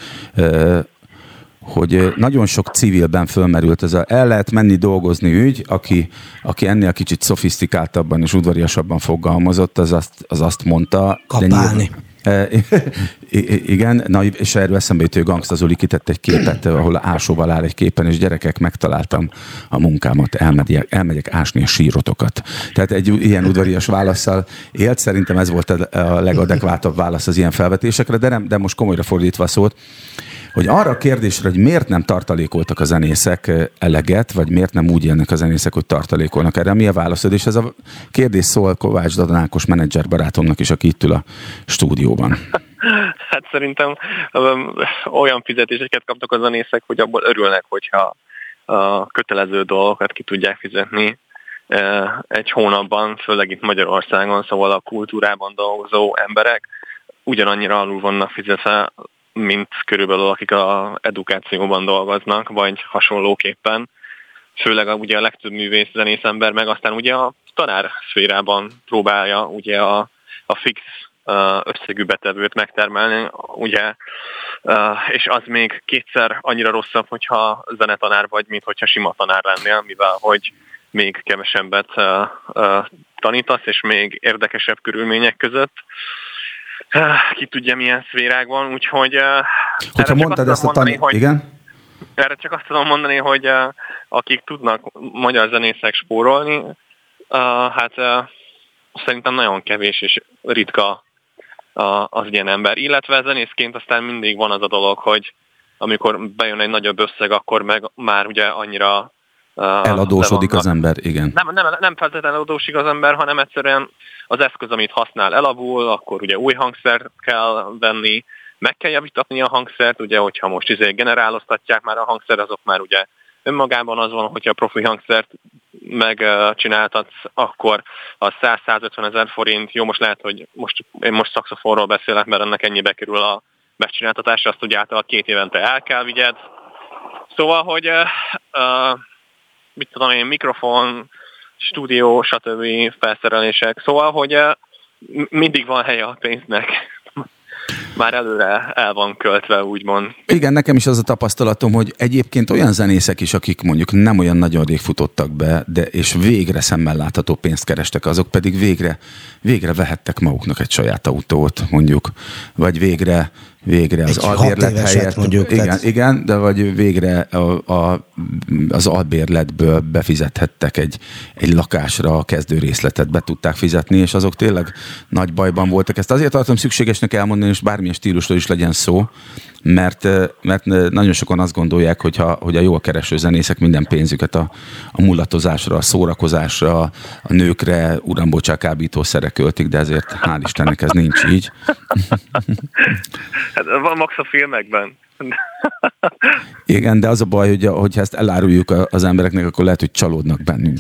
Speaker 2: hogy nagyon sok civilben fölmerült ez a el lehet menni dolgozni ügy, aki, aki ennél kicsit szofisztikáltabban és udvariasabban fogalmazott, az azt, az azt mondta.
Speaker 3: Kapálni.
Speaker 2: E, igen, na, és erről eszembe jut, hogy Gangsta Zoli kitett egy képet, ahol ásóval áll egy képen, és gyerekek, megtaláltam a munkámat, elmegyek, elmegyek ásni a sírotokat. Tehát egy ilyen udvarias válasszal élt, szerintem ez volt a legadekvátabb válasz az ilyen felvetésekre, de, nem, de most komolyra fordítva szólt, hogy arra a kérdésre, hogy miért nem tartalékoltak a zenészek eleget, vagy miért nem úgy élnek a zenészek, hogy tartalékolnak, erre mi a válaszod? És ez a kérdés szól Kovács Dadan Ákos menedzser barátomnak is, aki itt ül a stúdióban.
Speaker 6: Hát szerintem um, olyan fizetéseket kaptak a zenészek, hogy abból örülnek, hogyha a kötelező dolgokat ki tudják fizetni uh, egy hónapban, főleg itt Magyarországon, szóval a kultúrában dolgozó emberek ugyanannyira alul vannak fizetve, mint körülbelül akik az edukációban dolgoznak, vagy hasonlóképpen. Főleg a, ugye a legtöbb művész zenész ember meg aztán ugye a tanár szférában próbálja ugye a, a fix összegű betevőt megtermelni, ugye, és az még kétszer annyira rosszabb, hogyha zenetanár vagy, mint hogyha sima tanár lennél, mivel hogy még kevesebbet tanítasz, és még érdekesebb körülmények között. Ki tudja milyen szférákban, úgyhogy
Speaker 2: hogyha mondtad ezt a tanít, hogy, igen?
Speaker 6: Erre csak azt tudom mondani, hogy uh, akik tudnak magyar zenészek spórolni, uh, hát uh, szerintem nagyon kevés és ritka uh, az ilyen ember. Illetve zenészként aztán mindig van az a dolog, hogy amikor bejön egy nagyobb összeg, akkor meg már ugye annyira uh,
Speaker 2: eladósodik az ember, igen.
Speaker 6: Nem, nem, nem feltétlenül eladósodik az ember, hanem egyszerűen az eszköz, amit használ, elavul, akkor ugye új hangszert kell venni, meg kell javítatni a hangszert, ugye, hogyha most izé generáloztatják már a hangszer, azok már ugye önmagában az van, hogyha a profi hangszert megcsináltatsz, akkor a száz-százötven ezer forint, jó, most lehet, hogy most, én most szaxofonról beszélek, mert ennek ennyibe kerül a megcsináltatásra, azt ugye általában két évente el kell vigyed. Szóval, hogy uh, mit tudom én, mikrofon, stúdió, stb. Felszerelések. Szóval, hogy mindig van helye a pénznek. Már előre el van költve, úgymond.
Speaker 2: Igen, nekem is az a tapasztalatom, hogy egyébként olyan zenészek is, akik mondjuk nem olyan nagyon rég futottak be, de és végre szemmel látható pénzt kerestek, azok pedig végre, végre vehettek maguknak egy saját autót, mondjuk, vagy végre végre az albérlet helyett, mondjuk, igen, tehát... igen, de vagy végre a, a, az albérletből befizethettek egy, egy lakásra a kezdőrészletet, be tudták fizetni, és azok tényleg nagy bajban voltak. Ezt azért tartom szükségesnek elmondani, és bármilyen stílusról is legyen szó, mert, mert nagyon sokan azt gondolják, hogyha, hogy a jól kereső zenészek minden pénzüket a, a mullatozásra, a szórakozásra, a nőkre, uram, bocsák, kábítószerre költik, de ezért hál' Istennek ez nincs így.
Speaker 6: Hát van max a filmekben.
Speaker 2: Igen, de az a baj, hogy hogyha ezt eláruljuk az embereknek, akkor lehet, hogy csalódnak bennünk.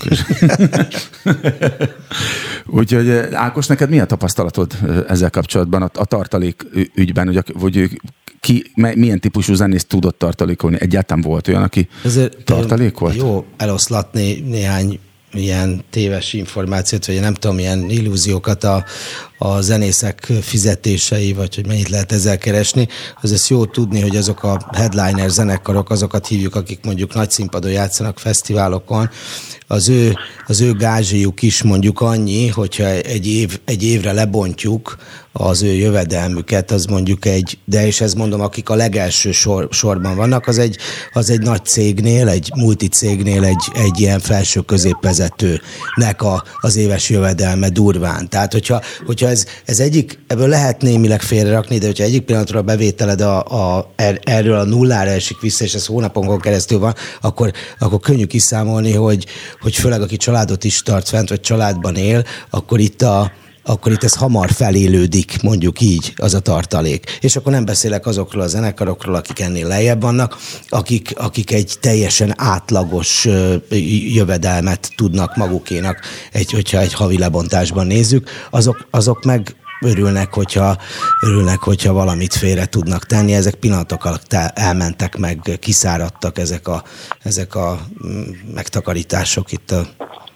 Speaker 2: Úgyhogy Ákos, neked mi a tapasztalatod ezzel kapcsolatban, a, a tartalék ügyben, hogy, hogy ki, milyen típusú zenész tudott tartalékolni? Egyáltalán volt olyan, aki
Speaker 3: ezért
Speaker 2: tartalékolt?
Speaker 3: Jó eloszlatni néhány ilyen téves információt, vagy nem tudom, ilyen illúziókat a, a zenészek fizetései, vagy hogy mennyit lehet ezzel keresni, az ezt jó tudni, hogy azok a headliner zenekarok, azokat hívjuk, akik mondjuk nagy színpadon játszanak fesztiválokon, az ő, az ő gázsijuk is mondjuk annyi, hogyha egy, év, egy évre lebontjuk az ő jövedelmüket, az mondjuk egy, de és ezt mondom, akik a legelső sor, sorban vannak, az egy, az egy nagy cégnél, egy multicégnél egy, egy ilyen felső középvezetőnek a, az éves jövedelme durván. Tehát, hogyha, hogyha ez, ez egyik, ebből lehet némileg félrerakni, de hogyha egyik pillanatra a bevételed a, a, er, erről a nullára esik vissza, és ez hónaponkon keresztül van, akkor, akkor könnyű kiszámolni, hogy, hogy főleg aki családot is tart fent, vagy családban él, akkor itt a akkor itt ez hamar felélődik, mondjuk így, az a tartalék. És akkor nem beszélek azokról a zenekarokról, akik ennél lejjebb vannak, akik, akik egy teljesen átlagos jövedelmet tudnak magukénak, egy, hogyha egy havi lebontásban nézzük, azok, azok meg örülnek, hogyha, örülnek, hogyha valamit félre tudnak tenni. Ezek pillanatok alatt elmentek meg, kiszáradtak ezek a, ezek a megtakarítások itt a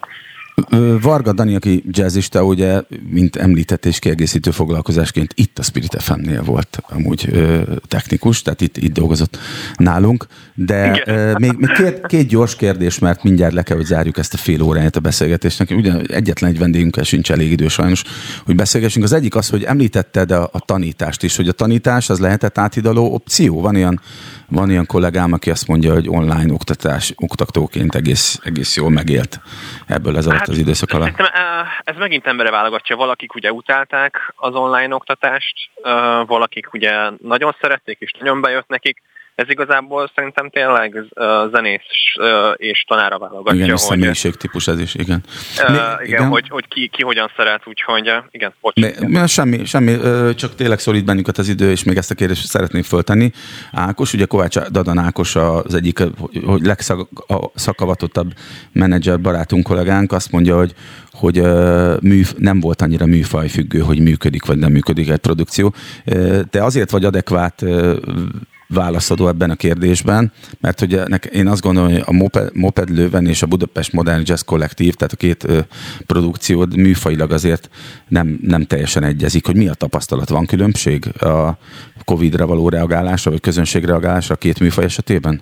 Speaker 2: Varga Dani, aki jazzista, ugye, mint említett és kiegészítő foglalkozásként itt a Spirit ef em-nél volt amúgy ö, technikus, tehát itt, itt dolgozott nálunk, de ö, még, még két, két gyors kérdés, mert mindjárt le kell, hogy zárjuk ezt a fél óráját a beszélgetésnek. Ugye egyetlen egy vendégünkkel sincs elég idő sajnos, hogy beszélgessünk. Az egyik az, hogy említetted a, a tanítást is, hogy a tanítás az lehetett áthidaló opció. Van ilyen, van ilyen kollégám, aki azt mondja, hogy online oktatás, oktatóként egész, egész jól megélt ebből ez alatt az időszak alatt.
Speaker 6: Ez megint emberre válogatja. Valakik ugye utálták az online oktatást, valakik ugye nagyon szerették és nagyon bejött nekik. Ez igazából szerintem tényleg zenész és tanára válogatja.
Speaker 2: Igen, és személyiségtípus ez is, igen.
Speaker 6: Uh, igen, igen, hogy, hogy ki, ki hogyan szeret, úgyhogy igen, bocs.
Speaker 2: Ne, semmi, semmi, csak tényleg szorít bennünket az idő, és még ezt a kérdést szeretném föltenni. Ákos, ugye Kovács Dadan Ákos az egyik, hogy legszakavatottabb menedzser barátunk, kollégánk, azt mondja, hogy, hogy műf, nem volt annyira műfajfüggő, hogy működik vagy nem működik egy produkció. Te azért vagy adekvát válaszadó ebben a kérdésben, mert hogy én azt gondolom, hogy a Moped, Moped Löwen és a Budapest Modern Jazz Kollektív, tehát a két ö, produkciód műfajilag azért nem, nem teljesen egyezik. Hogy mi a tapasztalat? Van különbség a Covid-ra való reagálásra, vagy közönség reagálásra a két műfaj esetében?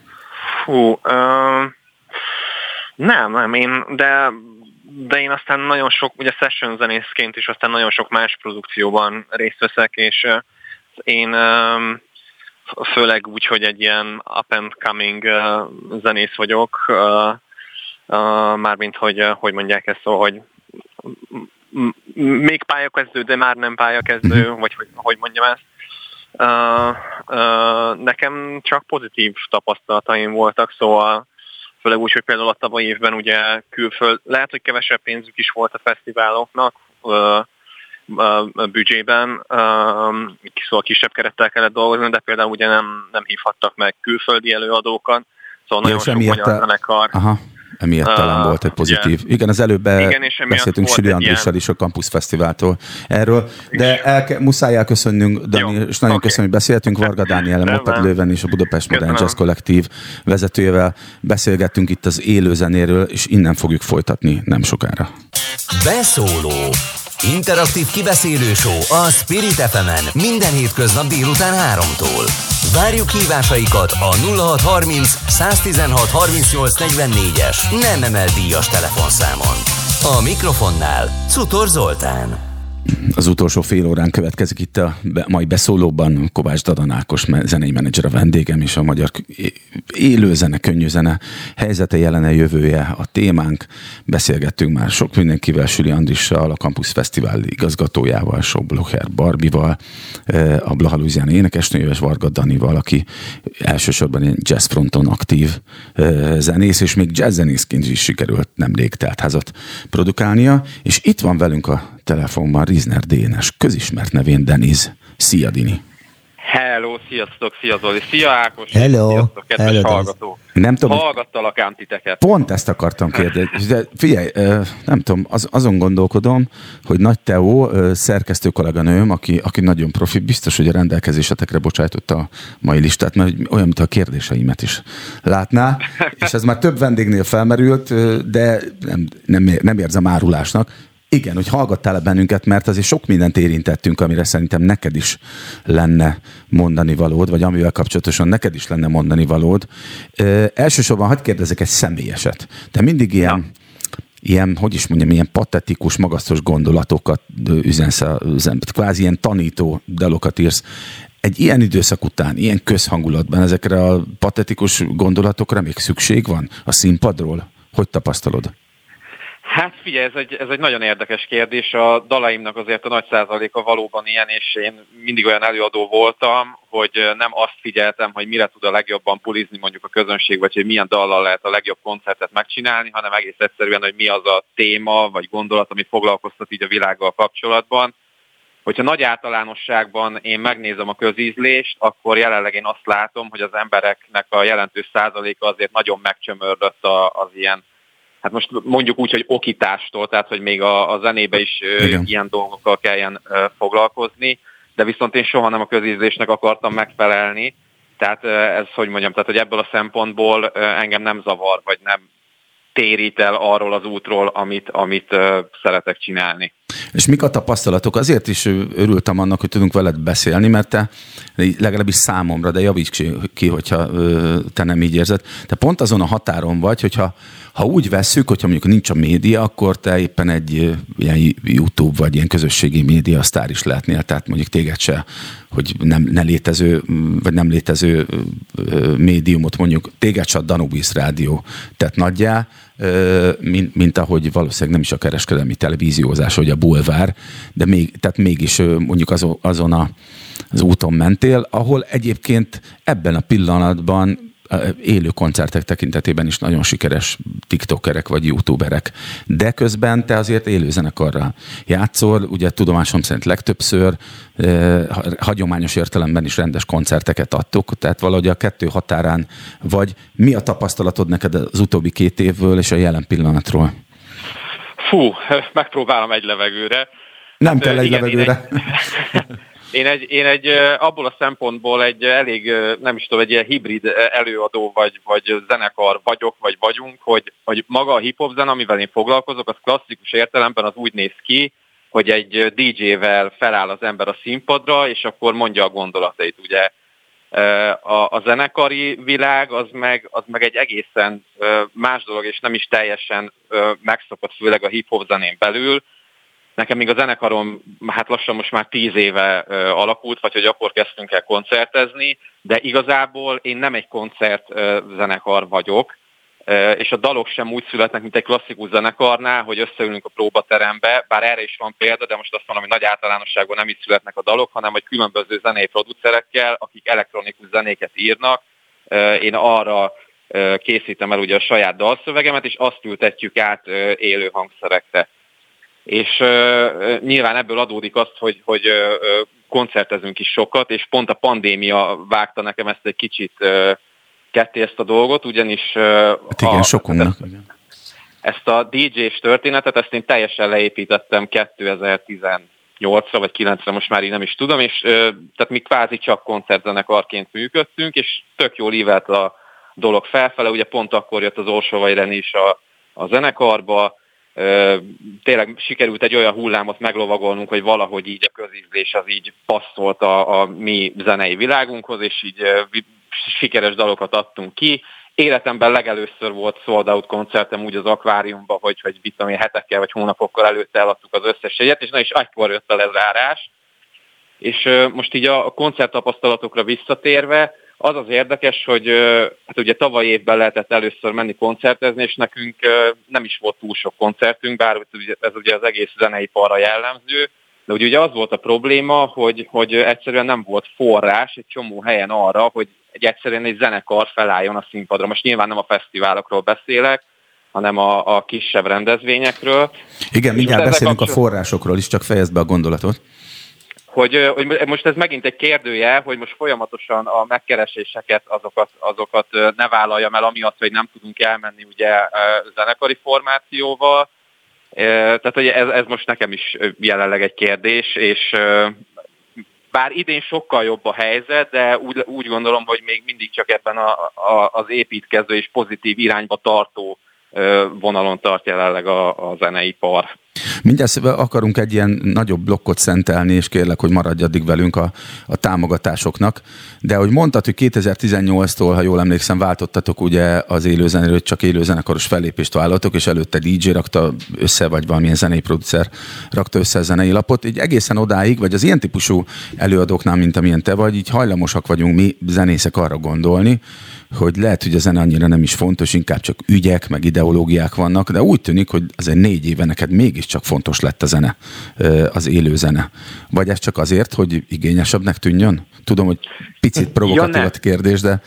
Speaker 6: Fú, uh, nem, nem, én, de, de én aztán nagyon sok, ugye session zenészként is aztán nagyon sok más produkcióban részt veszek, és uh, én uh, főleg úgy, hogy egy ilyen up and coming uh, zenész vagyok, uh, uh, mármint, hogy, uh, hogy mondják ezt szó, hogy m- még pályakezdő, de már nem pályakezdő, vagy hogy, hogy mondjam ezt. Uh, uh, nekem csak pozitív tapasztalataim voltak, szóval főleg úgy, hogy például a tavalyi évben ugye külföld, lehet, hogy kevesebb pénzük is volt a fesztiváloknak, uh, a büdzsében, szóval kisebb kerettel kellett dolgozni, de például ugye nem, nem hívhattak meg külföldi előadókat, szóval nagyon sok magyar zenekar.
Speaker 2: Aha, emiatt uh, talán volt egy pozitív. Ugye, igen, az előbb igen, beszéltünk Süri Andrissal is a Campus Fesztiváltól erről, de el, muszáj elköszönnünk, Dani, jó, és nagyon okay. köszönöm, hogy beszéltünk. Varga Dániel, a Moped Löwen és a Budapest Modern Jazz Kollektív vezetőjével beszélgettünk itt az élő zenéről, és innen fogjuk folytatni nem sokára.
Speaker 1: Beszóló. Interaktív kibeszélő show a Spirit ef emen minden hétköznap délután háromtól. Várjuk hívásaikat a nulla hat harminc száztizenhat harmincnyolc negyvennégyes nem emel díjas telefonszámon. A mikrofonnál Cutor Zoltán.
Speaker 2: Az utolsó fél órán következik itt a mai beszólóban. Kovács Dadan Ákos zenei menedzser a vendégem, és a magyar élőzene, könnyű zene helyzete, jelene, jövője a témánk. Beszélgettünk már sok mindenkivel, Süli Andrissal, a Campus Fesztivál igazgatójával, Sok Blocher Barbival, a Blaha Louisiana énekesnőjével, és Varga Danival, aki elsősorban ilyen jazzfronton aktív zenész, és még jazzzenészként is sikerült nemrég teltházat produkálnia. És itt van velünk a telefonban Rizner Dénes, közismert nevén Deniz. Szia, Dini!
Speaker 6: Hello, sziasztok, szia Zoli, szia Ákos,
Speaker 3: Hello.
Speaker 6: Sziasztok, kedves
Speaker 3: Hello,
Speaker 6: hallgató.
Speaker 2: Nem tudom,
Speaker 6: hallgattalak ám titeket.
Speaker 2: Pont ezt akartam kérdezni. De figyelj, nem tudom, az, azon gondolkodom, hogy Nagy Teó, szerkesztő kolléganőm, aki, aki nagyon profi, biztos, hogy a rendelkezésetekre bocsájtotta a mai listát, mert olyan, mint a kérdéseimet is látná, és ez már több vendégnél felmerült, de nem, nem, nem érzem árulásnak. Igen, hogy hallgattál bennünket, mert azért sok mindent érintettünk, amire szerintem neked is lenne mondani valód, vagy amivel kapcsolatosan neked is lenne mondani valód. Ö, elsősorban hadd kérdezek egy személyeset. Te mindig ilyen, ja. ilyen, hogy is mondjam, ilyen patetikus, magasztos gondolatokat üzensz, üzen, kvázi ilyen tanító dalokat írsz. Egy ilyen időszak után, ilyen közhangulatban ezekre a patetikus gondolatokra még szükség van a színpadról? Hogy tapasztalod?
Speaker 6: Hát figyelj, ez egy, ez egy nagyon érdekes kérdés. A dalaimnak azért a nagy százaléka valóban ilyen, és én mindig olyan előadó voltam, hogy nem azt figyeltem, hogy mire tud a legjobban pulizni mondjuk a közönség, vagy hogy milyen dallal lehet a legjobb koncertet megcsinálni, hanem egész egyszerűen, hogy mi az a téma, vagy gondolat, ami foglalkoztat így a világgal kapcsolatban. Hogyha nagy általánosságban én megnézem a közízlést, akkor jelenleg én azt látom, hogy az embereknek a jelentős százaléka azért nagyon megcsömördött az ilyen, hát most mondjuk úgy, hogy okítástól, tehát hogy még a, a zenébe is Igen. ilyen dolgokkal kelljen foglalkozni, de viszont én soha nem a közízlésnek akartam megfelelni, tehát ez, hogy mondjam, tehát hogy ebből a szempontból engem nem zavar, vagy nem térít el arról az útról, amit, amit szeretek csinálni.
Speaker 2: És mik a tapasztalatok? Azért is örültem annak, hogy tudunk veled beszélni, mert te legalábbis számomra, de javíts ki, hogyha te nem így érzed. Te pont azon a határon vagy, hogyha ha úgy vesszük, hogyha mondjuk nincs a média, akkor te éppen egy ilyen YouTube vagy ilyen közösségi média sztár is lehetnél, tehát mondjuk téged se, hogy nem, ne létező, vagy nem létező médiumot mondjuk, téged se a Danubius Rádió tett nagyjá, mint, mint ahogy valószínűleg nem is a kereskedelmi televíziózás, hogy a bulvár, de még, tehát mégis mondjuk azon, azon a, az úton mentél, ahol egyébként ebben a pillanatban élő koncertek tekintetében is nagyon sikeres tiktokerek vagy youtuberek. De közben te azért élő zenekarral játszol, ugye tudomásom szerint legtöbbször, eh, hagyományos értelemben is rendes koncerteket adtok, tehát valahogy a kettő határán vagy. Mi a tapasztalatod neked az utóbbi két évből és a jelen pillanatról?
Speaker 6: Fú, megpróbálom egy levegőre.
Speaker 2: Nem
Speaker 6: hát,
Speaker 2: kell egy
Speaker 6: igen,
Speaker 2: levegőre.
Speaker 6: Én egy, én egy abból a szempontból egy elég, nem is tudom, egy ilyen hibrid előadó vagy, vagy zenekar vagyok, vagy vagyunk, hogy, hogy maga a hip-hop zene, amivel én foglalkozok, az klasszikus értelemben az úgy néz ki, hogy egy dé dzsével feláll az ember a színpadra, és akkor mondja a gondolatait, ugye. A, a zenekari világ az meg, az meg egy egészen más dolog, és nem is teljesen megszokott, főleg a hip-hop zenén belül. Nekem még a zenekarom hát lassan most már tíz éve uh, alakult, vagy hogy akkor kezdtünk el koncertezni, de igazából én nem egy koncert uh, zenekar vagyok, uh, és a dalok sem úgy születnek, mint egy klasszikus zenekarnál, hogy összeülünk a próbaterembe, bár erre is van példa, de most azt mondom, hogy nagy általánosságban nem így születnek a dalok, hanem hogy különböző zenei producerekkel, akik elektronikus zenéket írnak, uh, én arra uh, készítem el ugye a saját dalszövegemet, és azt ültetjük át uh, élő hangszerekre. És uh, nyilván ebből adódik azt, hogy, hogy uh, koncertezünk is sokat, és pont a pandémia vágta nekem ezt egy kicsit uh, ketté ezt a dolgot, ugyanis uh,
Speaker 2: hát igen,
Speaker 6: a,
Speaker 2: sokunknak.
Speaker 6: Ezt, ezt a dé dzsés történetet, ezt én teljesen leépítettem kétezer-tizennyolcra vagy kilencre, most már így nem is tudom, és uh, tehát mi kvázi csak koncertzenekarként működtünk, és tök jól ívelt a dolog felfele, ugye pont akkor jött az Orsolvai Reni is a, a zenekarba. Tényleg sikerült egy olyan hullámot meglovagolnunk, hogy valahogy így a közízlés az így passzolt a, a mi zenei világunkhoz, és így sikeres dalokat adtunk ki. Életemben legelőször volt sold out koncertem úgy az akváriumban, hogy, hogy mit tudom én, hetekkel vagy hónapokkal előtte eladtuk az összes jegyet, és na is akkor jött a lezárás. És most így a koncerttapasztalatokra visszatérve, az az érdekes, hogy hát ugye tavaly évben lehetett először menni koncertezni, és nekünk nem is volt túl sok koncertünk, bár ez ugye az egész zeneiparra jellemző, de ugye, ugye az volt a probléma, hogy, hogy egyszerűen nem volt forrás egy csomó helyen arra, hogy egy egyszerűen egy zenekar felálljon a színpadra. Most nyilván nem a fesztiválokról beszélek, hanem a, a kisebb rendezvényekről.
Speaker 2: Igen, mindjárt beszélünk a forrásokról is, csak fejezd be a gondolatot.
Speaker 6: hogy, hogy most ez megint egy kérdője, hogy most folyamatosan a megkereséseket, azokat, azokat ne vállaljam el, amiatt, hogy nem tudunk elmenni ugye zenekari formációval. Tehát hogy ez, ez most nekem is jelenleg egy kérdés, és bár idén sokkal jobb a helyzet, de úgy, úgy gondolom, hogy még mindig csak ebben a, a, az építkező és pozitív irányba tartó vonalon tart jelenleg a, a zeneipar.
Speaker 2: Mindjárt akarunk egy ilyen nagyobb blokkot szentelni, és kérlek, hogy maradj addig velünk a, a támogatásoknak. De hogy mondtad, hogy kétezer-tizennyolctól, ha jól emlékszem, váltottatok ugye az élőzenéről, csak élőzenekaros fellépést vállaltok, és előtte dé dzsé rakta össze, vagy valamilyen zenei producer rakta össze a zenei lapot. Így egészen odáig, vagy az ilyen típusú előadóknál, mint amilyen te vagy, így hajlamosak vagyunk mi zenészek arra gondolni, hogy lehet, hogy a zene annyira nem is fontos, inkább csak ügyek, meg ideológiák vannak, de úgy tűnik, hogy azért négy éve neked mégiscsak fontos lett a zene, az élő zene. Vagy ez csak azért, hogy igényesebbnek tűnjön? Tudom, hogy picit provokatív a kérdés, de,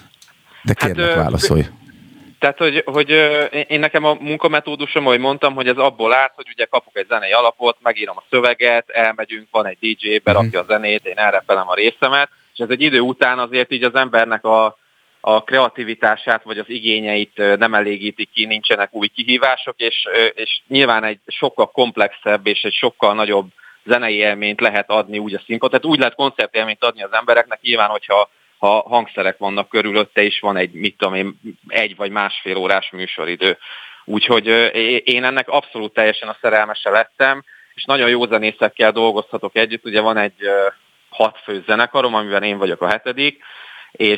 Speaker 2: de kérlek, hát, válaszolj.
Speaker 6: Tehát, hogy, hogy én nekem a munkametódusom, ahogy mondtam, hogy ez abból állt, hogy ugye kapok egy zenei alapot, megírom a szöveget, elmegyünk, van egy dé dzsé, berakja a zenét, én elrepelem a részemet, és ez egy idő után azért így az embernek a a kreativitását vagy az igényeit nem elégítik ki, nincsenek új kihívások, és, és nyilván egy sokkal komplexebb és egy sokkal nagyobb zenei élményt lehet adni úgy a színpadon. Tehát úgy lehet koncertélményt adni az embereknek, nyilván, hogyha ha hangszerek vannak körülötte, és van egy, mit tudom én, egy vagy másfél órás műsoridő. Úgyhogy én ennek abszolút teljesen a szerelmese lettem, és nagyon jó zenészekkel dolgozhatok együtt. Ugye van egy hat fő zenekarom, amiben én vagyok a hetedik, és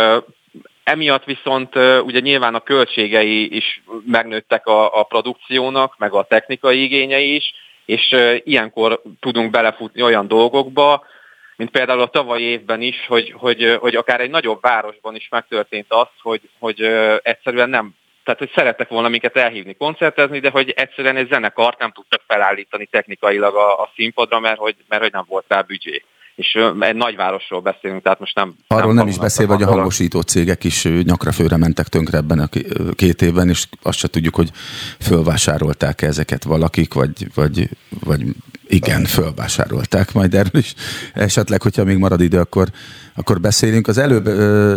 Speaker 6: emiatt viszont ugye nyilván a költségei is megnőttek a, a produkciónak, meg a technikai igényei is, és ilyenkor tudunk belefutni olyan dolgokba, mint például a tavalyi évben is, hogy, hogy, hogy akár egy nagyobb városban is megtörtént az, hogy, hogy egyszerűen nem, tehát hogy szerettek volna minket elhívni koncertezni, de hogy egyszerűen egy zenekart nem tudtak felállítani technikailag a, a színpadra, mert hogy, mert hogy nem volt rá büdzsé. És egy nagyvárosról beszélünk, tehát most nem...
Speaker 2: Arról nem, nem is beszélve, hogy a hangosító cégek is nyakra főre mentek tönkre ebben a két évben, és azt se tudjuk, hogy fölvásárolták ezeket valakik, vagy, vagy, vagy igen, fölvásárolták. Majd erről is esetleg, hogyha még marad idő, akkor, akkor beszélünk. Az előbb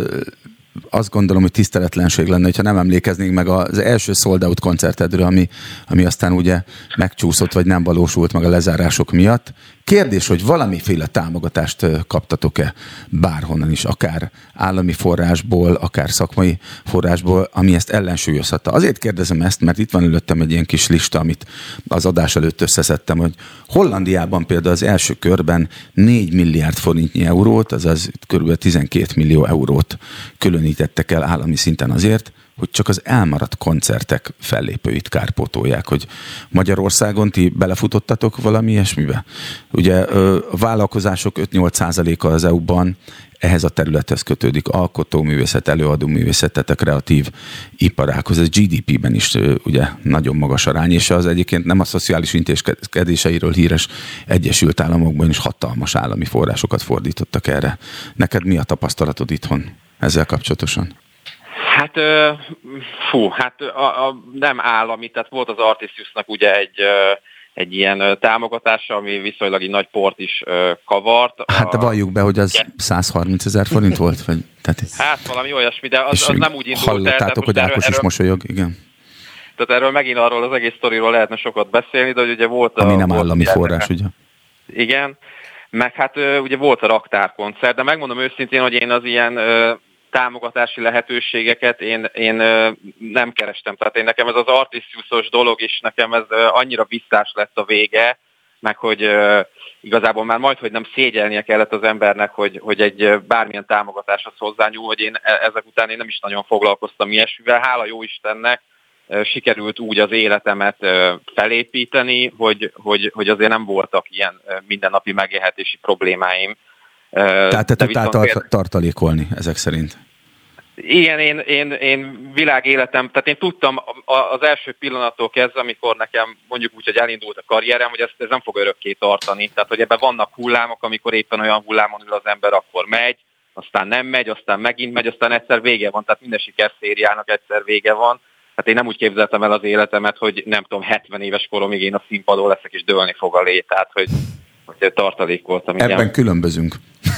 Speaker 2: azt gondolom, hogy tiszteletlenség lenne, hogyha nem emlékeznénk meg az első sold out koncertedről, ami, ami aztán ugye megcsúszott, vagy nem valósult meg a lezárások miatt. Kérdés, hogy valamiféle támogatást kaptatok-e bárhonnan is, akár állami forrásból, akár szakmai forrásból, ami ezt ellensúlyozhatta. Azért kérdezem ezt, mert itt van előttem egy ilyen kis lista, amit az adás előtt összeszedtem, hogy Hollandiában például az első körben négy milliárd forintnyi eurót, azaz kb. tizenkét millió eurót különítettek el állami szinten azért, hogy csak az elmaradt koncertek fellépőit kárpótolják, hogy Magyarországon ti belefutottatok valami ilyesmibe? Ugye a vállalkozások öt-nyolc százaléka az é u-ban ehhez a területhez kötődik, alkotóművészet, előadóművészet, tehát a kreatív iparákhoz. Ez gé dé pé-ben is ugye nagyon magas arány, és az egyébként nem a szociális intézkedéseiről híres Egyesült Államokban is hatalmas állami forrásokat fordítottak erre. Neked mi a tapasztalatod itthon ezzel kapcsolatosan?
Speaker 6: Hát, fú, hát a, a, nem állami, tehát volt az Artisiusnak ugye egy, egy ilyen támogatása, ami viszonylag egy nagy port is kavart.
Speaker 2: Hát de valljuk be, hogy az száz harminc ezer forint volt? Vagy, tehát
Speaker 6: hát valami olyasmi, de az, az nem úgy indult el.
Speaker 2: Hallottátok, hogy Ákos erről, is mosolyog, igen.
Speaker 6: Tehát erről megint arról az egész sztoriról lehetne sokat beszélni, de hogy ugye volt a...
Speaker 2: Ami nem állami forrás, ugye?
Speaker 6: Igen, meg hát ugye volt a raktárkoncert, de megmondom őszintén, hogy én az ilyen... támogatási lehetőségeket én, én nem kerestem. Tehát én nekem ez az Artisiusos dolog is, nekem ez annyira visszás lett a vége, meg hogy igazából már majd, hogy nem szégyelnie kellett az embernek, hogy, hogy egy bármilyen támogatáshoz hozzányúl, hogy én ezek után én nem is nagyon foglalkoztam ilyesmivel. Hála jó Istennek sikerült úgy az életemet felépíteni, hogy, hogy, hogy azért nem voltak ilyen mindennapi megélhetési problémáim.
Speaker 2: Tehát te tudtál tar- tartalékolni ezek szerint?
Speaker 6: Igen, én, én, én világéletem, tehát én tudtam az első pillanattól kezdve, amikor nekem mondjuk úgy, hogy elindult a karrierem, hogy ez, ez nem fog örökké tartani. Tehát, hogy ebben vannak hullámok, amikor éppen olyan hullámon ül az ember, akkor megy, aztán nem megy, aztán megint megy, aztán egyszer vége van. Tehát minden sikerszériának egyszer vége van. Hát én nem úgy képzeltem el az életemet, hogy nem tudom, hetven éves koromig én a színpadon leszek és dőlni fog a lé. Tehát, hogy hogy tartalékoltam.
Speaker 2: Ebben igen. Különbözünk.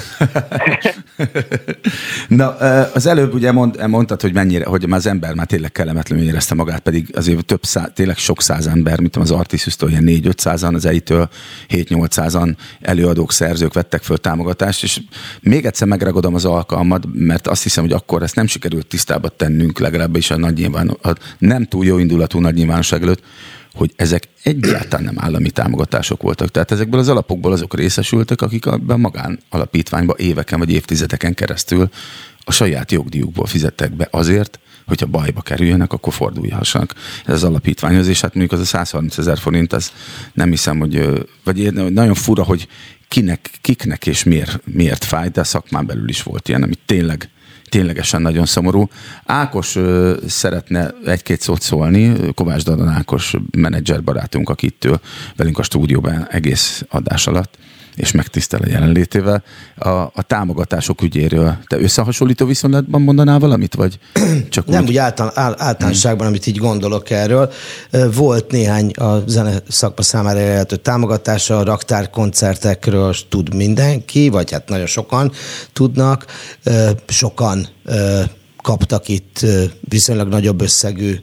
Speaker 2: Na, az előbb ugye mond, mondtad, hogy mennyire, hogy már az ember már tényleg kellemetlenül érezte magát, pedig azért több száz, tényleg sok száz ember, mint az Artisustól, ilyen négy-ötszázan, az EI-től hét-nyolcszázan előadók, szerzők vettek föl támogatást, és még egyszer megragadom az alkalmat, mert azt hiszem, hogy akkor ezt nem sikerült tisztába tennünk, legalábbis a nagy nyilván, a nem túl jó indulatú nagy nyilvánosság előtt, hogy ezek egyáltalán nem állami támogatások voltak. Tehát ezekből az alapokból azok részesültek, akik a magán alapítványba éveken vagy évtizedeken keresztül a saját jogdíjukból fizettek be azért, hogyha bajba kerüljenek, akkor fordulhassanak ez az alapítványhoz, és hát mondjuk az a száz harminc ezer forint, az nem hiszem, hogy, vagy nagyon fura, hogy kinek, kiknek és miért, miért fáj, de a szakmán belül is volt ilyen, amit tényleg ténylegesen nagyon szomorú. Ákos ö, szeretne egy-két szót szólni, Kovács Dadan Ákos menedzser barátunk, aki itt ül velünk a stúdióban egész adás alatt, és megtisztel a jelenlétével. A, a támogatások ügyéről. Te összehasonlító viszonylatban mondanál valamit, vagy csak
Speaker 3: nem
Speaker 2: úgy?
Speaker 3: úgy által, ál, általánosságban, amit így gondolok erről. Volt néhány a zene szakma számára elérhető támogatása, a raktárkoncertekről tud mindenki, vagy hát nagyon sokan tudnak. Sokan kaptak itt viszonylag nagyobb összegű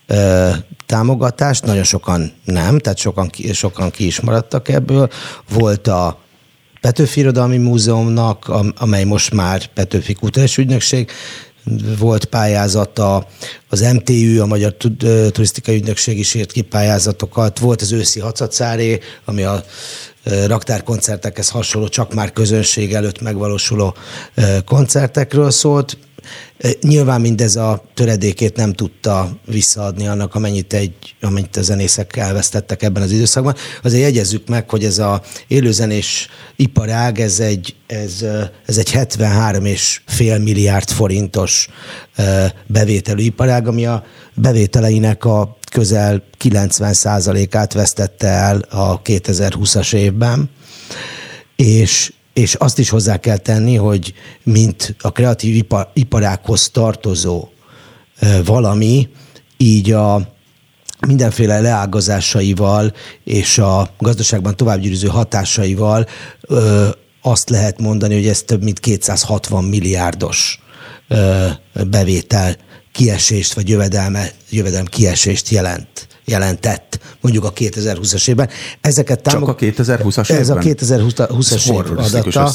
Speaker 3: támogatást, nagyon sokan nem, tehát sokan ki, sokan ki is maradtak ebből. Volt a Petőfi Irodalmi Múzeumnak, amely most már Petőfi Kulturális Ügynökség, volt pályázata, az em té ü, a Magyar Turisztikai Ügynökség is írt ki pályázatokat, volt az őszi Hacacáré, ami a raktárkoncertekhez hasonló, csak már közönség előtt megvalósuló koncertekről szólt. Nyilván mindez a töredékét nem tudta visszaadni annak, amennyit, egy, amennyit a zenészek elvesztettek ebben az időszakban. Azért jegyezzük meg, hogy ez az élőzenés iparág, ez egy, ez, ez egy hetvenhárom egész öt milliárd forintos bevételű iparág, ami a bevételeinek a közel kilencven százalékát vesztette el a kétezer-húszas évben, és és azt is hozzá kell tenni, hogy mint a kreatív ipar, iparághoz tartozó valami, így a mindenféle leágazásaival és a gazdaságban továbbgyűrűző hatásaival azt lehet mondani, hogy ez több mint kétszázhatvan milliárdos bevétel kiesést, vagy jövedelme, jövedelem kiesést jelent. jelentett, mondjuk a kétezer-húszas évben. Ezeket támog...
Speaker 2: Csak a kétezer-húszas évben?
Speaker 3: Ez a kétezer-húszas év adata.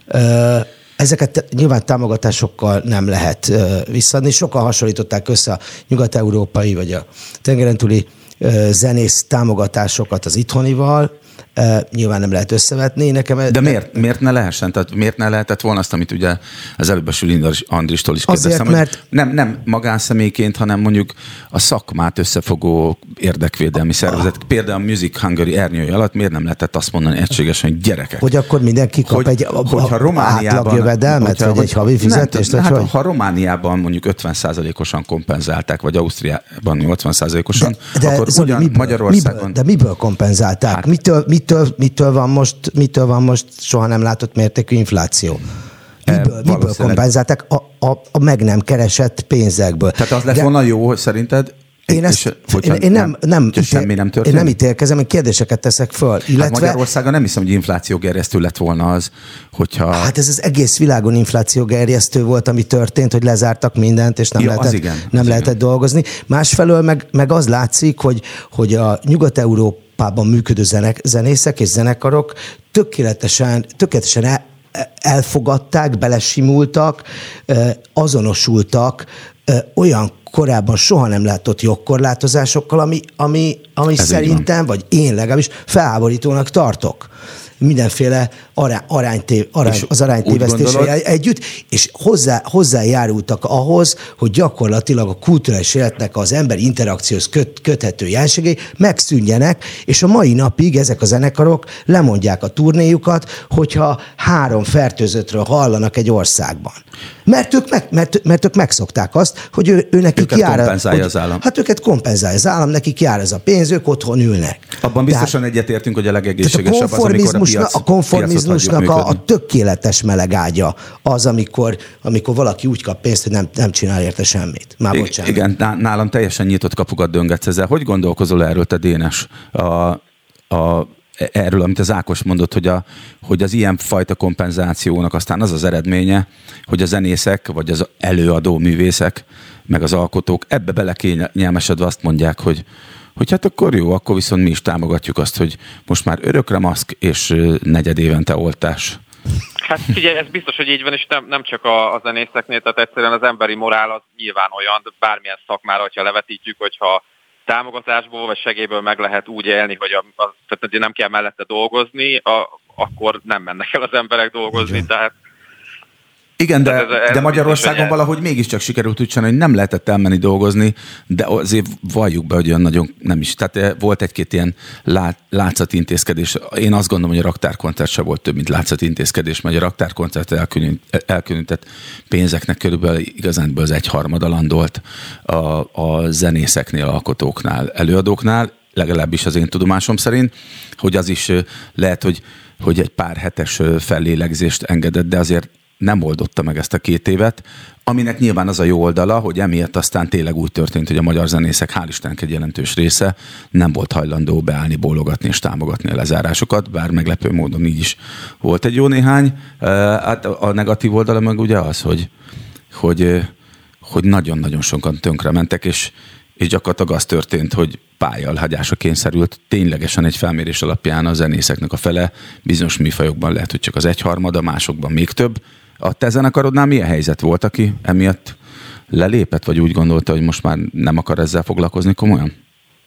Speaker 3: Ezeket nyilván támogatásokkal nem lehet visszaadni. Sokan hasonlították össze a nyugat-európai vagy a tengeren túli zenész támogatásokat az itthonival. Uh, nyilván nem lehet összevetni. Nekem,
Speaker 2: de miért, miért ne lehessen? Tehát miért ne lehetett volna azt, amit ugye az előbb a Sülind Andristól is kérdeztem,
Speaker 3: azért, mert...
Speaker 2: hogy nem, nem magánszemélyként, hanem mondjuk a szakmát összefogó érdekvédelmi szervezet, ah. például a Music Hungary ernyői alatt miért nem lehetett azt mondani egységesen, hogy gyerekek?
Speaker 3: Hogy akkor mindenki kap hogy, egy
Speaker 2: hogyha Romániában,
Speaker 3: átlagjövedelmet, hogyha, vagy egy havi fizetést?
Speaker 2: Nem,
Speaker 3: hát,
Speaker 2: hogy? Ha Romániában mondjuk ötven százalékosan kompenzálták, vagy Ausztriában nyolcvan százalékosan, akkor
Speaker 3: Zoli,
Speaker 2: ugyan
Speaker 3: miből,
Speaker 2: Magyarországon...
Speaker 3: Miből, de miből kompenzálták? Hát, mitől, mitől, mitől, van most, mitől van most soha nem látott mértékű infláció? Miből, e, miből kompenzálták? A, a, a meg nem keresett pénzekből.
Speaker 2: Tehát az lett
Speaker 3: de,
Speaker 2: volna jó, hogy szerinted...
Speaker 3: Én, ezt, és, én, én nem, nem, nem,
Speaker 2: semmi nem
Speaker 3: én nem ítélkezem, én kérdéseket teszek föl. Illetve,
Speaker 2: hát Magyarországon nem hiszem, hogy inflációgerjesztő lett volna az, hogyha...
Speaker 3: Hát ez az egész világon inflációgerjesztő volt, ami történt, hogy lezártak mindent, és nem ja, lehetett, igen, nem lehetett dolgozni. Másfelől meg, meg az látszik, hogy, hogy a Nyugat-Európában működő zenek, zenészek és zenekarok tökéletesen, tökéletesen el, elfogadták, belesimultak, azonosultak olyan korábban soha nem látott jogkorlátozásokkal, ami, ami, ami szerintem, vagy én legalábbis felháborítónak tartok. Mindenféle arány, arányté, arány, az aránytévesztéssel együtt, és hozzá, hozzájárultak ahhoz, hogy gyakorlatilag a kulturális életnek az emberi interakcióhoz köt, köthető jelenségei megszűnjenek, és a mai napig ezek a zenekarok lemondják a turnéjukat, hogyha három fertőzöttről hallanak egy országban. Mert ők, meg, mert, mert ők megszokták azt, hogy ő, ő nekik
Speaker 2: őket
Speaker 3: jár...
Speaker 2: kompenzálja
Speaker 3: hogy,
Speaker 2: az állam.
Speaker 3: Hát őket kompenzálja az állam, nekik jár ez a pénz, ők otthon ülnek.
Speaker 2: Abban biztosan tehát, egyetértünk, hogy a legegészségesebb az, amikor a piac,
Speaker 3: a konformizmusnak a, a tökéletes melegágya az, amikor, amikor valaki úgy kap pénzt, hogy nem, nem csinál érte semmit. Már bocsánat.
Speaker 2: Igen, nálam teljesen nyitott kapukat döngetsz ezzel. Hogy gondolkozol erről te, Dénes? A, a erről, amit az Ákos mondott, hogy, a, hogy az ilyen fajta kompenzációnak aztán az az eredménye, hogy a zenészek, vagy az előadó művészek, meg az alkotók ebbe belekényelmesedve azt mondják, hogy, hogy hát akkor jó, akkor viszont mi is támogatjuk azt, hogy most már örökre maszk és negyed évente oltás.
Speaker 6: Hát figyelj, ez biztos, hogy így van, és nem, nem csak a, a zenészeknél, tehát egyszerűen az emberi morál az nyilván olyan, bármilyen szakmára, hogyha levetítjük, hogyha támogatásból vagy segélyből meg lehet úgy élni, hogy a, a, tehát nem kell mellette dolgozni, a, akkor nem mennek el az emberek dolgozni, igen. Tehát
Speaker 2: igen, de, ez, ez de Magyarországon biztos, valahogy mégiscsak sikerült úgy csinálni, hogy nem lehetett elmenni dolgozni, de azért valljuk be, hogy olyan nagyon nem is. Tehát volt egy-két ilyen lát, látszati intézkedés. Én azt gondolom, hogy a raktárkoncert se volt több, mint látszati intézkedés, mert a raktárkoncert elkülönített pénzeknek körülbelül igazánból az egyharmada landolt a, a zenészeknél, alkotóknál, előadóknál, legalábbis az én tudomásom szerint, hogy az is lehet, hogy, hogy egy pár hetes fellélegzést engedett, de azért nem oldotta meg ezt a két évet, aminek nyilván az a jó oldala, hogy emiatt aztán tényleg úgy történt, hogy a magyar zenészek, hál' Istennek egy jelentős része nem volt hajlandó beállni, bólogatni és támogatni a lezárásokat, bár meglepő módon így is volt egy jó néhány. Hát a negatív oldala meg ugye az, hogy, hogy, hogy nagyon-nagyon sokan tönkre mentek, és, és gyakorlatilag az történt, hogy pályalhagyásra kényszerült. Ténylegesen egy felmérés alapján a zenészeknek a fele bizonyos műfajokban lehet, hogy csak az egyharmada, másokban még több. A te zenekarodnál milyen helyzet volt, aki emiatt lelépett, vagy úgy gondolta, hogy most már nem akar ezzel foglalkozni komolyan?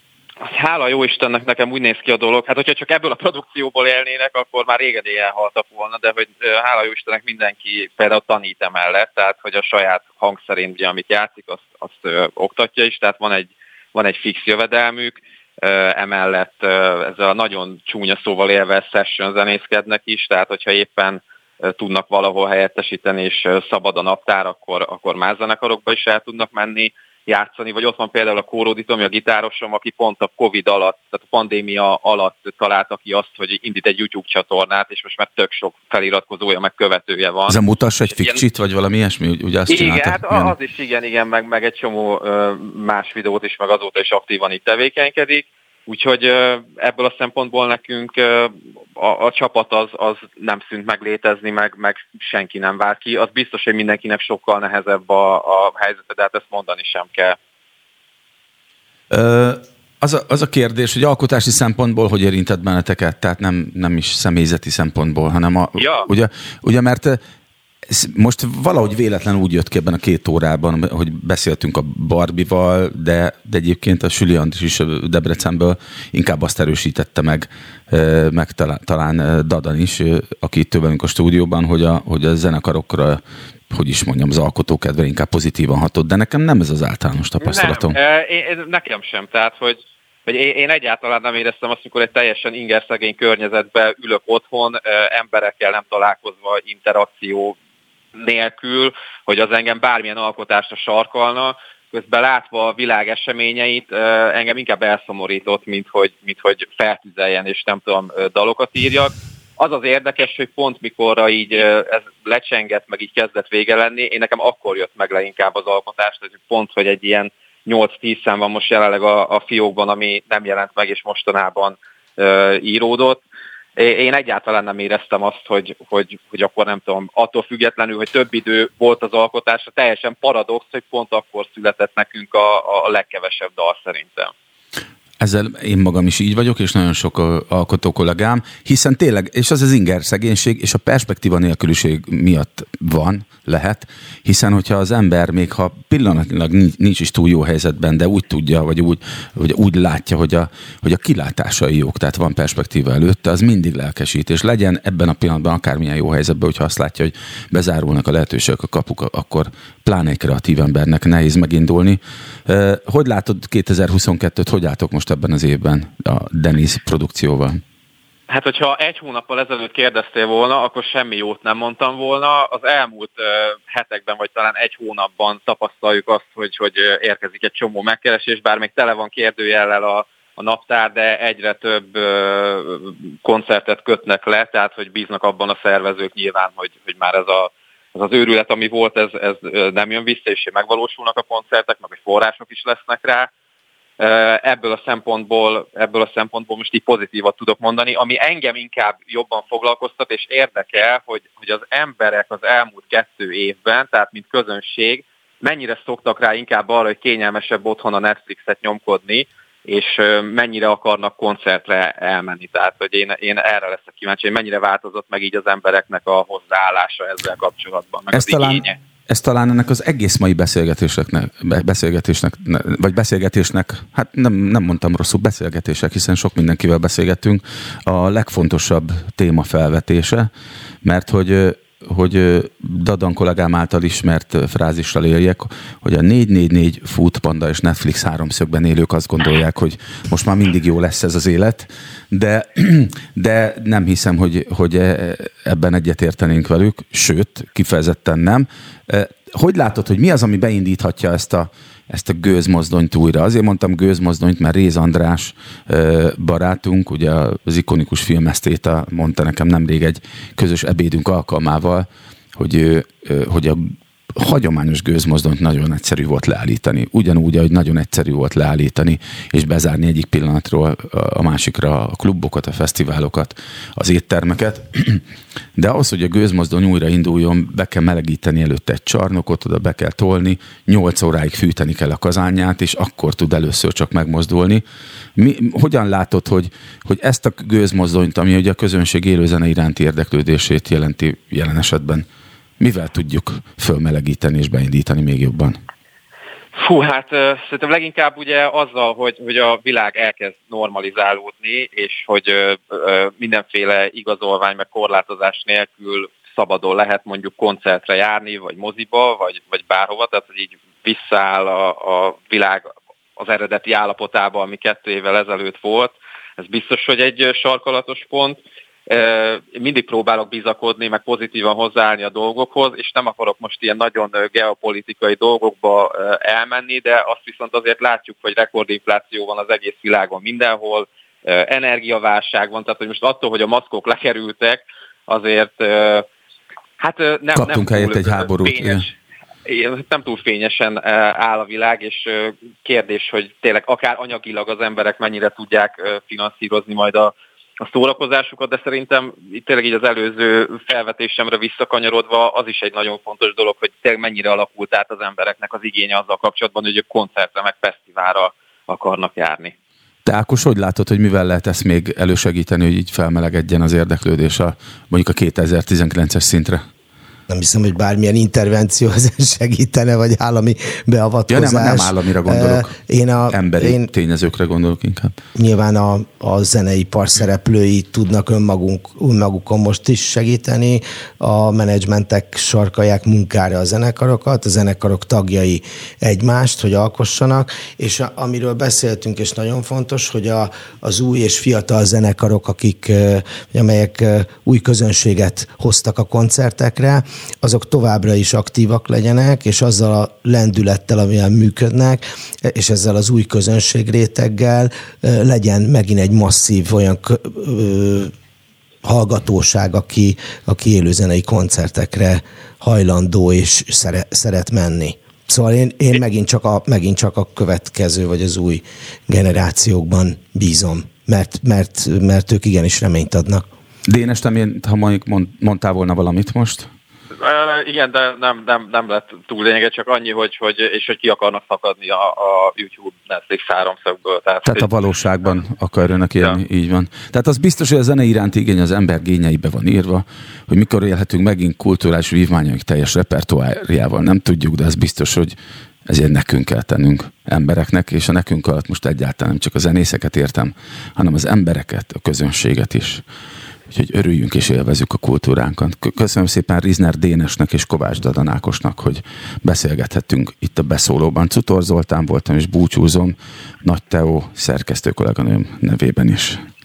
Speaker 6: Hála jó Istennek, nekem úgy néz ki a dolog. Hát, hogyha csak ebből a produkcióból élnének, akkor már régen elhaltak volna, de hogy hála jó Istennek mindenki például tanít emellett, tehát hogy a saját hangszerén, ugye, amit játszik, azt, azt ö, oktatja is, tehát van egy, van egy fix jövedelmük, ö, emellett ö, ezzel a nagyon csúnya szóval élve session zenészkednek is, tehát hogyha éppen ö, tudnak valahol helyettesíteni, és ö, szabad a naptár, akkor, akkor más zenekarokba is el tudnak menni játszani, vagy ott van például a Kóróditom, a gitárosom, aki pont a Covid alatt, tehát a pandémia alatt találta ki azt, hogy indít egy YouTube csatornát, és most már tök sok feliratkozója, meg követője van.
Speaker 2: Ez a mutass egy fikcsit, vagy valami ilyesmi, ugye azt
Speaker 6: igen,
Speaker 2: csinálta?
Speaker 6: Hát igen, az is igen, igen, meg, meg egy csomó más videót is, meg azóta is aktívan itt tevékenykedik. Úgyhogy ebből a szempontból nekünk a, a csapat az, az nem szűnt meglétezni, meg, meg senki nem vár ki. Az biztos, hogy mindenkinek sokkal nehezebb a, a helyzete, de hát ezt mondani sem kell.
Speaker 2: Ö, az, a, az a kérdés, hogy alkotási szempontból hogy érintett benneteket, tehát nem, nem is személyzeti szempontból, hanem a,
Speaker 6: ja.
Speaker 2: ugye, ugye mert most valahogy véletlenül úgy jött ki ebben a két órában, hogy beszéltünk a Barbival, de, de egyébként a Süli Andris is Debrecenből inkább azt erősítette meg, meg talán, talán Dadan is, aki itt több a stúdióban, hogy a, hogy a zenekarokra, hogy is mondjam, az alkotókedvre inkább pozitívan hatott, de nekem nem ez az általános tapasztalatom.
Speaker 6: Nem, én, nekem sem, tehát hogy hogy én egyáltalán nem éreztem azt, amikor egy teljesen ingerszegény környezetben ülök otthon, emberekkel nem találkozva, interakció nélkül, hogy az engem bármilyen alkotásra sarkalna, közben látva a világ eseményeit, engem inkább elszomorított, mint hogy, mint hogy feltüzeljen és nem tudom, dalokat írjak. Az az érdekes, hogy pont mikorra így ez lecsengett, meg így kezdett vége lenni, én nekem akkor jött meg leginkább az alkotás, hogy pont, hogy egy ilyen nyolc-tíz szám van most jelenleg a, a fiókban, ami nem jelent meg, és mostanában uh, íródott. Én egyáltalán nem éreztem azt, hogy, hogy, hogy akkor nem tudom, attól függetlenül, hogy több idő volt az alkotásra, teljesen paradox, hogy pont akkor született nekünk a, a legkevesebb dal szerintem.
Speaker 2: Ezzel én magam is így vagyok, és nagyon sok alkotó kollégám, hiszen tényleg, és az az inger szegénység, és a perspektíva nélküliség miatt van, lehet, hiszen hogyha az ember, még ha pillanatnyilag nincs is túl jó helyzetben, de úgy tudja, vagy úgy, vagy úgy látja, hogy a, hogy a kilátásai jók, tehát van perspektíva előtte, az mindig lelkesít, és legyen ebben a pillanatban akármilyen jó helyzetben, hogyha azt látja, hogy bezárulnak a lehetőségek, a kapuk, akkor pláne egy kreatív embernek nehéz megindulni. Hogy látod kétezer-huszonkettőt, hogy álltok most ebben az évben a Denis produkcióval?
Speaker 6: Hát, hogyha egy hónappal ezelőtt kérdeztél volna, akkor semmi jót nem mondtam volna. Az elmúlt uh, hetekben, vagy talán egy hónapban tapasztaljuk azt, hogy, hogy érkezik egy csomó megkeresés, bár még tele van kérdőjellel a, a naptár, de egyre több uh, koncertet kötnek le, tehát hogy bíznak abban a szervezők nyilván, hogy, hogy már ez, a, ez az őrület, ami volt, ez, ez nem jön vissza, és megvalósulnak a koncertek, meg hogy források is lesznek rá. Ebből a szempontból, ebből a szempontból most így pozitívat tudok mondani, ami engem inkább jobban foglalkoztat, és érdekel, hogy, hogy az emberek az elmúlt kettő évben, tehát mint közönség, mennyire szoktak rá inkább arra, hogy kényelmesebb otthon a Netflixet nyomkodni, és mennyire akarnak koncertre elmenni. Tehát, hogy én, én erre leszek kíváncsi, hogy mennyire változott meg így az embereknek a hozzáállása ezzel kapcsolatban, meg
Speaker 2: ez
Speaker 6: az
Speaker 2: talán,
Speaker 6: igénye.
Speaker 2: Ez talán ennek az egész mai beszélgetésnek, beszélgetésnek, vagy beszélgetésnek, hát nem, nem mondtam rosszul, beszélgetések, hiszen sok mindenkivel beszélgettünk, a legfontosabb téma felvetése, mert hogy hogy Dadan kollégám által ismert frázissal éljek, hogy a négy négy négy, Foodpanda és Netflix háromszögben élők azt gondolják, hogy most már mindig jó lesz ez az élet, de, de nem hiszem, hogy, hogy ebben egyetértenénk velük, sőt, kifejezetten nem. Hogy látod, hogy mi az, ami beindíthatja ezt a, ezt a gőzmozdonyt újra? Azért mondtam gőzmozdonyt, mert Réz András barátunk, ugye az ikonikus filmesztéta mondta nekem nemrég egy közös ebédünk alkalmával, hogy, hogy a hagyományos gőzmozdonyt nagyon egyszerű volt leállítani. Ugyanúgy, ahogy nagyon egyszerű volt leállítani, és bezárni egyik pillanatról a másikra a klubokat, a fesztiválokat, az éttermeket. De ahhoz, hogy a gőzmozdony újra induljon, be kell melegíteni előtte egy csarnokot, oda be kell tolni, nyolc óráig fűteni kell a kazánját, és akkor tud először csak megmozdulni. Mi, hogyan látod, hogy, hogy ezt a gőzmozdonyt, ami ugye a közönség élőzene iránti érdeklődését jelenti jelen esetben, mivel tudjuk fölmelegíteni és beindítani még jobban?
Speaker 6: Fú, hát uh, szerintem leginkább ugye azzal, hogy, hogy a világ elkezd normalizálódni, és hogy uh, uh, mindenféle igazolvány meg korlátozás nélkül szabadon lehet mondjuk koncertre járni, vagy moziba, vagy, vagy bárhova, tehát hogy így visszaáll a, a világ az eredeti állapotába, ami kettő évvel ezelőtt volt. Ez biztos, hogy egy sarkalatos pont. Mindig próbálok bizakodni, meg pozitívan hozzáállni a dolgokhoz, és nem akarok most ilyen nagyon geopolitikai dolgokba elmenni, de azt viszont azért látjuk, hogy rekordinfláció van az egész világon mindenhol, energiaválság van, tehát hogy most attól, hogy a maszkok lekerültek, azért hát nem,
Speaker 2: kaptunk
Speaker 6: nem
Speaker 2: helyett egy háborút.
Speaker 6: Fényes, nem túl fényesen áll a világ, és kérdés, hogy tényleg akár anyagilag az emberek mennyire tudják finanszírozni majd a a szórakozásukat, de szerintem itt tényleg így az előző felvetésemre visszakanyarodva az is egy nagyon fontos dolog, hogy tényleg mennyire alakult át az embereknek az igénye azzal kapcsolatban, hogy ők koncertre meg fesztiválra akarnak járni.
Speaker 2: Te Ákos, hogy látod, hogy mivel lehet ezt még elősegíteni, hogy így felmelegedjen az érdeklődés a, mondjuk a kétezer-tizenkilences szintre?
Speaker 3: Nem hiszem, hogy bármilyen intervenció ezen segítene, vagy állami beavatkozás.
Speaker 2: Ja, nem, nem államira gondolok.
Speaker 3: Én a,
Speaker 2: Emberi
Speaker 3: én,
Speaker 2: tényezőkre gondolok inkább.
Speaker 3: Nyilván a, a zeneipar szereplői tudnak önmagunk, önmagukon most is segíteni. A menedzsmentek sarkalják munkára a zenekarokat, a zenekarok tagjai egymást, hogy alkossanak, és a, amiről beszéltünk, és nagyon fontos, hogy a, az új és fiatal zenekarok, akik, amelyek új közönséget hoztak a koncertekre, azok továbbra is aktívak legyenek, és azzal a lendülettel, amivel működnek, és ezzel az új közönségréteggel legyen megint egy masszív olyan hallgatóság, aki, aki élőzenei koncertekre hajlandó és szere, szeret menni. Szóval én, én megint, csak a, megint csak a következő, vagy az új generációkban bízom, mert, mert, mert ők igenis reményt adnak.
Speaker 2: Dénes, te ha mondjuk mondtál volna valamit most?
Speaker 6: Uh, igen, de nem, nem, nem lett túl lényege, csak annyi, hogy, hogy, és hogy ki akarnak szakadni a, a YouTube Netflix háromszögből. Tehát,
Speaker 2: Tehát a valóságban akarjanak élni, ja. Így van. Tehát az biztos, hogy a zene iránti igény az ember gényeibe van írva, hogy mikor élhetünk megint kulturális vívmányok teljes repertoárjával, nem tudjuk, de az biztos, hogy ezért nekünk kell tennünk embereknek, és a nekünk alatt most egyáltalán nem csak a zenészeket értem, hanem az embereket, a közönséget is. Úgyhogy örüljünk és élvezzük a kultúránkat. Köszönöm szépen Rizner Dénesnek és Kovács Dadan Ákosnak, hogy beszélgethettünk itt a beszólóban. Cutor Zoltán voltam, és búcsúzom Nagy Teó szerkesztő kolléganőm nevében is.